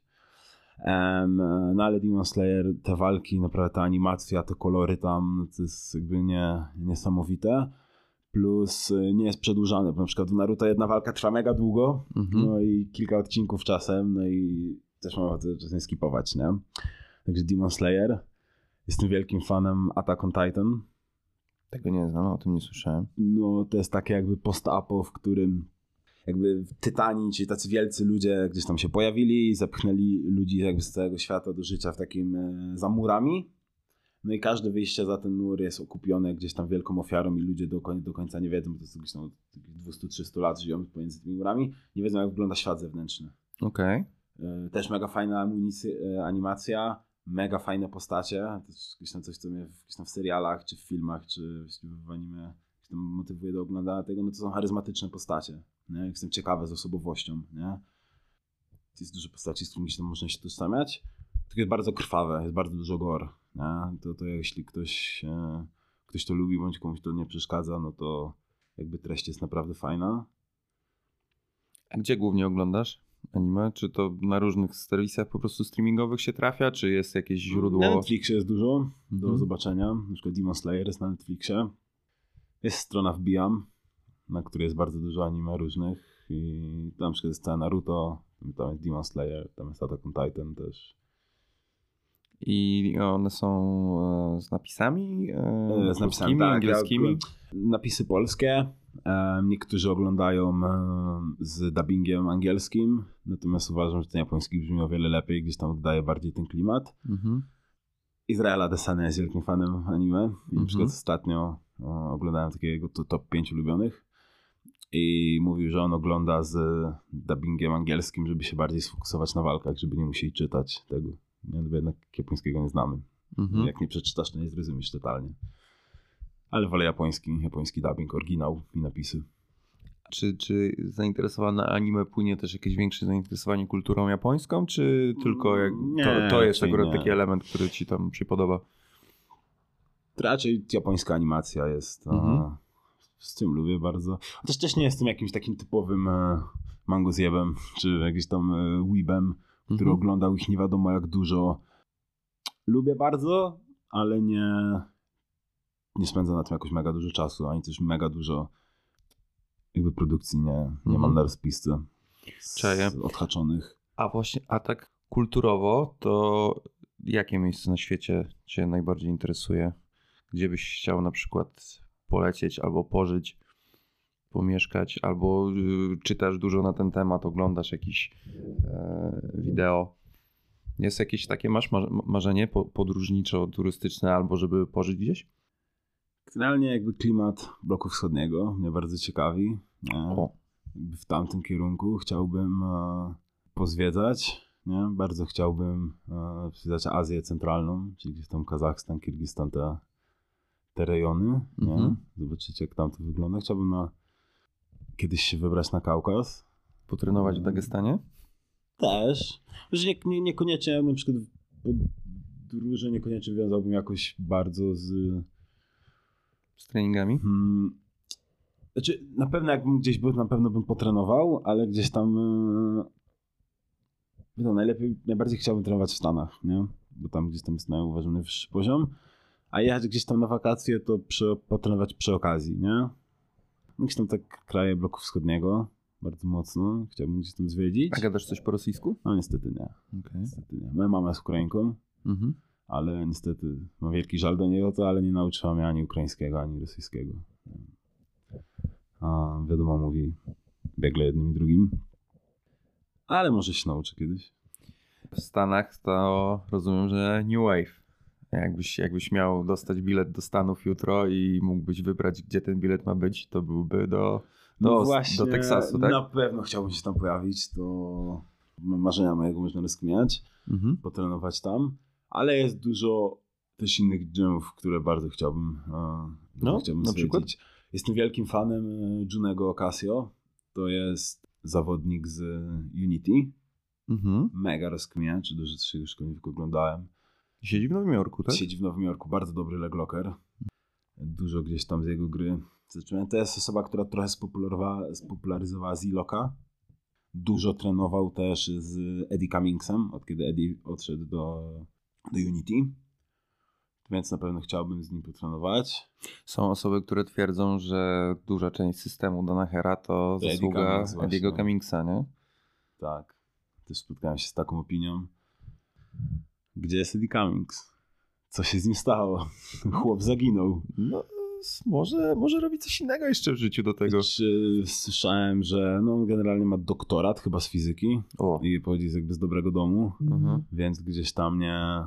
Um, no ale Demon Slayer, te walki, naprawdę ta animacja, te kolory tam, to jest jakby nie, niesamowite. Plus y, nie jest przedłużane, bo na przykład w Naruto jedna walka trwa mega długo, Mhm. no i kilka odcinków czasem, no i też mam ochotę czasem skipować, nie? Także Demon Slayer. Jestem wielkim fanem Attack on Titan. Tego nie znam, o tym nie słyszałem. No to jest takie jakby post-apo, w którym jakby Tytani, czyli tacy wielcy ludzie gdzieś tam się pojawili i zepchnęli ludzi jakby z całego świata do życia w takim e, za murami. No i każde wyjście za ten mur jest okupione gdzieś tam wielką ofiarą i ludzie do, koń, do końca nie wiedzą, bo to jest gdzieś tam od dwieście trzysta lat żyją pomiędzy tymi murami, nie wiedzą jak wygląda świat zewnętrzny. Okej. E, też mega fajna amunicja, e, animacja, mega fajne postacie, to jest gdzieś tam coś, co mnie w, gdzieś tam w serialach, czy w filmach, czy w anime gdzieś tam motywuje do oglądania tego, no to są charyzmatyczne postacie, nie? Jestem ciekawy z osobowością, nie? Jest dużo postaci, z którymi się tam można się tożsamiać, tylko jest bardzo krwawe, jest bardzo dużo gore, nie? To, to jeśli ktoś, e, ktoś to lubi, bądź komuś to nie przeszkadza, no to jakby treść jest naprawdę fajna. A gdzie głównie oglądasz anime? Czy to na różnych serwisach po prostu streamingowych się trafia, czy jest jakieś źródło? Na Netflixie jest dużo do Mhm. zobaczenia. Na przykład Demon Slayer jest na Netflixie. Jest strona Wbijam, na której jest bardzo dużo anime różnych. I tam na przykład jest cała Naruto, tam jest Demon Slayer, tam jest Attack on Titan też. I one są e, z napisami? E, Z napisami, polskimi, tak, angielskimi? ja- napisy polskie. E, niektórzy oglądają e, z dubbingiem angielskim, natomiast uważam, że ten japoński brzmi o wiele lepiej, gdzieś tam oddaje bardziej ten klimat. Mhm. Izraela Adesanya jest wielkim fanem anime. I na Mhm. przykład ostatnio o, oglądałem takiego to, top pięć ulubionych i mówił, że on ogląda z dubbingiem angielskim, żeby się bardziej sfokusować na walkach, żeby nie musieli czytać tego. Nie, bo jednak japońskiego nie znamy. Mhm. Jak nie przeczytasz, to nie zrozumiesz totalnie. Ale wolę japoński, japoński dubbing, oryginał i napisy. Czy, czy zainteresowane anime płynie też jakieś większe zainteresowanie kulturą japońską, czy tylko jak, Nie, to, to jest raczej akurat nie. taki element, który ci tam się podoba? Raczej japońska animacja jest Mhm. a, z tym lubię bardzo. Chociaż też nie jestem jakimś takim typowym e, mangozjebem, czy jakimś tam e, weebem, który Mhm. oglądał ich nie wiadomo jak dużo. Lubię bardzo, ale nie, nie spędzam na tym jakoś mega dużo czasu, ani też mega dużo jakby produkcji nie, nie Mhm. mam na rozpisce z Czaję. odhaczonych. A właśnie, a tak kulturowo, to jakie miejsce na świecie cię najbardziej interesuje? Gdzie byś chciał na przykład polecieć albo pożyć, pomieszkać, albo y, czytasz dużo na ten temat, oglądasz jakieś e, wideo? Jest jakieś takie, masz mar- marzenie po, podróżniczo-turystyczne, albo żeby pożyć gdzieś? Generalnie jakby klimat bloku wschodniego mnie bardzo ciekawi. Nie? O, Jakby w tamtym kierunku chciałbym e, pozwiedzać. Nie? Bardzo chciałbym e, zwiedzać Azję Centralną, czyli gdzieś tam Kazachstan, Kirgistan, te, te rejony. Nie? Mhm. Zobaczyć jak tam to wygląda. Chciałbym na, kiedyś się wybrać na Kaukaz. potrenować w Dagestanie? Też. Że nie, nie, niekoniecznie na przykład podróże niekoniecznie wiązałbym jakoś bardzo z... Z treningami? Hmm, znaczy na pewno jakbym gdzieś był, na pewno bym potrenował, ale gdzieś tam yy, no, najlepiej, najbardziej chciałbym trenować w Stanach, nie? Bo tam gdzieś tam jest na uważam najwyższy poziom, a jechać gdzieś tam na wakacje to przy, potrenować przy okazji, nie? Gdzieś tam tak kraje bloku wschodniego bardzo mocno chciałbym gdzieś tam zwiedzić. A gadasz coś po rosyjsku? No niestety nie, Okej. niestety nie. Moja mama jest Ukrainką, Mhm. ale niestety mam wielki żal do niej o to, ale nie nauczyła mnie ani ukraińskiego, ani rosyjskiego. A wiadomo, mówi biegle jednym i drugim. Ale może się nauczy kiedyś. W Stanach to rozumiem, że New Wave. Jakbyś, jakbyś miał dostać bilet do Stanów jutro i mógłbyś wybrać, gdzie ten bilet ma być, to byłby do, do, do Teksasu, tak? Na pewno chciałbym się tam pojawić. To marzenia mojego można rozkminiać. Mhm. Potrenować tam. Ale jest dużo też innych gymów, które bardzo chciałbym, e, No, chciałbym na przykład? zwiedzić. Jestem wielkim fanem e, Junego Ocasio. To jest zawodnik z Unity. Mhm. Mega rozkminiacz, dużo też jego szkoleniówek oglądałem. Siedzi w Nowym Jorku, tak? Siedzi w Nowym Jorku, bardzo dobry leglocker. Dużo gdzieś tam z jego gry zacząłem. To jest osoba, która trochę spopularyzowała, spopularyzowała Z-Locka. Dużo trenował też z Eddie Cummingsem, od kiedy Eddie odszedł do, do Unity. Więc na pewno chciałbym z nim potrenować. Są osoby, które twierdzą, że duża część systemu Donahera to To Eddie zasługa Cummings właśnie. Eddiego Cummingsa, nie? Tak, też spotkałem się z taką opinią. Gdzie jest Eddie Cummings? Co się z nim stało? Chłop zaginął. No, s- może, może robi coś innego jeszcze w życiu do tego. Czy słyszałem, że no, on generalnie ma doktorat chyba z fizyki O. i pochodzi z jakby z dobrego domu, Mhm. więc gdzieś tam nie...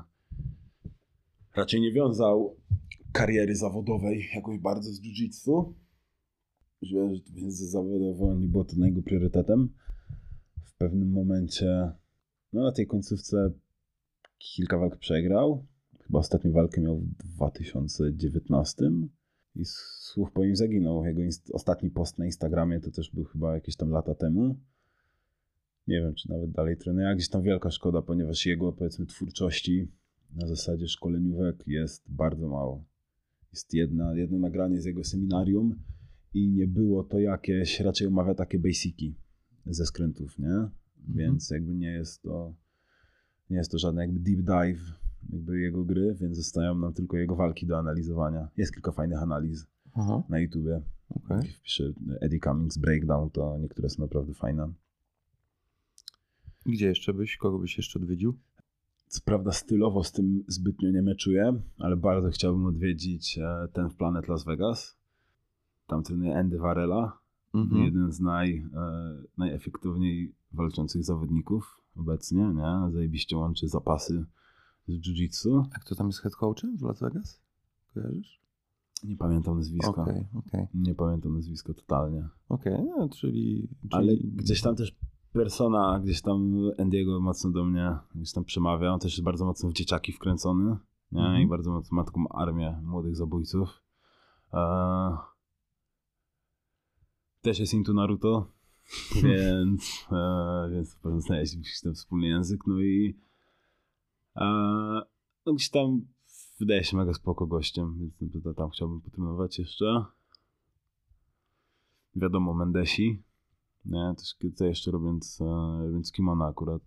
Raczej nie wiązał kariery zawodowej jakoś bardzo z jiu-jitsu. Że że to więc zawodowo nie było to na jego priorytetem. W pewnym momencie, no na tej końcówce kilka walk przegrał. Chyba ostatnią walkę miał w dwa tysiące dziewiętnastym i słuch po nim zaginął. Jego inst- ostatni post na Instagramie to też był chyba jakieś tam lata temu. Nie wiem, czy nawet dalej trenuje. A gdzieś tam wielka szkoda, ponieważ jego, powiedzmy, twórczości na zasadzie szkoleniówek jest bardzo mało. Jest jedna, jedno nagranie z jego seminarium i nie było to jakieś, raczej omawia takie basiki ze skrętów, nie? Więc jakby nie jest to nie jest to żadny jakby deep dive jakby jego gry, więc zostają nam tylko jego walki do analizowania. Jest kilka fajnych analiz Aha, na YouTubie. okej. Jak wpiszę Eddie Cummings Breakdown, to niektóre są naprawdę fajne. Gdzie jeszcze byś, kogo byś jeszcze odwiedził? Co prawda stylowo z tym zbytnio nie meczuję, ale bardzo chciałbym odwiedzić e, ten w Planet Las Vegas. Tam trenuje Andy Varela, Mhm. jeden z naj, e, najefektywniej walczących zawodników obecnie, nie? Zajebiście łączy zapasy z jiu-jitsu. A kto tam jest head coachem w Las Vegas? Kojarzysz? Nie pamiętam nazwiska. Okej, okej. Nie pamiętam nazwiska totalnie. Okej, no czyli... czyli... Ale gdzieś tam też persona, gdzieś tam Andy'ego mocno do mnie gdzieś tam przemawia. On też jest bardzo mocno w dzieciaki wkręcony, nie? Mhm. I bardzo mocno ma taką armię młodych zabójców. Eee... Też jest into Naruto, więc, e, więc na pewno znaleźć jakiś tam wspólny język. No i e, no gdzieś tam wydaje się mega spoko gościem, więc na pewno tam chciałbym potrenować jeszcze. wiadomo, Mendesi, nie, też to jeszcze robiąc, robiąc kimona akurat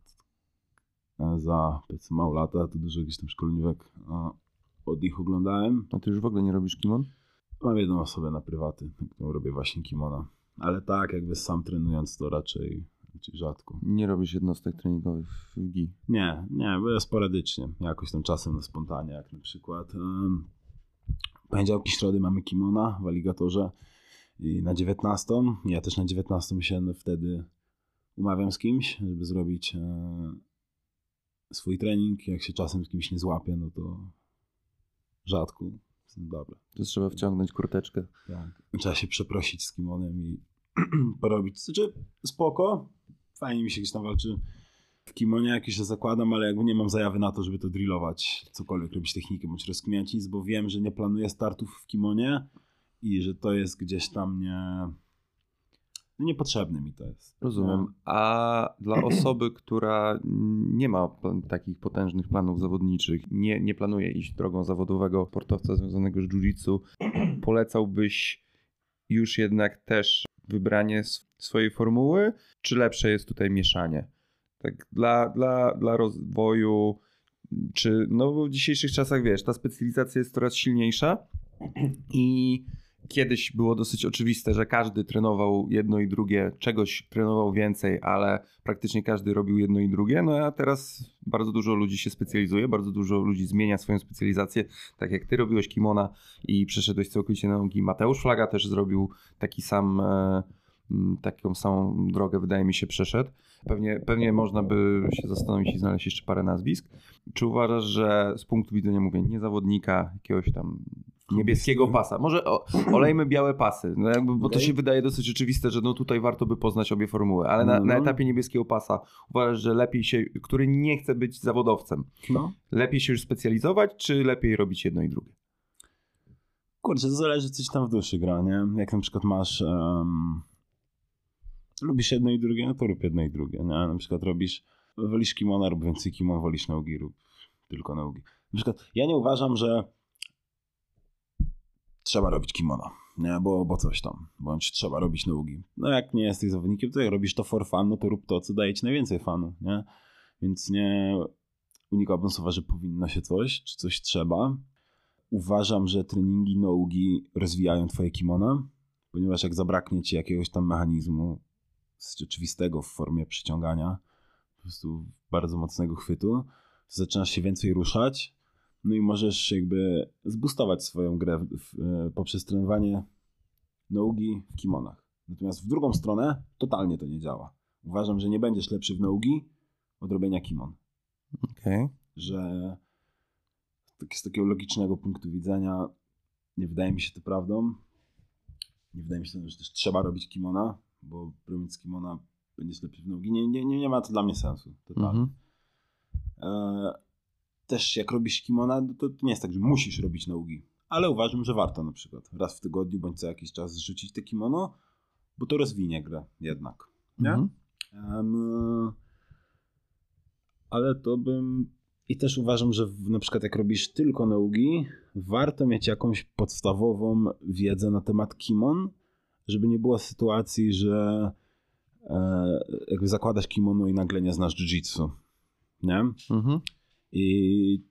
za powiedzmy mało lata, to dużo jakichś tam szkoleniówek od nich oglądałem. A ty już w ogóle nie robisz kimon? Mam jedną osobę na prywaty, którą robię właśnie kimona. Ale tak, jakby sam trenując to raczej, raczej rzadko. Nie robisz jednostek treningowych w G I? Nie, nie, bo ja sporadycznie. Jakoś tam czasem na spontanie, jak na przykład um, poniedziałki, środy mamy kimona w aligatorze i na dziewiętnastą. Ja też na dziewiętnastą się wtedy umawiam z kimś, żeby zrobić e, swój trening. Jak się czasem z kimś nie złapię, no to rzadko. Dobra. To trzeba wciągnąć kurteczkę. Tak. Trzeba się przeprosić z kimonem i porobić. Znaczy spoko, fajnie mi się gdzieś tam walczy w kimonie, jakieś się zakładam, ale jakby nie mam zajawy na to, żeby to drillować, cokolwiek, robić technikę bądź rozkminiać nic, bo wiem, że nie planuję startów w kimonie i że to jest gdzieś tam nie... No niepotrzebne mi to jest. Rozumiem. A dla osoby, która nie ma takich potężnych planów zawodniczych, nie, nie planuje iść drogą zawodowego sportowca związanego z jiu-jitsu, polecałbyś już jednak też wybranie swojej formuły, czy lepsze jest tutaj mieszanie? Tak dla, dla, dla rozwoju, czy no bo w dzisiejszych czasach, wiesz, ta specjalizacja jest coraz silniejsza i kiedyś było dosyć oczywiste, że każdy trenował jedno i drugie, czegoś trenował więcej, ale praktycznie każdy robił jedno i drugie, no a teraz bardzo dużo ludzi się specjalizuje, bardzo dużo ludzi zmienia swoją specjalizację, tak jak ty robiłeś kimona i przeszedłeś całkowicie na nogi. Mateusz Flaga też zrobił taki sam, e, taką samą drogę, wydaje mi się, przeszedł. Pewnie, pewnie można by się zastanowić i znaleźć jeszcze parę nazwisk. Czy uważasz, że z punktu widzenia, mówię, nie zawodnika, jakiegoś tam niebieskiego pasa, może o, olejmy białe pasy, no jakby, bo to się wydaje dosyć oczywiste, że no tutaj warto by poznać obie formuły, ale na, na etapie niebieskiego pasa uważasz, że lepiej się, który nie chce być zawodowcem, no. lepiej się już specjalizować, czy lepiej robić jedno i drugie? Kurczę, to zależy, coś tam w duszy gra, nie? Jak na przykład masz um, lubisz jedno i drugie, no to rób jedno i drugie, nie? Na przykład robisz, wolisz kimona, rób więcej kimon, wolisz nogi, rób tylko nogi. Na przykład ja nie uważam, że trzeba robić kimona, nie? Bo, bo coś tam, bądź trzeba robić nogi. No jak nie jesteś zawodnikiem, to jak robisz to for fun, no to rób to, co daje ci najwięcej fanu, nie? Więc nie unikałbym słowa, że powinno się coś, czy coś trzeba. Uważam, że treningi nogi rozwijają twoje kimona, ponieważ jak zabraknie ci jakiegoś tam mechanizmu rzeczywistego w formie przyciągania, po prostu bardzo mocnego chwytu, to zaczynasz się więcej ruszać, no i możesz jakby zboostować swoją grę w, w, poprzez trenowanie nogi w kimonach. Natomiast w drugą stronę totalnie to nie działa. Uważam, że nie będziesz lepszy w nogi od robienia kimon. Okej. Okay. Że tak z takiego logicznego punktu widzenia nie wydaje mi się to prawdą. Nie wydaje mi się, że też trzeba robić kimona, bo robiąc kimona będziesz lepszy w nogi. Nie, nie, nie ma to dla mnie sensu. Totalnie. Mhm. E, też jak robisz kimona, to, to nie jest tak, że musisz robić nogi. Ale uważam, że warto na przykład raz w tygodniu bądź co jakiś czas zrzucić te kimono, bo to rozwinie grę jednak. Nie? Mhm. Um, ale to bym... I też uważam, że w, na przykład jak robisz tylko nogi, warto mieć jakąś podstawową wiedzę na temat kimon, żeby nie było sytuacji, że e, jakby zakładasz kimono i nagle nie znasz jiu-jitsu. Nie? Mhm. I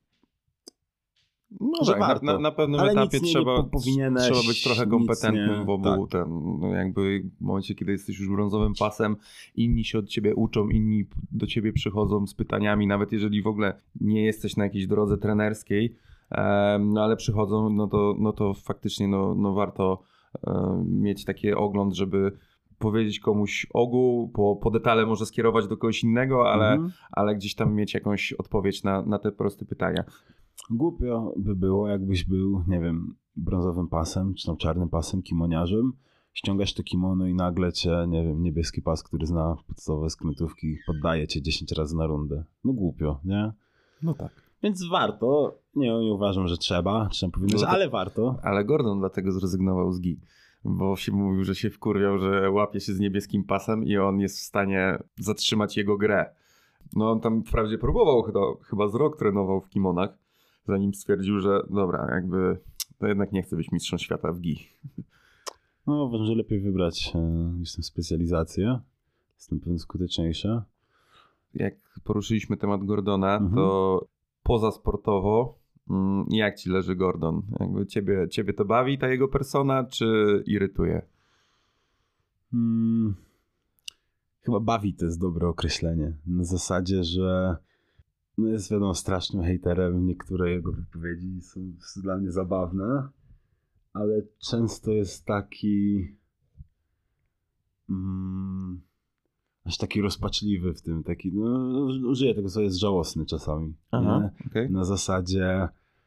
no że tak, warto. Na, na pewnym ale etapie trzeba, nie trzeba być trochę kompetentnym nie, w obu. Tak. Ten, no jakby w momencie, kiedy jesteś już brązowym pasem, inni się od ciebie uczą, inni do ciebie przychodzą z pytaniami, nawet jeżeli w ogóle nie jesteś na jakiejś drodze trenerskiej, um, no ale przychodzą, no to, no to faktycznie no, no warto um, mieć taki ogląd, żeby powiedzieć komuś ogół, po, po detale może skierować do kogoś innego, ale, mhm. ale gdzieś tam mieć jakąś odpowiedź na, na te proste pytania. Głupio by było, jakbyś był, nie wiem, brązowym pasem, czy tam czarnym pasem, kimoniarzem, ściągasz to kimono i nagle cię, nie wiem, niebieski pas, który zna podstawowe skrętówki, poddaje cię dziesięć razy na rundę. No głupio, nie? No tak. Więc warto, nie, nie uważam, że trzeba, czy tam powinno, no ale warto. Ale Gordon dlatego zrezygnował z G I, bo się mówił, że się wkurwiał, że łapie się z niebieskim pasem i on jest w stanie zatrzymać jego grę. No on tam wprawdzie próbował, chyba, chyba z rok trenował w kimonach, zanim stwierdził, że dobra, jakby to jednak nie chce być mistrzem świata w G I. No, uważam, że lepiej wybrać e, już tę specjalizację. Jest na pewno skuteczniejsza. Jak poruszyliśmy temat Gordona, Mhm. to pozasportowo mm, jak ci leży Gordon? Jakby ciebie, ciebie to bawi ta jego persona, czy irytuje? Hmm, chyba bawi to jest dobre określenie. Na zasadzie, że no jest wiadomo strasznym hejterem. Niektóre jego wypowiedzi są dla mnie zabawne, ale często jest taki mm, aż taki rozpaczliwy w tym, taki, no użyję tego, co jest żałosny czasami. Aha, Nie? okej. Na zasadzie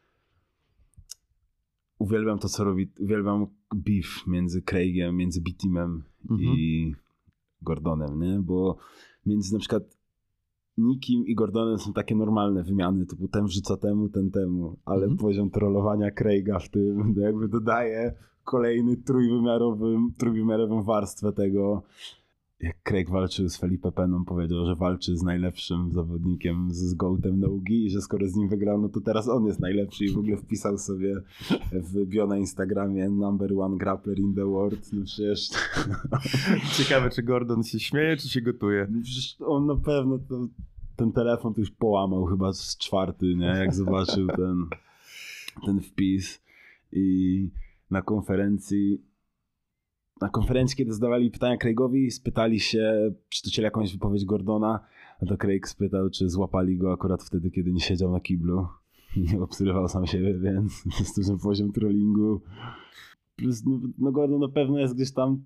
uwielbiam to, co robi, uwielbiam beef między Craigiem, między B-Teamem Mhm. i Gordonem, nie? Bo między na przykład Nikim i Gordonem są takie normalne wymiany, typu ten wrzuca temu, ten temu, ale Mhm. poziom trollowania Craiga w tym jakby dodaje kolejny trójwymiarowy, trójwymiarową warstwę tego. Jak Craig walczył z Felipe Peną, powiedział, że walczy z najlepszym zawodnikiem, z, z Goatem Nogi i że skoro z nim wygrał, no to teraz on jest najlepszy i w ogóle wpisał sobie w bio na Instagramie number one grappler in the world. No przecież... Ciekawe, czy Gordon się śmieje, czy się gotuje? No przecież on na pewno to, ten telefon to już połamał chyba z czwarty, nie? Jak zobaczył ten, ten wpis. I na konferencji na konferencji, kiedy zadawali pytania Craigowi, spytali się, przytoczyli jakąś wypowiedź Gordona, a to Craig spytał, czy złapali go akurat wtedy, kiedy nie siedział na kiblu i nie obserwował sam siebie, więc to jest duży poziom trollingu. Plus, no, no Gordon na pewno jest gdzieś tam,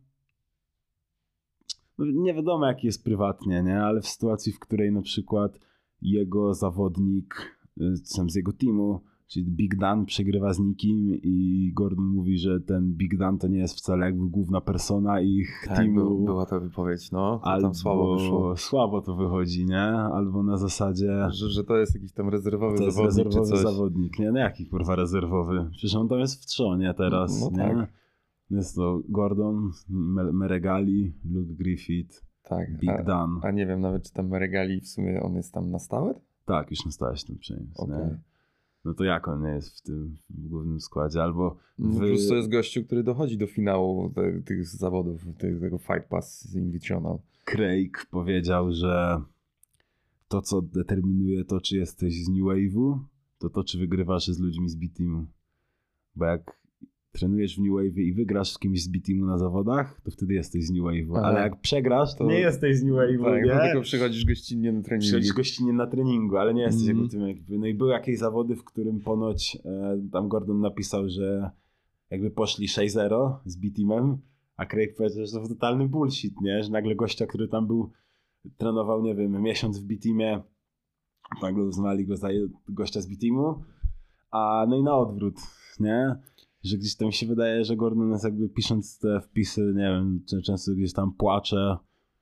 no nie wiadomo jaki jest prywatnie, nie? Ale w sytuacji, w której na przykład jego zawodnik, sam z jego teamu, czyli Big Dan przegrywa z nikim i Gordon mówi, że ten Big Dan to nie jest wcale jakby główna persona ich Tak, teamu. był, była ta wypowiedź, no. To Albo tam słabo wyszło. Słabo to wychodzi, nie? Albo na zasadzie... Że, że to jest jakiś tam rezerwowy To jest zawodnik, rezerwowy czy coś. zawodnik, nie? No jaki kurwa rezerwowy? Przecież on tam jest w trzonie teraz, No nie? tak. Jest to Gordon, Me- Meregali, Luke Griffith, Tak, Big a, Dan. a nie wiem nawet, czy tam Meregali w sumie on jest tam na stałe? Tak, już nastałeś ten przeniósł, Okej. nie? No to jak on nie jest w tym w głównym składzie? Albo No, wy... plus to jest gościu, który dochodzi do finału te, tych zawodów, te, tego Fight Pass Invitational. Craig powiedział, że to, co determinuje to, czy jesteś z New Wave'u, to to, czy wygrywasz z ludźmi z B-Teamu. Bo jak trenujesz w New Wave'ie i wygrasz z kimś z B-Teamu na zawodach, to wtedy jesteś z New Wave'u. Aha. Ale jak przegrasz, to To- nie jesteś z New Wave'u, Tak, nie? to tylko przychodzisz gościnnie na treningi. Przychodzisz gościnnie na treningu, ale nie jesteś Mhm. jakby tym jakby. No i były jakieś zawody, w którym ponoć e, tam Gordon napisał, że jakby poszli sześć zero z B-Teamem, a Craig powiedział, że to totalny bullshit, nie? Że nagle gościa, który tam był, trenował, nie wiem, miesiąc w B-Teamie, nagle uznali go za gościa z B-Teamu, a no i na odwrót, nie? Że gdzieś tam się wydaje, że Gordon jest jakby pisząc te wpisy, nie wiem, czy- często gdzieś tam płacze,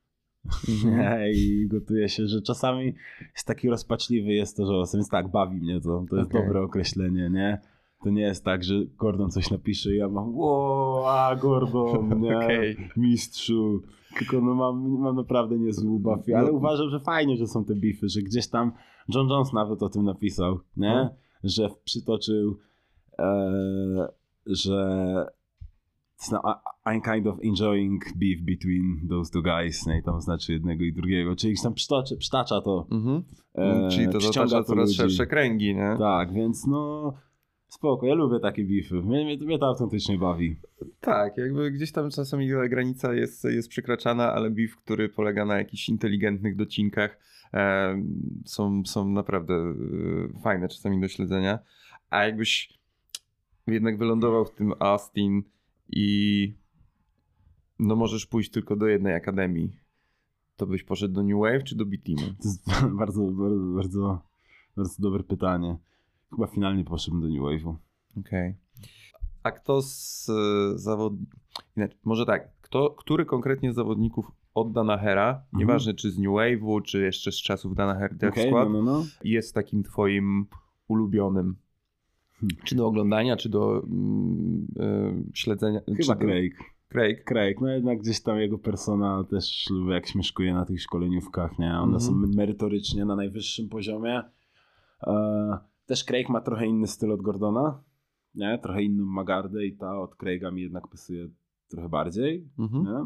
nie? I gotuje się, że czasami jest taki rozpaczliwy, jest to żałosny, więc tak, bawi mnie to, to jest Okej. dobre określenie, nie? To nie jest tak, że Gordon coś napisze i ja mam ło, a Gordon, nie? Okej. Mistrzu. Tylko no mam, mam naprawdę niezły ubaw, ale No. uważam, że fajnie, że są te beefy, że gdzieś tam John Jones nawet o tym napisał, nie? No. Że przytoczył, e, że it's now, I'm kind of enjoying beef between those two guys, nie? I tam znaczy jednego i drugiego, czyli gdzieś tam przytoczy, przytacza to. Mhm. E, Czyli to przyciąga zatacza to coraz ludzi. szersze kręgi, nie? Tak, więc no spoko, ja lubię takie beefy, mnie, mnie, mnie to autentycznie bawi. Tak, jakby gdzieś tam czasami ta granica jest, jest przekraczana, ale beef, który polega na jakichś inteligentnych docinkach, e, są, są naprawdę e, fajne czasami do śledzenia. A jakbyś jednak wylądował w tym Austin i no możesz pójść tylko do jednej akademii, to byś poszedł do New Wave czy do B-Teamu? To jest bardzo, bardzo, bardzo, bardzo dobre pytanie. Chyba finalnie poszedłem do New Wave'u. Okej. A kto z e, zawodników... Może tak, kto, który konkretnie z zawodników od Danahera, Mhm. nieważne czy z New Wave'u, czy jeszcze z czasów Danaher Death Okej, Squad, no, no, no. jest takim twoim ulubionym? Hmm. Czy do oglądania, czy do mm, e, śledzenia? Chyba czy do... Craig. Craig. Craig, no jednak gdzieś tam jego persona też lubię, jak śmieszkuje na tych szkoleniówkach, nie? One Mhm. są merytorycznie na najwyższym poziomie. E, też Craig ma trochę inny styl od Gordona, nie? Trochę inną ma gardę i ta od Craiga mi jednak pasuje trochę bardziej, Mhm. nie?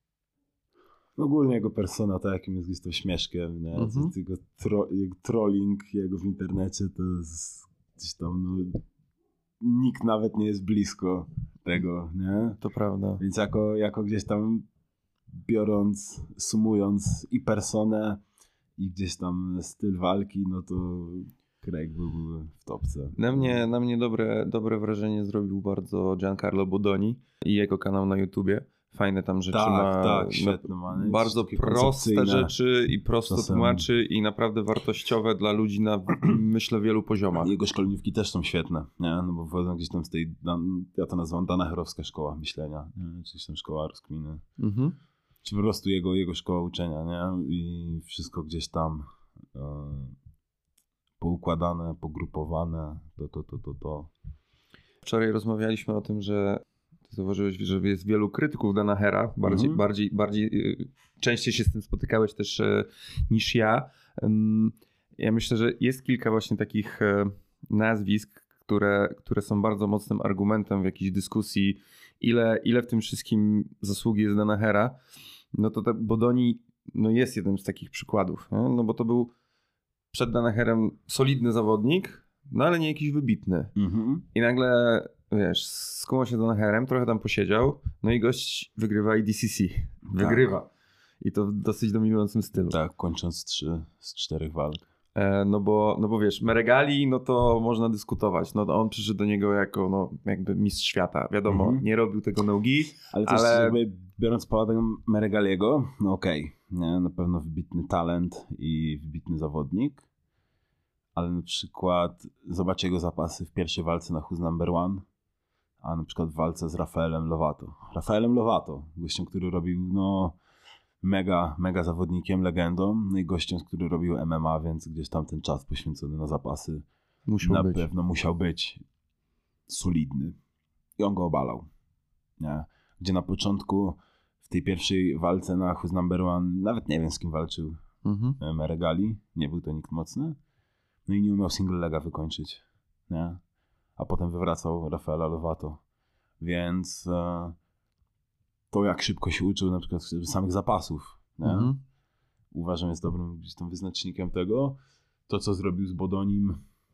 No ogólnie jego persona, to jakim jest gdzieś to śmieszkiem, nie? Mhm. Jego, tro, jego trolling jego w internecie to jest gdzieś tam, no, nikt nawet nie jest blisko tego, nie? To prawda. Więc jako, jako gdzieś tam biorąc, sumując i personę, i gdzieś tam styl walki, no to Craig byłby w topce. Na mnie, na mnie dobre, dobre wrażenie zrobił bardzo Giancarlo Bodoni i jego kanał na YouTubie. Fajne tam rzeczy Tak, ma. tak, świetne ma, nie? Bardzo Takie proste koncepcyjne. rzeczy i prosto Czasem- tłumaczy i naprawdę wartościowe dla ludzi na, myślę, wielu poziomach. Jego szkoleniówki też są świetne, nie? No bo wchodzą gdzieś tam z tej, dan- ja to nazywam danaherowska szkoła myślenia, nie? Czyli tam szkoła rozkminy. Mhm. Czy po prostu jego, jego szkoła uczenia, nie? I wszystko gdzieś tam e, poukładane, pogrupowane, to, to, to, to, to. Wczoraj rozmawialiśmy o tym, że ty zauważyłeś, że jest wielu krytyków Danahera, bardziej, Mhm. bardziej, bardziej y, częściej się z tym spotykałeś też y, niż ja. Ym, Ja myślę, że jest kilka właśnie takich y, nazwisk, które, które są bardzo mocnym argumentem w jakiejś dyskusji, ile, ile w tym wszystkim zasługi jest Danahera. No to te Bodoni no jest jednym z takich przykładów, nie? No bo to był przed Danaherem solidny zawodnik, no ale nie jakiś wybitny. Mhm. I nagle, wiesz, skumał się Danaherem, trochę tam posiedział, no i gość wygrywa i D C C. Wygrywa. I to w dosyć dominującym stylu. Tak, kończąc trzy z czterech walk. E, no, bo, no bo wiesz, Meregali, no to można dyskutować. No on przyszedł do niego jako no, jakby mistrz świata. Wiadomo, Mhm. nie robił tego nogi, Ale też ale... jakby biorąc pod uwagę Meregaliego, no okej, nie, na pewno wybitny talent i wybitny zawodnik, ale na przykład zobacz jego zapasy w pierwszej walce na Who's Number One, a na przykład w walce z Rafaelem Lovato. Rafaelem Lovato, gościem, który robił no mega, mega zawodnikiem, legendą, no i gościem, który robił M M A, więc gdzieś tam ten czas poświęcony na zapasy musiał na być. pewno musiał być solidny. I on go obalał. Nie? Gdzie na początku w tej pierwszej walce na Who's Number One, nawet nie wiem z kim walczył Mhm. e, Meregali, nie był to nikt mocny. No i nie umiał single lega wykończyć. Nie? A potem wywracał Rafaela Lovato. Więc e, to jak szybko się uczył na przykład z samych zapasów, nie? Mhm. Uważam jest dobrym gdzieś tam wyznacznikiem tego. To co zrobił z Bodonim,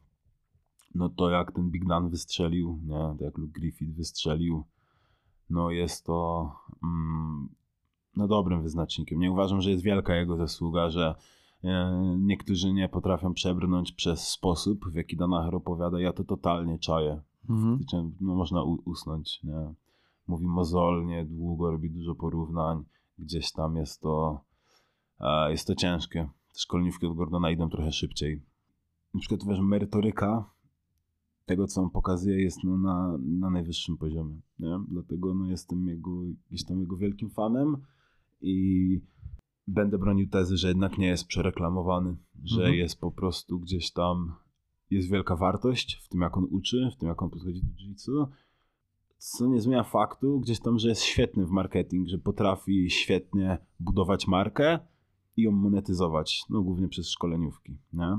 no to jak ten Big Dan wystrzelił, nie? To jak Luke Griffith wystrzelił, no jest to mm, no dobrym wyznacznikiem. Nie uważam, że jest wielka jego zasługa, że e, niektórzy nie potrafią przebrnąć przez sposób, w jaki Danaher opowiada. Ja to totalnie czaję. Mhm. No można u- usnąć, nie? Mówi mozolnie, długo, robi dużo porównań. Gdzieś tam jest to e, jest to ciężkie. Te szkoleniówki od Gordona idą trochę szybciej. Na przykład wiesz, merytoryka tego, co on pokazuje, jest no, na, na najwyższym poziomie. Nie? Dlatego no, jestem jego, gdzieś tam jego wielkim fanem i będę bronił tezy, że jednak nie jest przereklamowany, że Mhm. jest po prostu gdzieś tam, jest wielka wartość w tym, jak on uczy, w tym, jak on podchodzi do jiu-jitsu, co nie zmienia faktu gdzieś tam, że jest świetny w marketing, że potrafi świetnie budować markę i ją monetyzować, no głównie przez szkoleniówki, nie?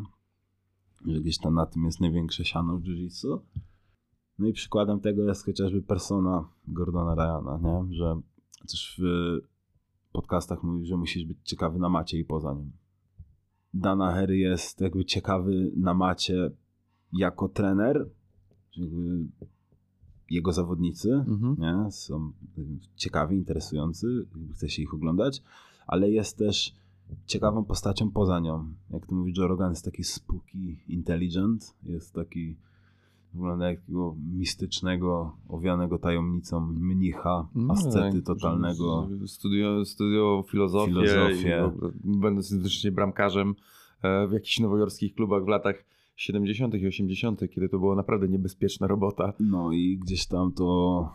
Że gdzieś tam na tym jest największe siano w jiu-jitsu. No i przykładem tego jest chociażby persona Gordona Ryana, nie? Że też w podcastach mówi, że musisz być ciekawy na macie i poza nim. Danaher jest jakby ciekawy na macie jako trener, jakby jego zawodnicy, Mhm. nie? Są ciekawi, interesujący, chce się ich oglądać, ale jest też ciekawą postacią poza nią. Jak to mówi Joe Rogan, jest taki spooky intelligent, jest taki, wygląda jak takiego mistycznego, owianego tajemnicą mnicha, No ascety tak, totalnego. że- że Studio, studio filozofię, Filozofię. I w ogóle, będąc jednocześnie bramkarzem e, w jakichś nowojorskich klubach w latach siedemdziesiątych i osiemdziesiątych, kiedy to była naprawdę niebezpieczna robota. No i gdzieś tam to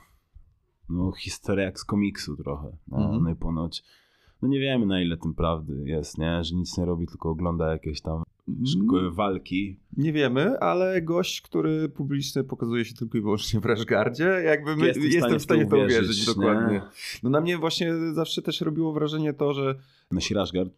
no historia jak z komiksu trochę. No, Mhm. no i ponoć no nie wiemy na ile tym prawdy jest, nie? Że nic nie robi, tylko ogląda jakieś tam szko- walki. Nie wiemy, ale gość, który publicznie pokazuje się tylko i wyłącznie w Rashgardzie, jakby my, Jesteś w jestem w stanie w to uwierzyć, uwierzyć, nie? dokładnie. No na mnie właśnie zawsze też robiło wrażenie to, że No Rashgard.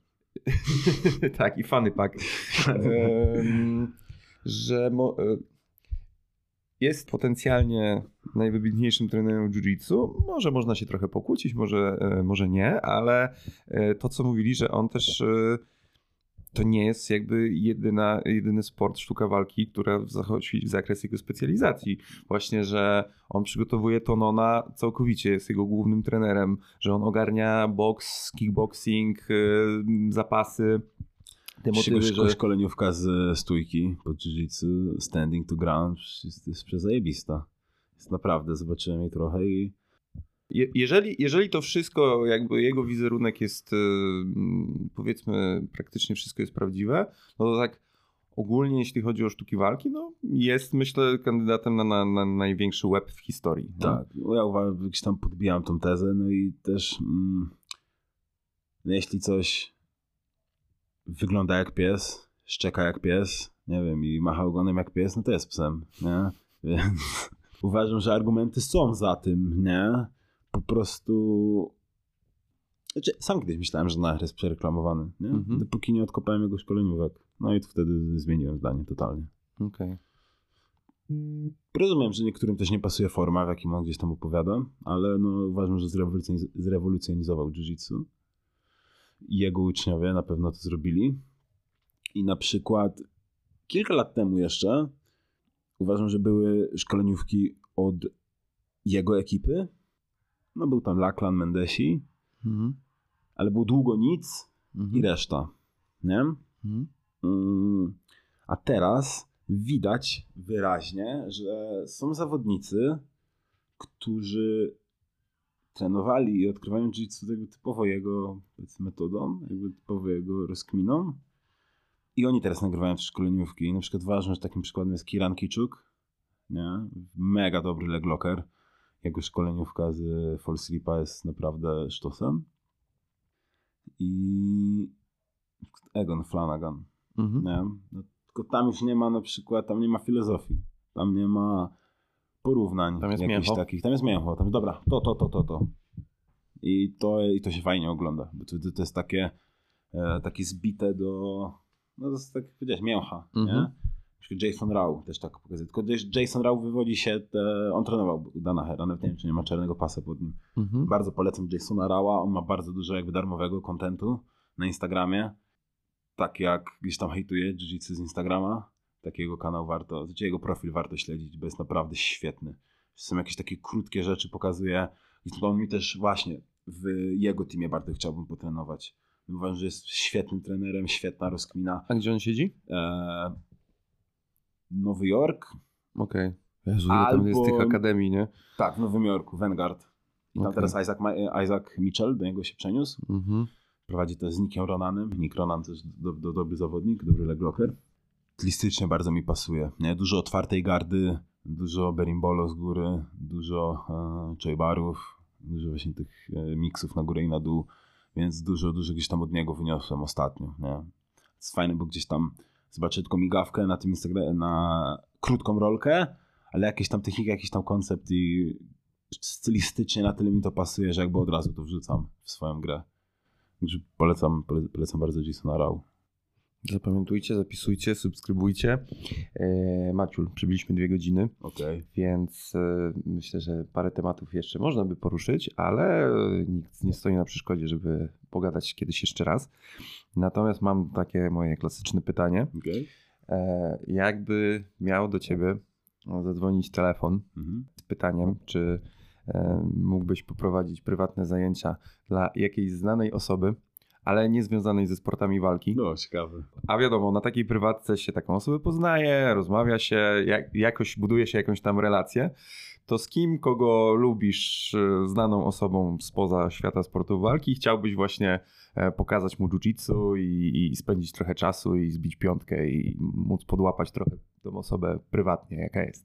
tak, i funny pack. Em, że mo- e, jest potencjalnie najwybitniejszym trenerem jiu-jitsu. Może można się trochę pokłócić, może, może nie, ale to, co mówili, że on też to nie jest jakby jedyna, jedyny sport, sztuka walki, która zachodzi w zakres jego specjalizacji. Właśnie, że on przygotowuje Tonona całkowicie, jest jego głównym trenerem, że on ogarnia boks, kickboxing, zapasy. Te motywy, Szko- że... Szkoleniówka z stójki pod jiu-jitsu, standing to ground, jest, jest przezajebista. Jest naprawdę, zobaczyłem jej trochę i... Je, jeżeli, jeżeli to wszystko, jakby jego wizerunek jest, powiedzmy, praktycznie wszystko jest prawdziwe, no to tak ogólnie, jeśli chodzi o sztuki walki, no jest, myślę, kandydatem na, na, na największy łeb w historii. No? Tak, no ja uważam, gdzieś tam podbijam tą tezę, no i też mm, no jeśli coś wygląda jak pies, szczeka jak pies, nie wiem, i macha ogonem jak pies, no to jest psem, nie? Więc uważam, że argumenty są za tym, nie? Po prostu... Znaczy, sam kiedyś myślałem, że Nacher jest przereklamowany, nie? Mhm. Dopóki nie odkopałem jego szkoleniówek. No i to wtedy zmieniłem zdanie totalnie. Okej. Rozumiem, że niektórym też nie pasuje forma, w jakim on gdzieś tam opowiada, ale no uważam, że zrewolucjoniz- zrewolucjonizował jiu-jitsu. I jego uczniowie na pewno to zrobili. I na przykład kilka lat temu jeszcze uważam, że były szkoleniówki od jego ekipy. No był tam Lachlan, Mendesi, Mhm. ale było długo nic Mhm. i reszta, nie? Mhm. Mm, a teraz widać wyraźnie, że są zawodnicy, którzy trenowali i odkrywają jiu-jitsu jakby typowo jego metodą, jakby typowo jego rozkminą. I oni teraz nagrywają te szkoleniówki. I na przykład ważne, że takim przykładem jest Kiran Kiczuk, nie? Mega dobry leglocker. Jego szkoleniówka z Fall Sleepa jest naprawdę sztosem. I Egon Flanagan. Mhm. Nie? No, tylko tam już nie ma na przykład, tam nie ma filozofii. Tam nie ma porównań Tam jest jakichś mięcho. takich. Tam jest mięcho. Tam, dobra, to, to, to, to, to. I to, i to się fajnie ogląda. Bo to, to jest takie, e, takie zbite do, no to jest tak jak powiedziałeś, mięcha. Mhm. Nie? Jason Rau też tak pokazuje. Tylko Jason Rau wywodzi się, te, on trenował Danahera, nawet nie wiem, czy nie ma czarnego pasa pod nim. Mhm. Bardzo polecam Jasona Raua, on ma bardzo dużo jakby darmowego kontentu na Instagramie. Tak jak gdzieś tam hejtuje jiu-jitsu z Instagrama, takiego kanał warto, znaczy jego profil warto śledzić, bo jest naprawdę świetny. Są jakieś takie krótkie rzeczy, pokazuje. I on mi też właśnie w jego teamie bardzo chciałbym potrenować. Uważam, że jest świetnym trenerem, świetna rozkmina. A gdzie on siedzi? Eee, Nowy Jork. Okej. Jezu, ile tam jest Albo- tych akademii, nie? Tak, w Nowym Jorku, Vanguard. I tam Okej. teraz Isaac, Ma- Isaac Mitchell, do niego się przeniósł. Mhm. Prowadzi to z Nickiem Ronanem. Nick Ronan też do, do, dobry zawodnik, dobry leglocker. Stylistycznie bardzo mi pasuje. Nie? Dużo otwartej gardy, dużo berimbolo z góry, dużo e, chojbarów, dużo właśnie tych e, miksów na górę i na dół, więc dużo, dużo gdzieś tam od niego wyniosłem ostatnio. Nie? Jest fajne, bo gdzieś tam zobaczę tylko migawkę na tym Instagramie, na krótką rolkę, ale jakieś tam technika, jakiś tam koncept i stylistycznie na tyle mi to pasuje, że jakby od razu to wrzucam w swoją grę. Także polecam, pole- polecam bardzo Jasona Rau. Zapamiętujcie, zapisujcie, subskrybujcie. E, Maciul, przybyliśmy dwie godziny, Okej. więc e, myślę, że parę tematów jeszcze można by poruszyć, ale e, nikt nie stoi na przeszkodzie, żeby pogadać kiedyś jeszcze raz. Natomiast mam takie moje klasyczne pytanie. Okay. E, jakby miał do ciebie zadzwonić telefon Mhm. z pytaniem, czy e, mógłbyś poprowadzić prywatne zajęcia dla jakiejś znanej osoby, ale nie związanej ze sportami walki. No, ciekawe. A wiadomo, na takiej prywatce się taką osobę poznaje, rozmawia się, jak, jakoś buduje się jakąś tam relację. To z kim, kogo lubisz, e, znaną osobą spoza świata sportu walki, chciałbyś właśnie e, pokazać mu jiu-jitsu i, i spędzić trochę czasu i zbić piątkę i móc podłapać trochę tą osobę prywatnie, jaka jest.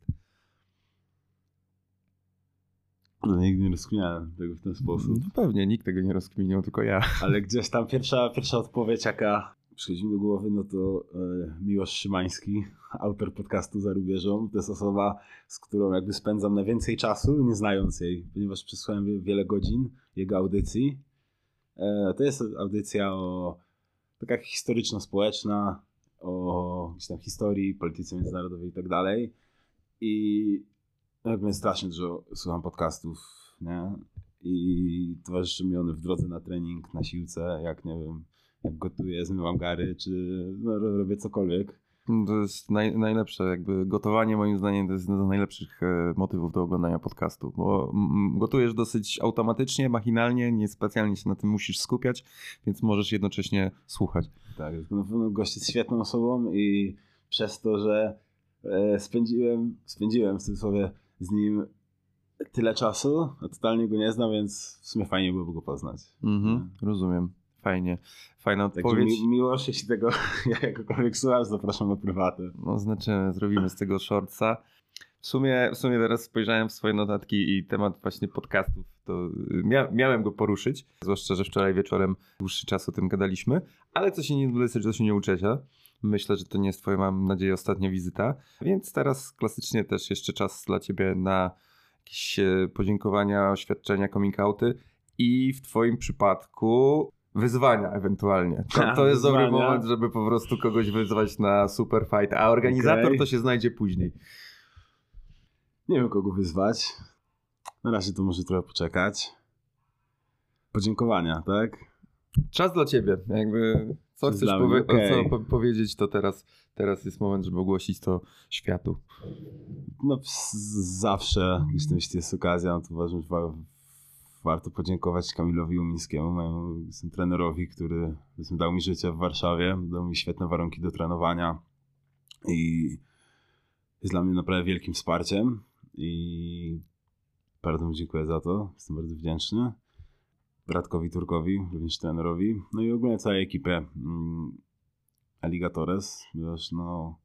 No, nigdy nie rozkminiałem tego w ten sposób. No pewnie, nikt tego nie rozkminiał, tylko ja. Ale gdzieś tam pierwsza, pierwsza odpowiedź, jaka przychodzi mi do głowy, no to e, Miłosz Szymański, autor podcastu Za rubieżą. To jest osoba, z którą jakby spędzam najwięcej czasu, nie znając jej, ponieważ przesłuchałem wie- wiele godzin jego audycji. E, to jest audycja o taka historyczno-społeczna, o gdzieś tam historii, polityce międzynarodowej i tak dalej. I jakby strasznie dużo słucham podcastów, nie? I towarzyszy mi one w drodze na trening, na siłce, jak nie wiem, jak gotuję, zmywam gary, czy no, robię cokolwiek. To jest naj, najlepsze, jakby gotowanie moim zdaniem to jest jeden z najlepszych e, motywów do oglądania podcastu, bo mm, gotujesz dosyć automatycznie, machinalnie, nie specjalnie się na tym musisz skupiać, więc możesz jednocześnie słuchać. Tak, na pewno gość jest świetną osobą i przez to, że e, spędziłem, spędziłem w cudzysłowie z nim tyle czasu, a totalnie go nie znam, więc w sumie fajnie byłoby go poznać. Mhm, rozumiem. Fajnie. Fajna Także odpowiedź. mi, Miłosz, jeśli tego jakkolwiek słuchasz, zapraszam na prywatę. No znaczymy, zrobimy z tego shortsa. W sumie, w sumie teraz spojrzałem w swoje notatki i temat właśnie podcastów, to mia, miałem go poruszyć, zwłaszcza, że wczoraj wieczorem dłuższy czas o tym gadaliśmy, ale co się nie dosyć, to się nie uczesia. Myślę, że to nie jest twoja, mam nadzieję, ostatnia wizyta, więc teraz klasycznie też jeszcze czas dla ciebie na jakieś podziękowania, oświadczenia, coming outy i w twoim przypadku wyzwania ewentualnie. To, to jest dobry moment, żeby po prostu kogoś wyzwać na super fight, a organizator okay. to się znajdzie później. Nie wiem kogo wyzwać. Na razie to może trochę poczekać. Podziękowania, tak? Czas dla ciebie. Jakby co chcesz powie- okay. co po- powiedzieć, to teraz, teraz jest moment, żeby ogłosić to światu. No z- zawsze, jeśli jest okazja, to uważam, że wa- warto podziękować Kamilowi Umińskiemu, mojemu trenerowi, który dał mi życie w Warszawie, dał mi świetne warunki do trenowania i jest dla mnie naprawdę wielkim wsparciem i bardzo mu dziękuję za to, jestem bardzo wdzięczny. Bratkowi Turkowi, również trenerowi, no i ogólnie całej ekipie mm, Alligatores, ponieważ no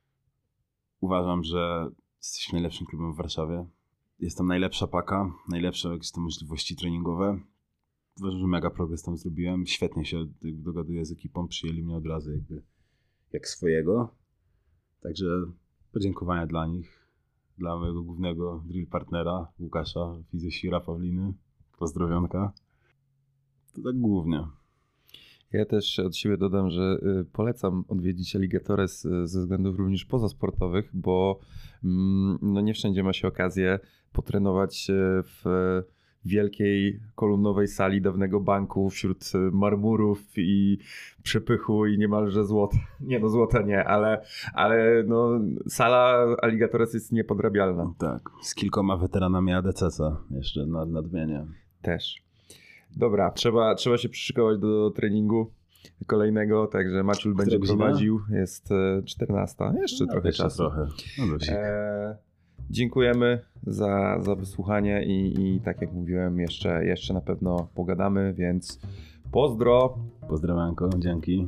uważam, że jesteśmy najlepszym klubem w Warszawie. Jest tam najlepsza paka, najlepsze jakieś tam możliwości treningowe. Uważam, że mega progres tam zrobiłem. Świetnie się dogaduję z ekipą, przyjęli mnie od razu jakby jak swojego. Także podziękowania dla nich, dla mojego głównego drill partnera Łukasza Fizjosira Pawliny. Pozdrowionka. To tak głównie. Ja też od siebie dodam, że polecam odwiedzić Alligatores ze względów również pozasportowych, bo no nie wszędzie ma się okazję potrenować w wielkiej kolumnowej sali dawnego banku wśród marmurów i przepychu i niemalże złota. Nie no, złota nie, ale, ale no, sala Alligatores jest niepodrabialna. Tak, z kilkoma weteranami A D C C jeszcze nad, nadmienię. Też. Dobra, trzeba, trzeba się przyszykować do treningu kolejnego, także Maciul będzie prowadził. Jest czternasta, jeszcze no, trochę jeszcze czasu. Trochę. No, e, dziękujemy za, za wysłuchanie i, i tak jak mówiłem, jeszcze, jeszcze na pewno pogadamy, więc pozdro! Pozdrawianko, dzięki.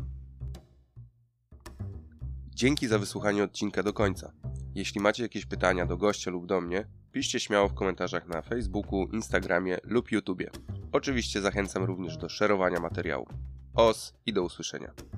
Dzięki za wysłuchanie odcinka do końca. Jeśli macie jakieś pytania do gościa lub do mnie, piszcie śmiało w komentarzach na Facebooku, Instagramie lub YouTubie. Oczywiście zachęcam również do szerowania materiału. Os i do usłyszenia.